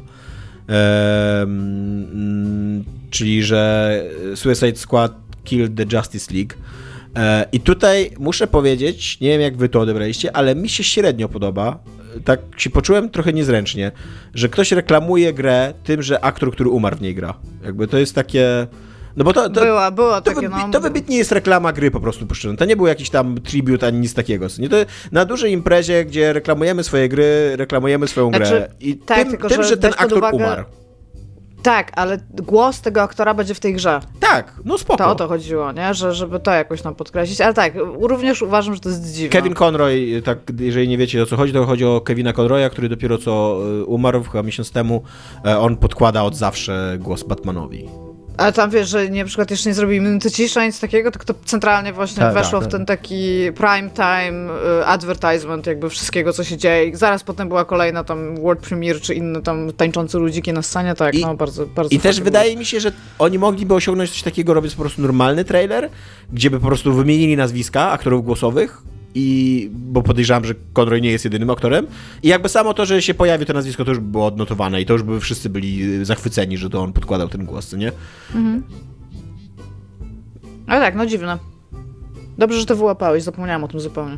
S2: um, czyli że Suicide Squad Killed the Justice League. E, I tutaj muszę powiedzieć, nie wiem jak wy to odebraliście, ale mi się średnio podoba. Tak się poczułem trochę niezręcznie, że ktoś reklamuje grę tym, że aktor, który umarł w niej gra. Jakby to jest takie... No bo to, to,
S3: była, była
S2: to,
S3: takie,
S2: wybi-
S3: no.
S2: to wybitnie jest reklama gry po prostu puszczona. To nie był jakiś tam tribute ani nic takiego. Nie? To na dużej imprezie, gdzie reklamujemy swoje gry, reklamujemy swoją
S3: Znaczy,
S2: grę i
S3: tak,
S2: tym,
S3: tylko,
S2: tym,
S3: że
S2: że ten
S3: weź pod
S2: aktor
S3: uwagę-
S2: umarł.
S3: Tak, ale głos tego aktora będzie w tej grze.
S2: Tak, no spoko.
S3: To o to chodziło, nie? Że, żeby to jakoś nam podkreślić. Ale tak, również uważam, że to jest dziwne.
S2: Kevin Conroy, tak, jeżeli nie wiecie o co chodzi, to chodzi o Kevina Conroya, który dopiero co y, umarł chyba miesiąc temu. E, on podkłada od zawsze głos Batmanowi.
S3: Ale tam wiesz, że nie, na przykład jeszcze nie zrobili minuty ciszy, nic takiego, tylko to centralnie właśnie
S4: Tak,
S3: weszło
S4: tak,
S3: w ten taki prime time y, advertisement jakby wszystkiego, co się dzieje. I zaraz potem była kolejna tam world premiere, czy inne tam tańczące ludziki na scenie, tak,
S2: I,
S3: no bardzo, bardzo
S2: I też
S3: fajnie
S2: wydaje mi się, że oni mogliby osiągnąć coś takiego, robiąc po prostu normalny trailer, gdzie by po prostu wymienili nazwiska aktorów głosowych, i bo podejrzewam, że Conroy nie jest jedynym aktorem. I jakby samo to, że się pojawi to nazwisko, to już by było odnotowane i to już by wszyscy byli zachwyceni, że to on podkładał ten głos, co nie?
S3: Mhm. Ale tak, no dziwne. Dobrze, że to wyłapałeś, zapomniałam o tym zupełnie.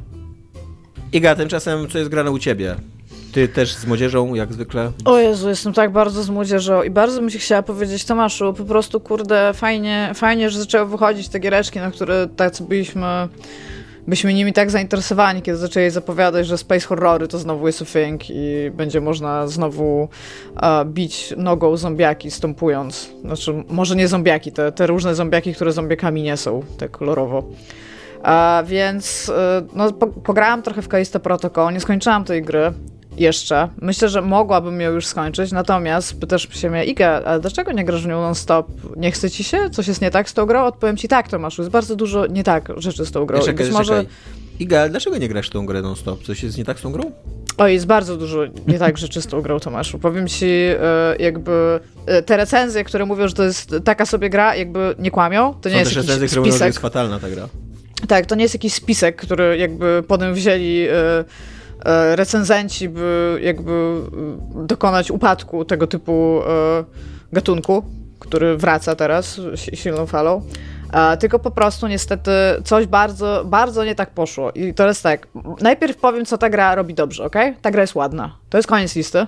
S2: Iga, tymczasem co jest grane u ciebie? Ty też z młodzieżą, jak zwykle?
S3: O Jezu, jestem tak bardzo z młodzieżą i bardzo bym ci chciała powiedzieć, Tomaszu, po prostu kurde, fajnie, fajnie, że zaczęły wychodzić te giereczki, na które tacy byliśmy, byliśmy nimi tak zainteresowani, kiedy zaczęli zapowiadać, że space horrory to znowu jest a thing i będzie można znowu uh, bić nogą zombiaki stąpując. Znaczy, może nie zombiaki, te, te różne zombiaki, które zombiakami nie są, tak kolorowo. Uh, więc uh, no, po, pograłam trochę w Callisto Protocol, nie skończyłam tej gry. Jeszcze. Myślę, że mogłabym ją już skończyć, natomiast pytasz się mnie, Iga, ale dlaczego nie grasz w nią non-stop? Nie chce ci się? Coś jest nie tak z tą grą? Odpowiem ci tak, Tomaszu, jest bardzo dużo nie tak rzeczy z tą grą.
S2: Czekaj,
S3: Być
S2: czekaj.
S3: może...
S2: Iga, ale dlaczego nie grasz w tą grę non-stop? Coś jest nie tak z tą grą?
S3: O, jest bardzo dużo nie tak rzeczy z tą grą, Tomaszu. Powiem ci, e, jakby e, te recenzje, które mówią, że to jest taka sobie gra, jakby nie kłamią. To nie
S2: Są
S3: jest
S2: też
S3: jakiś
S2: recenzje, które mówią, że
S3: spisek.
S2: jest fatalna ta gra.
S3: Tak, to nie jest jakiś spisek, który jakby potem wzięli e, e, recenzenci, by jakby e, dokonać upadku tego typu e, gatunku, który wraca teraz si- silną falą. E, tylko po prostu niestety coś bardzo, bardzo nie tak poszło. I to jest tak, najpierw powiem, co ta gra robi dobrze, okej? Okay? Ta gra jest ładna. To jest koniec listy.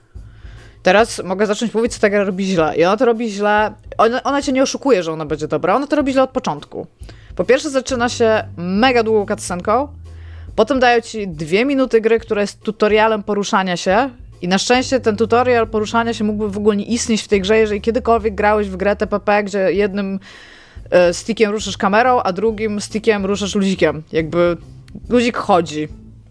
S3: Teraz mogę zacząć mówić, co ta gra robi źle. I ona to robi źle. Ona, ona cię nie oszukuje, że ona będzie dobra. Ona to robi źle od początku. Po pierwsze zaczyna się mega długą cutscenką, potem dają ci dwie minuty gry, która jest tutorialem poruszania się i na szczęście ten tutorial poruszania się mógłby w ogóle nie istnieć w tej grze, jeżeli kiedykolwiek grałeś w grę T P P, gdzie jednym e, stickiem ruszasz kamerą, a drugim stickiem ruszasz ludzikiem. Jakby ludzik chodzi.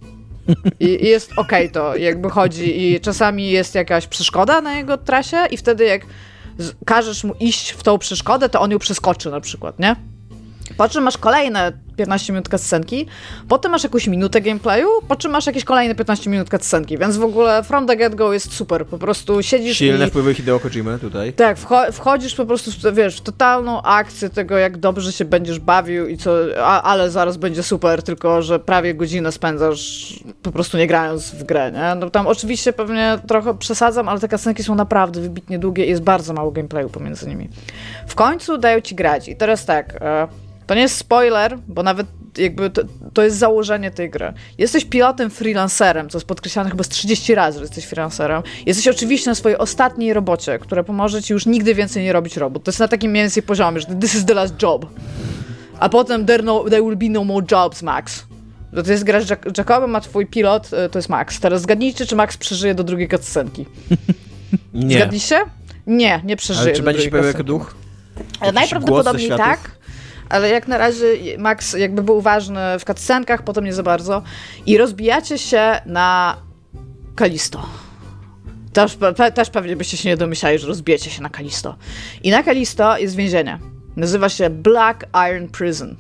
S3: I, i jest okej to, jakby chodzi i czasami jest jakaś przeszkoda na jego trasie i wtedy jak z- każesz mu iść w tą przeszkodę, to on ją przeskoczy na przykład, nie? Po czym masz kolejne piętnaście minut cutscenki, potem masz jakąś minutę gameplayu, po czym masz jakieś kolejne piętnaście minut cutscenki, więc w ogóle from the get-go jest super, po prostu siedzisz
S2: Silne
S3: i...
S2: wpływy Hideo Kojimy tutaj.
S3: Tak, wcho- wchodzisz po prostu, w, wiesz, w totalną akcję tego, jak dobrze się będziesz bawił i co, a, ale zaraz będzie super, tylko że prawie godzinę spędzasz po prostu nie grając w grę, nie? No tam oczywiście pewnie trochę przesadzam, ale te cutscenki są naprawdę wybitnie długie i jest bardzo mało gameplayu pomiędzy nimi. W końcu dają ci grać i teraz tak, e, to nie jest spoiler, bo nawet jakby to, to jest założenie tej gry. Jesteś pilotem freelancerem, co jest podkreślane chyba z trzydzieści razy, że jesteś freelancerem. Jesteś oczywiście na swojej ostatniej robocie, która pomoże ci już nigdy więcej nie robić robót. To jest na takim mniej więcej poziomie, że this is the last job. A potem there, no, there will be no more jobs, Max. To ty jest grasz Jack- Jacobem, a twój pilot to jest Max. Teraz zgadnijcie, czy Max przeżyje do drugiej cutscenki.
S2: Nie.
S3: Zgadliście? Nie, nie przeżyje.
S2: Ale czy
S3: do
S2: będzie się
S3: drugiej
S2: pojawiał jako
S3: cutscenki.
S2: duch?
S3: Ale
S2: Jakiś
S3: najprawdopodobniej
S2: głos ze światów?
S3: tak, ale jak na razie Max jakby był ważny w cutscenkach, potem nie za bardzo. I rozbijacie się na Callisto. Też, pe, też pewnie byście się nie domyślali, że rozbijecie się na Callisto. I na Callisto jest więzienie. Nazywa się Black Iron Prison.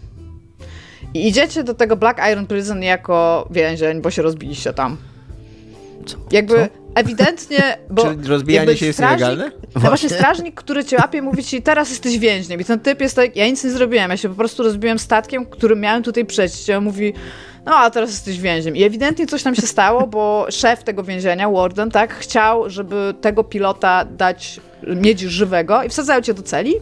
S3: I idziecie do tego Black Iron Prison jako więzień, bo się rozbiliście tam.
S4: Co?
S3: Jakby
S4: Co?
S3: ewidentnie, bo
S2: Czy rozbijanie
S3: jakby
S2: się jest
S3: strażnik-
S2: nielegalne?
S3: No właśnie strażnik, który cię łapie, mówi ci, teraz jesteś więźniem. I ten typ jest tak, ja nic nie zrobiłem, ja się po prostu rozbiłem statkiem, którym miałem tutaj przejść. I on mówi, no a teraz jesteś więźniem. I ewidentnie coś tam się stało, bo szef tego więzienia, Warden, tak, chciał, żeby tego pilota dać, mieć żywego i wsadzają cię do celi.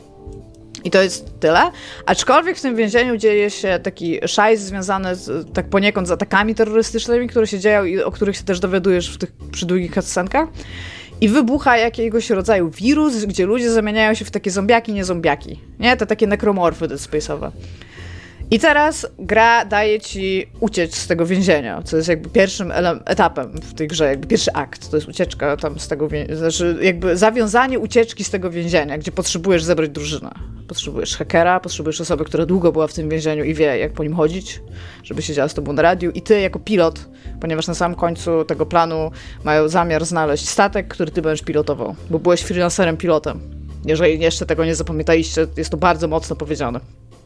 S3: I to jest tyle. Aczkolwiek w tym więzieniu dzieje się taki szajs związany z, tak poniekąd z atakami terrorystycznymi, które się dzieją i o których się też dowiadujesz w tych przydługich cutscenkach. i wybucha jakiegoś rodzaju wirus, gdzie ludzie zamieniają się w takie zombiaki, nie zombiaki. Nie? Te takie nekromorfy Dead Space'owe. I teraz gra daje ci uciec z tego więzienia, co jest jakby pierwszym ele- etapem w tej grze, jakby pierwszy akt, to jest ucieczka tam z tego więzienia, znaczy jakby zawiązanie ucieczki z tego więzienia, gdzie potrzebujesz zebrać drużynę. Potrzebujesz hakera, potrzebujesz osoby, która długo była w tym więzieniu i wie, jak po nim chodzić, żeby siedziała z tobą na radiu, i ty jako pilot, ponieważ na samym końcu tego planu mają zamiar znaleźć statek, który ty będziesz pilotował, bo byłeś freelancerem pilotem. Jeżeli jeszcze tego nie zapamiętaliście, jest to bardzo mocno powiedziane.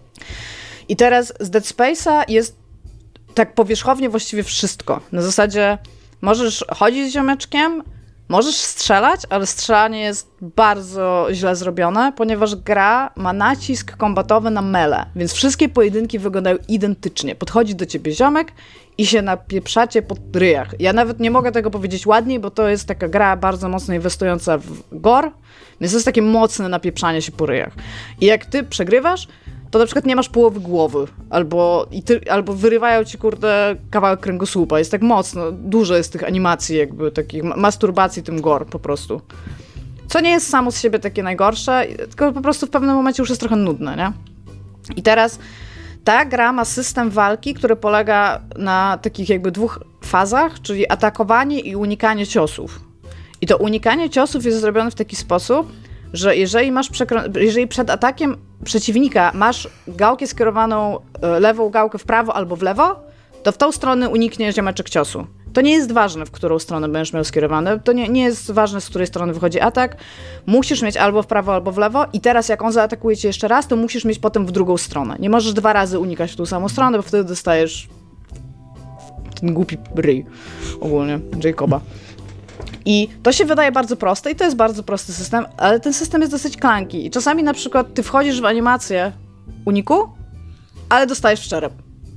S3: I teraz z Dead Space'a jest tak powierzchownie właściwie wszystko. Na zasadzie możesz chodzić z ziomeczkiem, możesz strzelać, ale strzelanie jest bardzo źle zrobione, ponieważ gra ma nacisk kombatowy na melee, więc wszystkie pojedynki wyglądają identycznie. Podchodzi do ciebie ziomek i się napieprzacie po ryjach. Ja nawet nie mogę tego powiedzieć ładniej, bo to jest taka gra bardzo mocno inwestująca w gore, więc to jest takie mocne napieprzanie się po ryjach. I jak ty przegrywasz, to na przykład nie masz połowy głowy, albo, i ty, albo wyrywają ci, kurde, kawałek kręgosłupa. Jest tak mocno, dużo jest tych animacji, jakby takich masturbacji tym gore po prostu. Co nie jest samo z siebie takie najgorsze, tylko po prostu w pewnym momencie już jest trochę nudne, nie? I teraz ta gra ma system walki, który polega na takich jakby dwóch fazach, czyli atakowanie i unikanie ciosów. I to unikanie ciosów jest zrobione w taki sposób, że jeżeli masz przekro- jeżeli przed atakiem przeciwnika masz gałkę skierowaną, lewą gałkę w prawo albo w lewo, to w tą stronę uniknie ziomeczek ciosu. To nie jest ważne, w którą stronę będziesz miał skierowany. To nie, nie jest ważne, z której strony wychodzi atak. Musisz mieć albo w prawo, albo w lewo i teraz jak on zaatakuje cię jeszcze raz, to musisz mieć potem w drugą stronę. Nie możesz dwa razy unikać w tą samą stronę, bo wtedy dostajesz ten głupi ryj ogólnie Jacoba. I to się wydaje bardzo proste i to jest bardzo prosty system, ale ten system jest dosyć klanki. I czasami na przykład ty wchodzisz w animację uniku, ale dostajesz w czerep.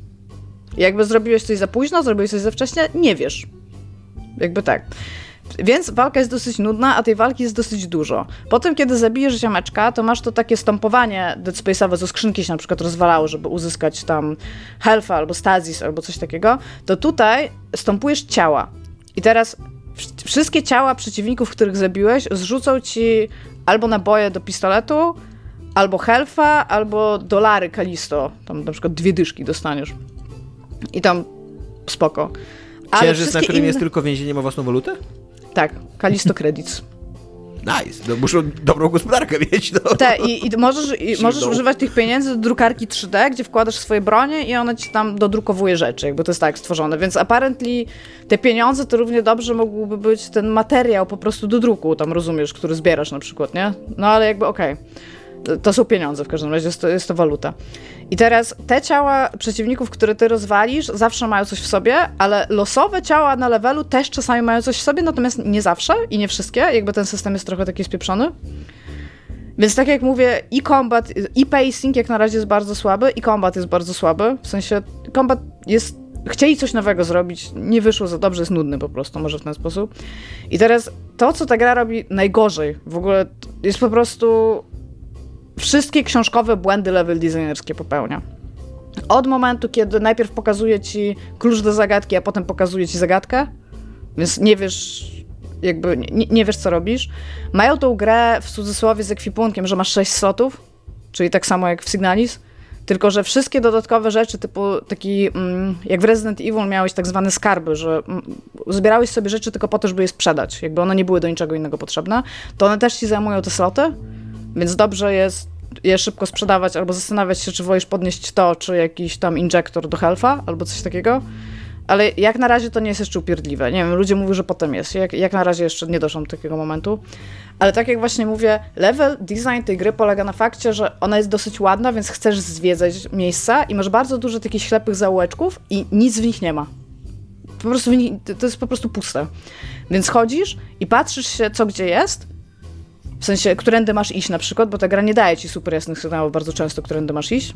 S3: Jakby zrobiłeś coś za późno, zrobiłeś coś za wcześnie, nie wiesz. Jakby tak. Więc walka jest dosyć nudna, a tej walki jest dosyć dużo. Potem, kiedy zabijesz ziomeczka, to masz to takie stąpowanie Dead Space'owe, co skrzynki się na przykład rozwalało, żeby uzyskać tam health'a albo stasis albo coś takiego, to tutaj stąpujesz ciała. I teraz wszystkie ciała przeciwników, których zabiłeś, zrzucą ci albo naboje do pistoletu, albo health'a, albo dolary Kalisto. Tam na przykład dwie dyszki dostaniesz. I tam spoko. Ale
S2: Księżyc, na którym
S3: inne...
S2: jest tylko więzienie, ma własną walutę?
S3: Tak, Kalisto Credits.
S2: Nice, no, muszą dobrą gospodarkę mieć. No.
S3: Te, i, i możesz, i możesz używać tych pieniędzy do drukarki trzy D, gdzie wkładasz swoje bronie i one ci tam dodrukowuje rzeczy, jakby to jest tak stworzone. Więc apparently te pieniądze to równie dobrze mógłby być ten materiał po prostu do druku, tam rozumiesz, który zbierasz na przykład, nie? No ale jakby okej. Okay. To są pieniądze w każdym razie, jest to, jest to waluta. I teraz te ciała przeciwników, które ty rozwalisz, zawsze mają coś w sobie, ale losowe ciała na levelu też czasami mają coś w sobie, natomiast nie zawsze i nie wszystkie, jakby ten system jest trochę taki spieprzony. Więc tak jak mówię, i combat, i pacing jak na razie jest bardzo słaby, i combat jest bardzo słaby, w sensie combat jest, chcieli coś nowego zrobić, nie wyszło za dobrze, jest nudny po prostu, może w ten sposób. I teraz to, co ta gra robi najgorzej, w ogóle jest po prostu... Wszystkie książkowe błędy level designerskie popełnia. Od momentu, kiedy najpierw pokazuje ci klucz do zagadki, a potem pokazuje ci zagadkę, więc nie wiesz, jakby nie, nie wiesz, co robisz. Mają tą grę w cudzysłowie z ekwipunkiem, że masz sześć slotów, czyli tak samo jak w Signalis, tylko że wszystkie dodatkowe rzeczy, typu taki, mm, jak w Resident Evil miałeś tak zwane skarby, że mm, zbierałeś sobie rzeczy tylko po to, żeby je sprzedać, jakby one nie były do niczego innego potrzebne, to one też ci zajmują te sloty. Więc dobrze jest je szybko sprzedawać albo zastanawiać się, czy wolisz podnieść to, czy jakiś tam injektor do health'a, albo coś takiego. Ale jak na razie to nie jest jeszcze upierdliwe. Nie wiem, ludzie mówią, że potem jest. Jak, jak na razie jeszcze nie doszłam do takiego momentu. Ale tak jak właśnie mówię, level design tej gry polega na fakcie, że ona jest dosyć ładna, więc chcesz zwiedzać miejsca i masz bardzo dużo takich ślepych zaułeczków i nic w nich nie ma. Po prostu w nich, to jest po prostu puste. Więc chodzisz i patrzysz się, co gdzie jest. W sensie, którędy masz iść na przykład, bo ta gra nie daje ci super jasnych sygnałów bardzo często, którędy masz iść.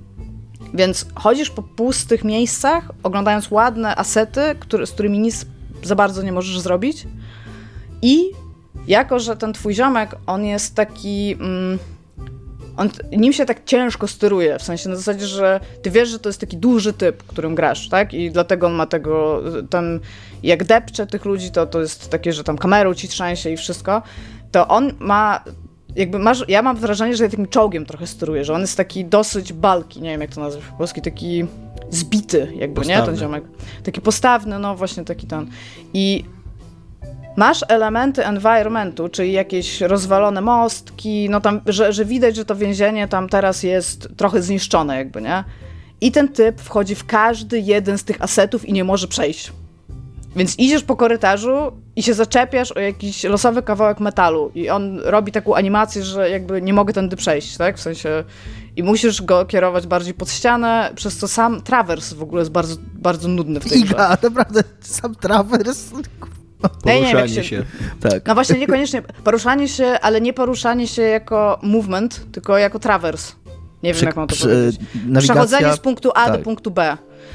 S3: Więc chodzisz po pustych miejscach, oglądając ładne asety, który, z którymi nic za bardzo nie możesz zrobić. I jako, że ten twój ziomek, on jest taki... Mm, on, nim się tak ciężko steruje, w sensie na zasadzie, że ty wiesz, że to jest taki duży typ, którym grasz, tak? I dlatego on ma tego, tam jak depcze tych ludzi, to to jest takie, że tam kamerą ci trzęsie i wszystko, to on ma, jakby masz, ja mam wrażenie, że ja takim czołgiem trochę steruję, że on jest taki dosyć bulky, nie wiem jak to nazwać po polsku, taki zbity jakby, postawny. Nie? Ten ziomek. Taki postawny, no właśnie taki ten. I masz elementy environmentu, czyli jakieś rozwalone mostki, no tam, że, że widać, że to więzienie tam teraz jest trochę zniszczone jakby, nie? I ten typ wchodzi w każdy jeden z tych asetów i nie może przejść. Więc idziesz po korytarzu i się zaczepiasz o jakiś losowy kawałek metalu i on robi taką animację, że jakby nie mogę tędy przejść, tak? W sensie i musisz go kierować bardziej pod ścianę, przez co sam trawers w ogóle jest bardzo, bardzo nudny w tej grze.
S4: Iga, naprawdę sam trawers...
S2: Poruszanie
S3: ja nie wiem,
S2: się.
S3: się.
S4: Tak.
S3: No właśnie, niekoniecznie. Poruszanie się, ale nie poruszanie się jako movement, tylko jako travers. Nie
S4: Przy,
S3: wiem, jak mam to
S4: przy,
S3: powiedzieć.
S4: nawigacja...
S3: Przechodzenie z punktu A
S4: tak.
S3: do punktu B.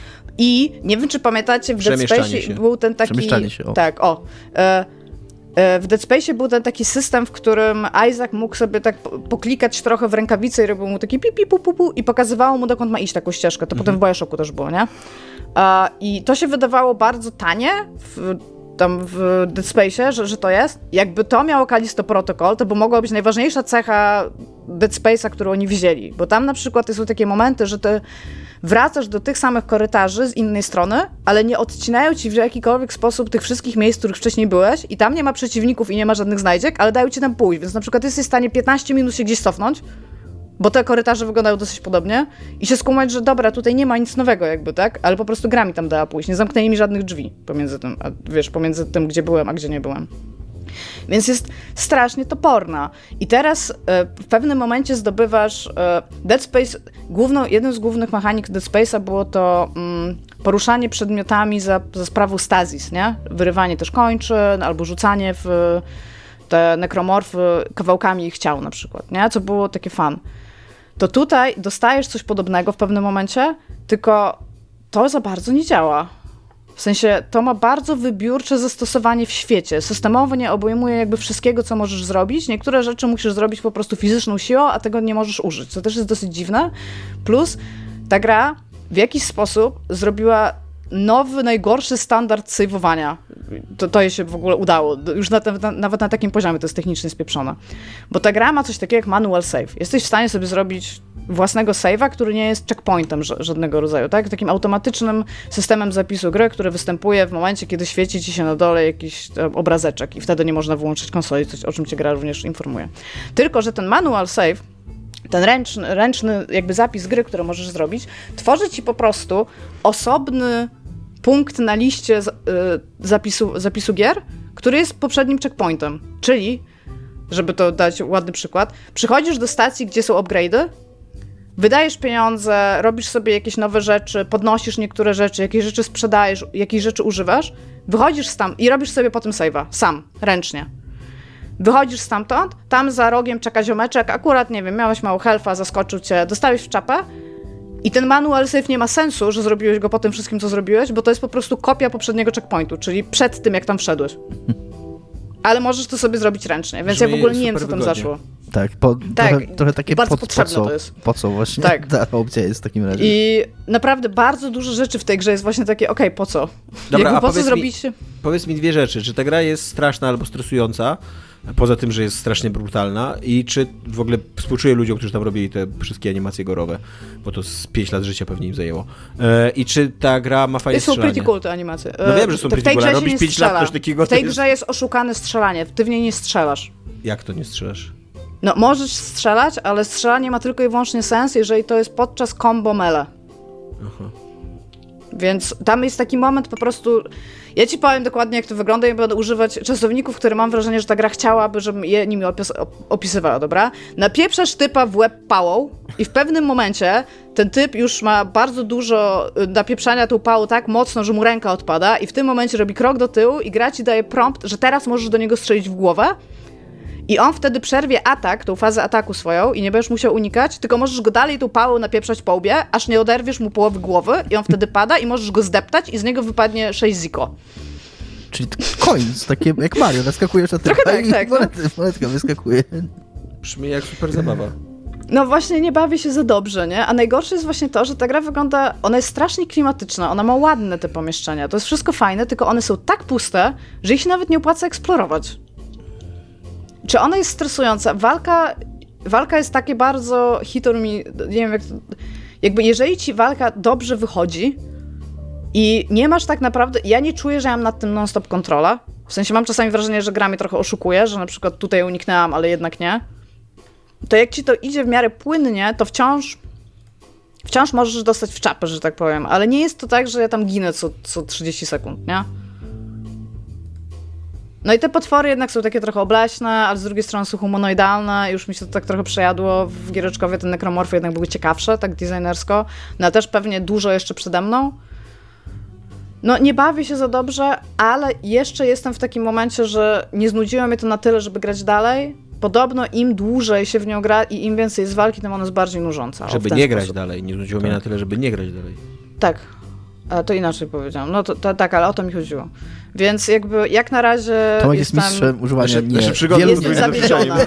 S3: I nie wiem, czy pamiętacie, w Dead Space był ten taki...
S4: Przemieszczanie się, o.
S3: Tak, o. E, e, w Dead Space był ten taki system, w którym Isaac mógł sobie tak poklikać trochę w rękawicy i robił mu taki pi, pi, pu, pu, pu i pokazywało mu, dokąd ma iść taką ścieżkę. To mhm. potem w Bioshocku też było, nie? E, I to się wydawało bardzo tanie w tam w Dead Space'ie, że, że to jest. Jakby to miało Callisto Protocol, to by mogła być najważniejsza cecha Dead Space'a, którą oni wzięli. Bo tam na przykład są takie momenty, że ty wracasz do tych samych korytarzy z innej strony, ale nie odcinają ci w jakikolwiek sposób tych wszystkich miejsc, w których wcześniej byłeś i tam nie ma przeciwników i nie ma żadnych znajdziek, ale dają ci tam pójść. Więc na przykład jesteś w stanie piętnaście minut się gdzieś cofnąć, bo te korytarze wyglądają dosyć podobnie i się skumać, że dobra, tutaj nie ma nic nowego jakby, tak? Ale po prostu gra mi tam dała pójść. Nie zamknęli mi żadnych drzwi pomiędzy tym, a wiesz, pomiędzy tym, gdzie byłem, a gdzie nie byłem. Więc jest strasznie toporna. I teraz e, w pewnym momencie zdobywasz e, Dead Space, główną, jednym z głównych mechanik Dead Space'a było to mm, poruszanie przedmiotami za, za sprawą stasis, nie? Wyrywanie też kończyn, albo rzucanie w te nekromorfy kawałkami ich ciał na przykład, nie? Co było takie fun. To tutaj dostajesz coś podobnego w pewnym momencie, tylko to za bardzo nie działa. W sensie to ma bardzo wybiórcze zastosowanie w świecie. Systemowo nie obejmuje jakby wszystkiego, co możesz zrobić. Niektóre rzeczy musisz zrobić po prostu fizyczną siłą, a tego nie możesz użyć, co też jest dosyć dziwne. Plus ta gra w jakiś sposób zrobiła nowy, najgorszy standard save'owania. To, to jej się w ogóle udało. Już na te, na, nawet na takim poziomie to jest technicznie spieprzone. Bo ta gra ma coś takiego jak manual save. Jesteś w stanie sobie zrobić własnego save'a, który nie jest checkpointem żadnego rodzaju, tak? Takim automatycznym systemem zapisu gry, który występuje w momencie, kiedy świeci ci się na dole jakiś obrazeczek i wtedy nie można wyłączyć konsoli, coś, o czym cię gra również informuje. Tylko że ten manual save, ten ręczny, ręczny jakby zapis gry, który możesz zrobić, tworzy ci po prostu osobny punkt na liście z, y, zapisu, zapisu gier, który jest poprzednim checkpointem. Czyli, żeby to dać ładny przykład, przychodzisz do stacji, gdzie są upgrade'y, wydajesz pieniądze, robisz sobie jakieś nowe rzeczy, podnosisz niektóre rzeczy, jakieś rzeczy sprzedajesz, jakieś rzeczy używasz, wychodzisz tam i robisz sobie potem save'a, sam, ręcznie. Wychodzisz stamtąd, tam za rogiem czeka ziomeczek, akurat, nie wiem, miałeś mało health'a, zaskoczył cię, dostałeś w czapę i ten manual save nie ma sensu, że zrobiłeś go po tym wszystkim, co zrobiłeś, bo to jest po prostu kopia poprzedniego checkpointu, czyli przed tym, jak tam wszedłeś. Ale możesz to sobie zrobić ręcznie, więc Brzmi ja w ogóle nie wiem, co tam wygodnie. Zaszło.
S4: Tak, po,
S3: tak
S4: trochę, trochę takie
S3: bardzo
S4: po,
S3: potrzebne
S4: po co,
S3: to jest.
S4: Po co właśnie
S3: tak.
S4: ta opcja jest w takim razie.
S3: I naprawdę bardzo dużo rzeczy w tej grze jest właśnie takie, okej, okay, po co?
S2: Dobra,
S3: Jakby
S2: a
S3: po co
S2: mi,
S3: zrobić...
S2: Powiedz mi dwie rzeczy. Czy ta gra jest straszna albo stresująca, poza tym, że jest strasznie brutalna i czy w ogóle współczuję ludziom, którzy tam robili te wszystkie animacje gorowe, bo to z pięć lat życia pewnie im zajęło. E, I czy ta gra ma fajne
S3: są
S2: strzelanie?
S3: Są pretty cool te animacje.
S2: No wiem, że są pretty cool, ale robisz pięć lat coś takiego...
S3: W tej
S2: jest...
S3: grze jest oszukane strzelanie, ty w niej nie strzelasz.
S2: Jak to nie strzelasz?
S3: No możesz strzelać, ale strzelanie ma tylko i wyłącznie sens, jeżeli to jest podczas combo melee. Aha. Więc tam jest taki moment po prostu... Ja ci powiem dokładnie, jak to wygląda i będę używać czasowników, które mam wrażenie, że ta gra chciałaby, żebym je nimi opis- opisywała, dobra? Napieprzasz typa w łeb pałą i w pewnym momencie ten typ już ma bardzo dużo napieprzania tą pałą tak mocno, że mu ręka odpada i w tym momencie robi krok do tyłu i gra ci daje prompt, że teraz możesz do niego strzelić w głowę i on wtedy przerwie atak, tą fazę ataku swoją i nie będziesz musiał unikać, tylko możesz go dalej tą pałą napieprzać po łbie, aż nie oderwiesz mu połowy głowy i on wtedy pada i możesz go zdeptać i z niego wypadnie sześć ziko.
S4: Czyli coins, takie jak Mario, naskakujesz na typa
S3: tak,
S4: i
S3: tak,
S4: monety, monetka wyskakuje.
S2: Brzmi jak super zabawa.
S3: No właśnie nie bawię się za dobrze, nie? A najgorsze jest właśnie to, że ta gra wygląda, ona jest strasznie klimatyczna, ona ma ładne te pomieszczenia, to jest wszystko fajne, tylko one są tak puste, że ich się nawet nie opłaca eksplorować. Czy ona jest stresująca? Walka, walka jest takie bardzo hit or me, nie wiem jak, jakby jeżeli ci walka dobrze wychodzi i nie masz tak naprawdę, ja nie czuję, że ja mam nad tym non-stop kontrolę, w sensie mam czasami wrażenie, że gra mnie trochę oszukuje, że na przykład tutaj uniknęłam, ale jednak nie. To jak ci to idzie w miarę płynnie, to wciąż wciąż możesz dostać w czapę, że tak powiem, ale nie jest to tak, że ja tam ginę co, co trzydzieści sekund, nie? No i te potwory jednak są takie trochę obleśne, ale z drugiej strony są humanoidalne, już mi się to tak trochę przejadło, w giereczkowie te nekromorfy jednak były ciekawsze, tak designersko, no ale też pewnie dużo jeszcze przede mną. No nie bawię się za dobrze, ale jeszcze jestem w takim momencie, że nie znudziło mnie to na tyle, żeby grać dalej. Podobno im dłużej się w nią gra i im więcej jest walki, tym ona jest bardziej nużąca.
S2: Żeby nie sposób. grać dalej, nie znudziło
S4: tak.
S2: mnie na tyle, żeby nie grać dalej.
S3: Tak, ale to inaczej powiedziałam. No to, to tak, ale o to mi chodziło. Więc jakby jak na razie
S4: Tomek
S3: jestem...
S4: jest mistrzem używania
S2: nasze,
S4: nie.
S2: Nasze przygody
S3: jestem zawiedziona.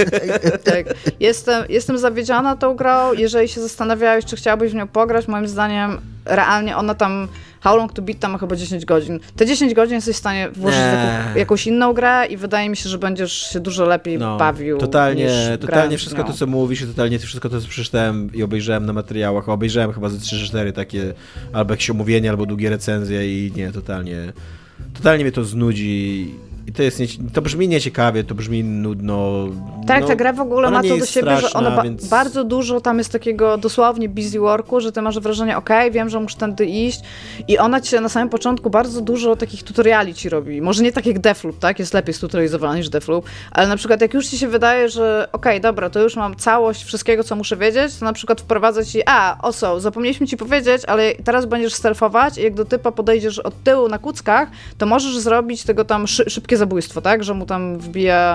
S3: tak. jestem, jestem zawiedziona tą grą. Jeżeli się zastanawiałeś, czy chciałabyś w nią pograć, moim zdaniem realnie ona tam How Long to Beat tam ma chyba dziesięć godzin. Te dziesięć godzin jesteś w stanie włożyć w jaką, jakąś inną grę i wydaje mi się, że będziesz się dużo lepiej
S2: no,
S3: bawił.
S2: Totalnie,
S3: niż
S2: totalnie wszystko to, co mówisz i totalnie wszystko to, co przeczytałem i obejrzałem na materiałach. Obejrzałem chyba ze trzy cztery takie albo jakieś omówienia, albo długie recenzje i nie, totalnie totalnie mnie to znudzi. I to jest, nie, to brzmi nieciekawie, to brzmi nudno.
S3: Tak,
S2: no,
S3: ta gra w ogóle ma to do siebie, straszna, że ona ba-
S2: więc...
S3: bardzo dużo tam jest takiego dosłownie busy worku, że ty masz wrażenie, okej, okay, wiem, że muszę tędy iść i ona cię na samym początku bardzo dużo takich tutoriali ci robi. Może nie tak jak Deathloop, tak? Jest lepiej stutorializowany niż Deathloop, ale na przykład jak już ci się wydaje, że okej, okay, dobra, to już mam całość wszystkiego, co muszę wiedzieć, to na przykład wprowadza ci, a, oso, zapomnieliśmy ci powiedzieć, ale teraz będziesz stealthować i jak do typa podejdziesz od tyłu na kuckach, to możesz zrobić tego tam szy- szybkie zabójstwo, tak? Że mu tam wbije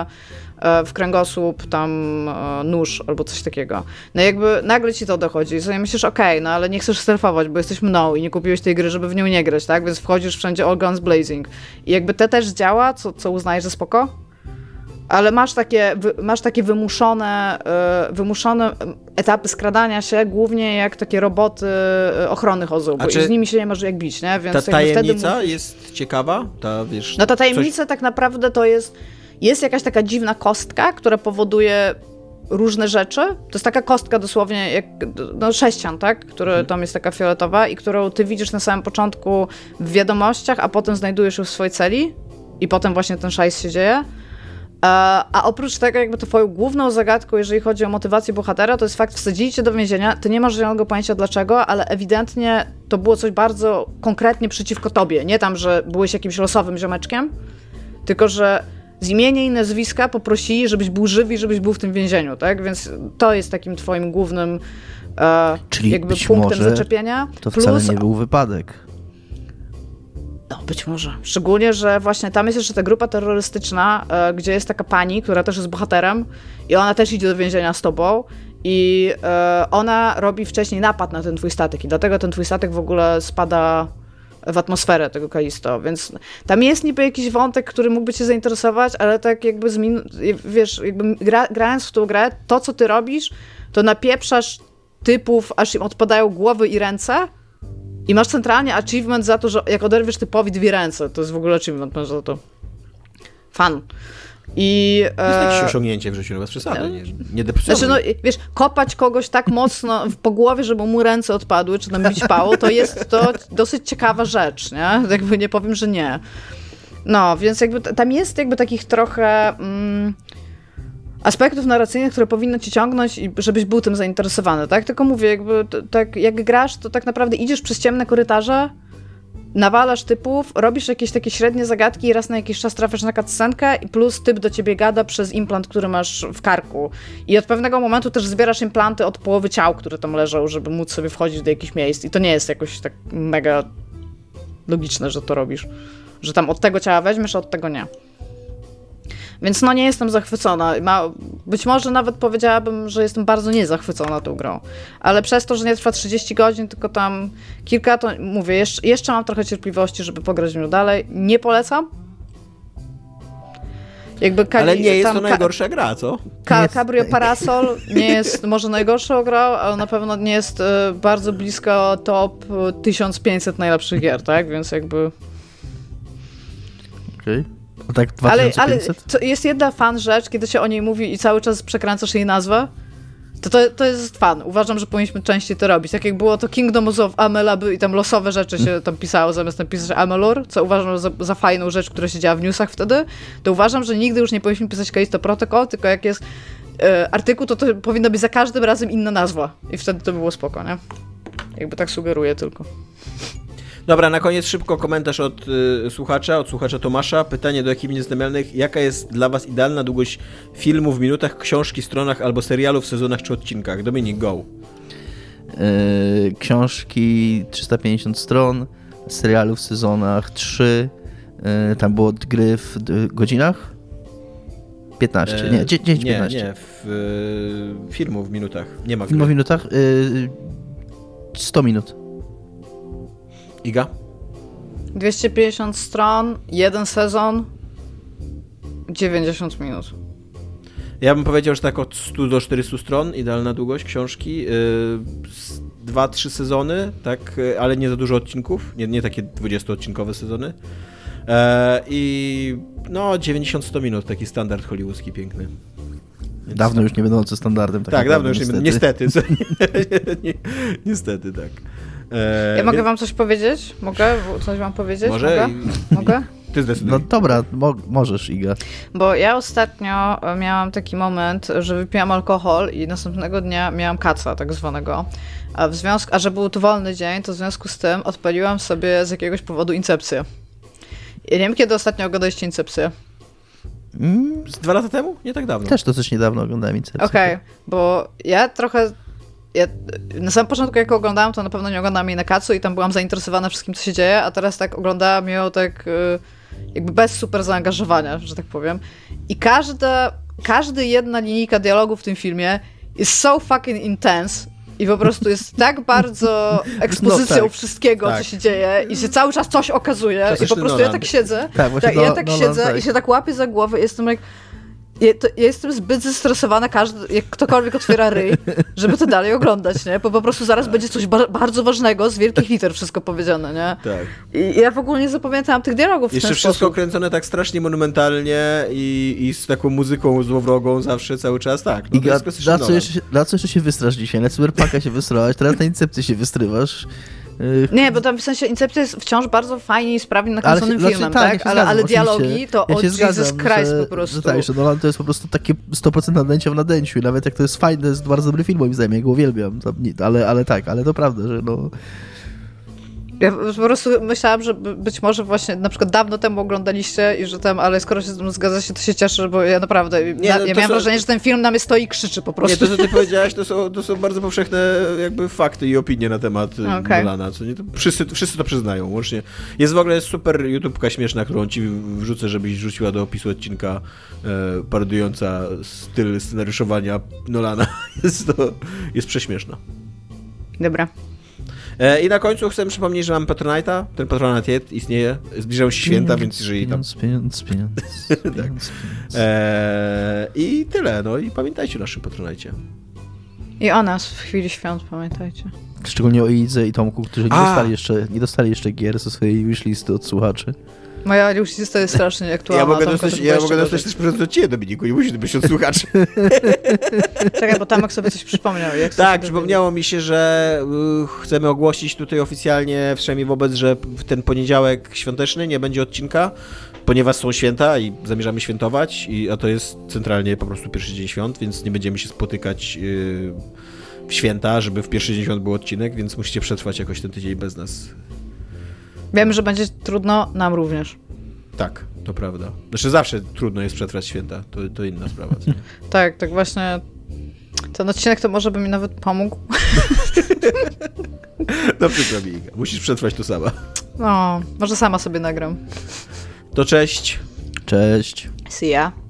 S3: w kręgosłup tam nóż albo coś takiego. No jakby nagle ci to dochodzi i sobie myślisz, okej, okay, no ale nie chcesz stealthować, bo jesteś mną i nie kupiłeś tej gry, żeby w nią nie grać, tak? Więc wchodzisz wszędzie all guns blazing. I jakby te też działa, co, co uznajesz za spoko, ale masz takie, masz takie wymuszone, wymuszone etapy skradania się, głównie jak takie roboty ochrony chodzą, bo czy z nimi się nie może jak bić, nie? Więc
S2: ta tajemnica
S3: musisz...
S2: jest ciekawa? Ta, wiesz,
S3: no ta tajemnica
S2: coś...
S3: tak naprawdę to jest Jest jakaś taka dziwna kostka, która powoduje różne rzeczy. To jest taka kostka dosłownie jak no, sześcian, tak? Która hmm. tam jest taka fioletowa i którą ty widzisz na samym początku w wiadomościach, a potem znajdujesz ją w swojej celi i potem właśnie ten szajs się dzieje. A oprócz tego jakby to twoją główną zagadką, jeżeli chodzi o motywację bohatera, to jest fakt, wsadzili cię do więzienia, ty nie masz żadnego pojęcia dlaczego, ale ewidentnie to było coś bardzo konkretnie przeciwko tobie. Nie tam, że byłeś jakimś losowym ziomeczkiem, tylko że z imienia i nazwiska poprosili, żebyś był żywy i żebyś był w tym więzieniu, tak? Więc to jest takim twoim głównym e,
S4: Czyli
S3: jakby
S4: być
S3: punktem
S4: może
S3: zaczepienia.
S4: To
S3: Plus,
S4: wcale nie był wypadek.
S3: No, być może. Szczególnie, że właśnie tam jest jeszcze ta grupa terrorystyczna, e, gdzie jest taka pani, która też jest bohaterem i ona też idzie do więzienia z tobą i e, ona robi wcześniej napad na ten twój statek i dlatego ten twój statek w ogóle spada w atmosferę tego Kalisto, więc tam jest niby jakiś wątek, który mógłby cię zainteresować, ale tak jakby, zmin- wiesz, jakby gra- grając w tą grę, to co ty robisz, to napieprzasz typów, aż im odpadają głowy i ręce i masz centralnie achievement za to, że jak oderwiesz typowi dwie ręce, to jest w ogóle achievement, masz za to. Fan. I,
S2: jest e... jakieś osiągnięcie w życiu, no bez przesady, nie, nie
S3: Znaczy, no, wiesz, kopać kogoś tak mocno po głowie, żeby mu ręce odpadły, czy tam bić pało, to jest to dosyć ciekawa rzecz, nie? Jakby nie powiem, że nie. No, więc jakby tam jest jakby takich trochę mm, aspektów narracyjnych, które powinno cię ciągnąć i żebyś był tym zainteresowany, tak? Tylko mówię, jakby tak jak grasz, to tak naprawdę idziesz przez ciemne korytarze, nawalasz typów, robisz jakieś takie średnie zagadki i raz na jakiś czas trafiasz na cutscenkę i plus typ do ciebie gada przez implant, który masz w karku. I od pewnego momentu też zbierasz implanty od połowy ciał, które tam leżą, żeby móc sobie wchodzić do jakichś miejsc. I to nie jest jakoś tak mega logiczne, że to robisz. Że tam od tego ciała weźmiesz, a od tego nie. Więc no nie jestem zachwycona. Ma, być może nawet powiedziałabym, że jestem bardzo niezachwycona tą grą. Ale przez to, że nie trwa trzydzieści godzin, tylko tam kilka, to mówię, jeszcze, jeszcze mam trochę cierpliwości, żeby pograć w nią dalej. Nie polecam. Jakby Kali,
S2: Ale nie jest
S3: tam
S2: to najgorsza gra, co?
S3: Ka-
S4: jest-
S3: Cabrio Parasol nie jest może najgorszą grą, ale na pewno nie jest e, bardzo blisko top tysiąc pięćset najlepszych gier, tak? Więc jakby...
S4: Okej. A tak
S3: Ale,
S4: dwa tysiące
S3: ale
S4: pięćset?
S3: to jest jedna fan rzecz, kiedy się o niej mówi i cały czas przekręcasz jej nazwę, to, to to jest fan. Uważam, że powinniśmy częściej to robić. Tak jak było to Kingdom of Amalur i tam losowe rzeczy się tam pisało zamiast napisać Amalur, co uważam za, za fajną rzecz, która się działa w newsach wtedy, to uważam, że nigdy już nie powinniśmy pisać Callisto Protocol, tylko jak jest e, artykuł, to to powinno być za każdym razem inna nazwa. I wtedy to by było spoko, nie? Jakby tak sugeruję tylko.
S2: Dobra, na koniec szybko komentarz od y, słuchacza, od słuchacza Tomasza. Pytanie do ekip Nieznamelnych. Jaka jest dla was idealna długość filmu w minutach, książki, stronach albo serialu w sezonach czy odcinkach? Dominik, go.
S4: Yy, książki trzysta pięćdziesiąt stron, serialu w sezonach trzy, yy, tam było gry w d- godzinach? piętnaście,
S2: E,
S4: nie, dziesięć
S2: Nie,
S4: piętnaście.
S2: nie, w y, filmu w minutach. Nie ma
S4: W
S2: gry.
S4: minutach yy, sto minut.
S2: Iga?
S3: dwieście pięćdziesiąt stron, jeden sezon, dziewięćdziesiąt minut.
S2: Ja bym powiedział, że tak od stu do czterystu stron, idealna długość książki. Yy, dwa, trzy sezony, tak, y, ale nie za dużo odcinków, nie, nie takie dwudziestoodcinkowe sezony. E, I no dziewięćdziesiąt do stu minut, taki standard hollywoodzki piękny. Więc
S4: Dawno już nie będący standardem.
S2: Tak,
S4: naprawdę,
S2: dawno już nie będę. Niestety. Ni- Niestety, tak. E,
S3: Ja mogę
S2: więc-
S3: wam coś powiedzieć? Mogę coś wam powiedzieć?
S2: Może?
S3: Mogę? Mogę?
S2: Ty zdecyduj.
S4: No dobra, mo- możesz, Iga.
S3: Bo ja ostatnio miałam taki moment, że wypiłam alkohol i następnego dnia miałam kaca tak zwanego. A, w związku, a że był to wolny dzień, to w związku z tym odpaliłam sobie z jakiegoś powodu Incepcję. Ja nie wiem, kiedy ostatnio oglądaliście Incepcję.
S4: Mm,
S2: Z dwa lata temu? Nie tak dawno.
S4: też dosyć niedawno oglądałem Incepcję.
S3: Okej, okay, bo ja trochę... Ja na samym początku, jak oglądałam, to na pewno nie oglądałam jej na kacu i tam byłam zainteresowana wszystkim, co się dzieje, a teraz tak oglądałam ją tak y, jakby bez super zaangażowania, że tak powiem. I każda, każda jedna linijka dialogu w tym filmie jest so fucking intense i po prostu jest tak bardzo ekspozycją
S4: No tak,
S3: wszystkiego,
S2: tak.
S3: co się dzieje i się cały czas coś okazuje i po
S2: Klasyczny
S3: prostu ja
S2: Nolan.
S3: tak siedzę,
S4: Tak, właśnie
S3: tak, ja
S4: no-
S3: tak
S4: Nolan,
S3: siedzę
S4: tak.
S3: i się tak łapię za głowę i jestem jak... Ja, to, ja jestem zbyt zestresowana, każdy, jak ktokolwiek otwiera ryj, żeby to dalej oglądać, nie? Bo po prostu zaraz będzie coś ba- bardzo ważnego, z wielkich liter wszystko powiedziane, nie?
S2: Tak.
S3: I ja w ogóle nie zapamiętałam tych dialogów w
S2: Jeszcze
S3: ten
S2: wszystko
S3: sposób.
S2: kręcone tak strasznie monumentalnie i, i z taką muzyką złowrogą zawsze, cały czas, tak. No, to
S4: Iga,
S2: jest klasyczny
S4: na co,
S2: Nolan.
S4: jeszcze, na co jeszcze się wystrasz dzisiaj? Na Cyberpunka się wystrałaś, teraz na Incepcję się wystrywasz. Yy,
S3: Nie, bo tam w sensie Incepcja jest wciąż bardzo fajnie i sprawnie nakręconym
S4: się- znaczy,
S3: filmem,
S4: tak,
S3: tak?
S4: ja się
S3: Ale,
S4: zgadzam,
S3: ale
S4: oczywiście.
S3: dialogi to
S4: Ja
S3: o
S4: się
S3: Jesus
S4: zgadzam,
S3: Christ
S4: że,
S3: po prostu.
S4: Że tak, że Nolan to jest po prostu takie sto procent nadęcia w nadęciu i nawet jak to jest fajne, to jest bardzo dobry film moim zdaniem, ja go uwielbiam, To nie- ale, ale tak, ale to prawda, że no...
S3: Ja po prostu myślałam, że by- być może właśnie na przykład dawno temu oglądaliście i że tam, ale skoro się z tym zgadzacie, to się cieszę, bo ja naprawdę,
S2: Nie,
S3: ja,
S2: no
S3: ja
S2: to
S3: miałam
S2: są-
S3: wrażenie, że ten film na mnie stoi i krzyczy po
S2: Nie,
S3: prostu.
S2: to co ty powiedziałeś, to są, to są bardzo powszechne jakby fakty i opinie na temat y,
S3: Okej.
S2: Nolana, co nie, to wszyscy, wszyscy to przyznają, łącznie. Jest w ogóle super YouTubka śmieszna, którą ci wrzucę, żebyś wrzuciła do opisu odcinka, e, parodująca styl scenariuszowania Nolana. Jest to, jest prześmieszna.
S3: Dobra.
S2: E, I na końcu chcę przypomnieć, że mam Patronite'a, ten Patronite istnieje, zbliżają się święta, więc jeżeli tam...
S4: Pieniądz, pieniądz, pieniądz,
S2: Tak.
S4: pieniądz, pieniądz.
S2: E, I tyle, no i pamiętajcie o naszym Patronite.
S3: I o nas w chwili świąt, pamiętajcie.
S4: Szczególnie o Idze i Tomku, którzy nie
S2: A!
S4: dostali, jeszcze, nie dostali jeszcze gier ze swojej wishlisty od słuchaczy.
S3: Moja lista jest strasznie aktualna.
S2: Ja mogę
S3: Tomka,
S2: dostać,
S3: to
S2: ja
S3: było
S2: mogę
S3: jeszcze
S2: dostać też prezent od ciebie, Dominiku, nie musi to być od słuchaczy.
S3: gorzej. Czekaj, bo Tomek sobie coś przypomniał. Jak sobie
S2: Tak,
S3: to
S2: przypomniało mi się, że y, chcemy ogłosić tutaj oficjalnie, przynajmniej wobec, że w ten poniedziałek świąteczny nie będzie odcinka, ponieważ są święta i zamierzamy świętować, i, a to jest centralnie po prostu pierwszy dzień świąt, więc nie będziemy się spotykać y, w święta, żeby w pierwszy dzień świąt był odcinek, więc musicie przetrwać jakoś ten tydzień bez nas.
S3: Wiem, że będzie trudno, nam również.
S2: Tak, to prawda. Znaczy zawsze trudno jest przetrwać święta, to, to inna sprawa. Co nie?
S3: Tak, tak właśnie. Ten odcinek to może by mi nawet pomógł.
S2: No przykro mi, Iga. Musisz przetrwać to sama.
S3: No, może sama sobie nagram.
S2: To cześć.
S4: Cześć.
S3: See ya.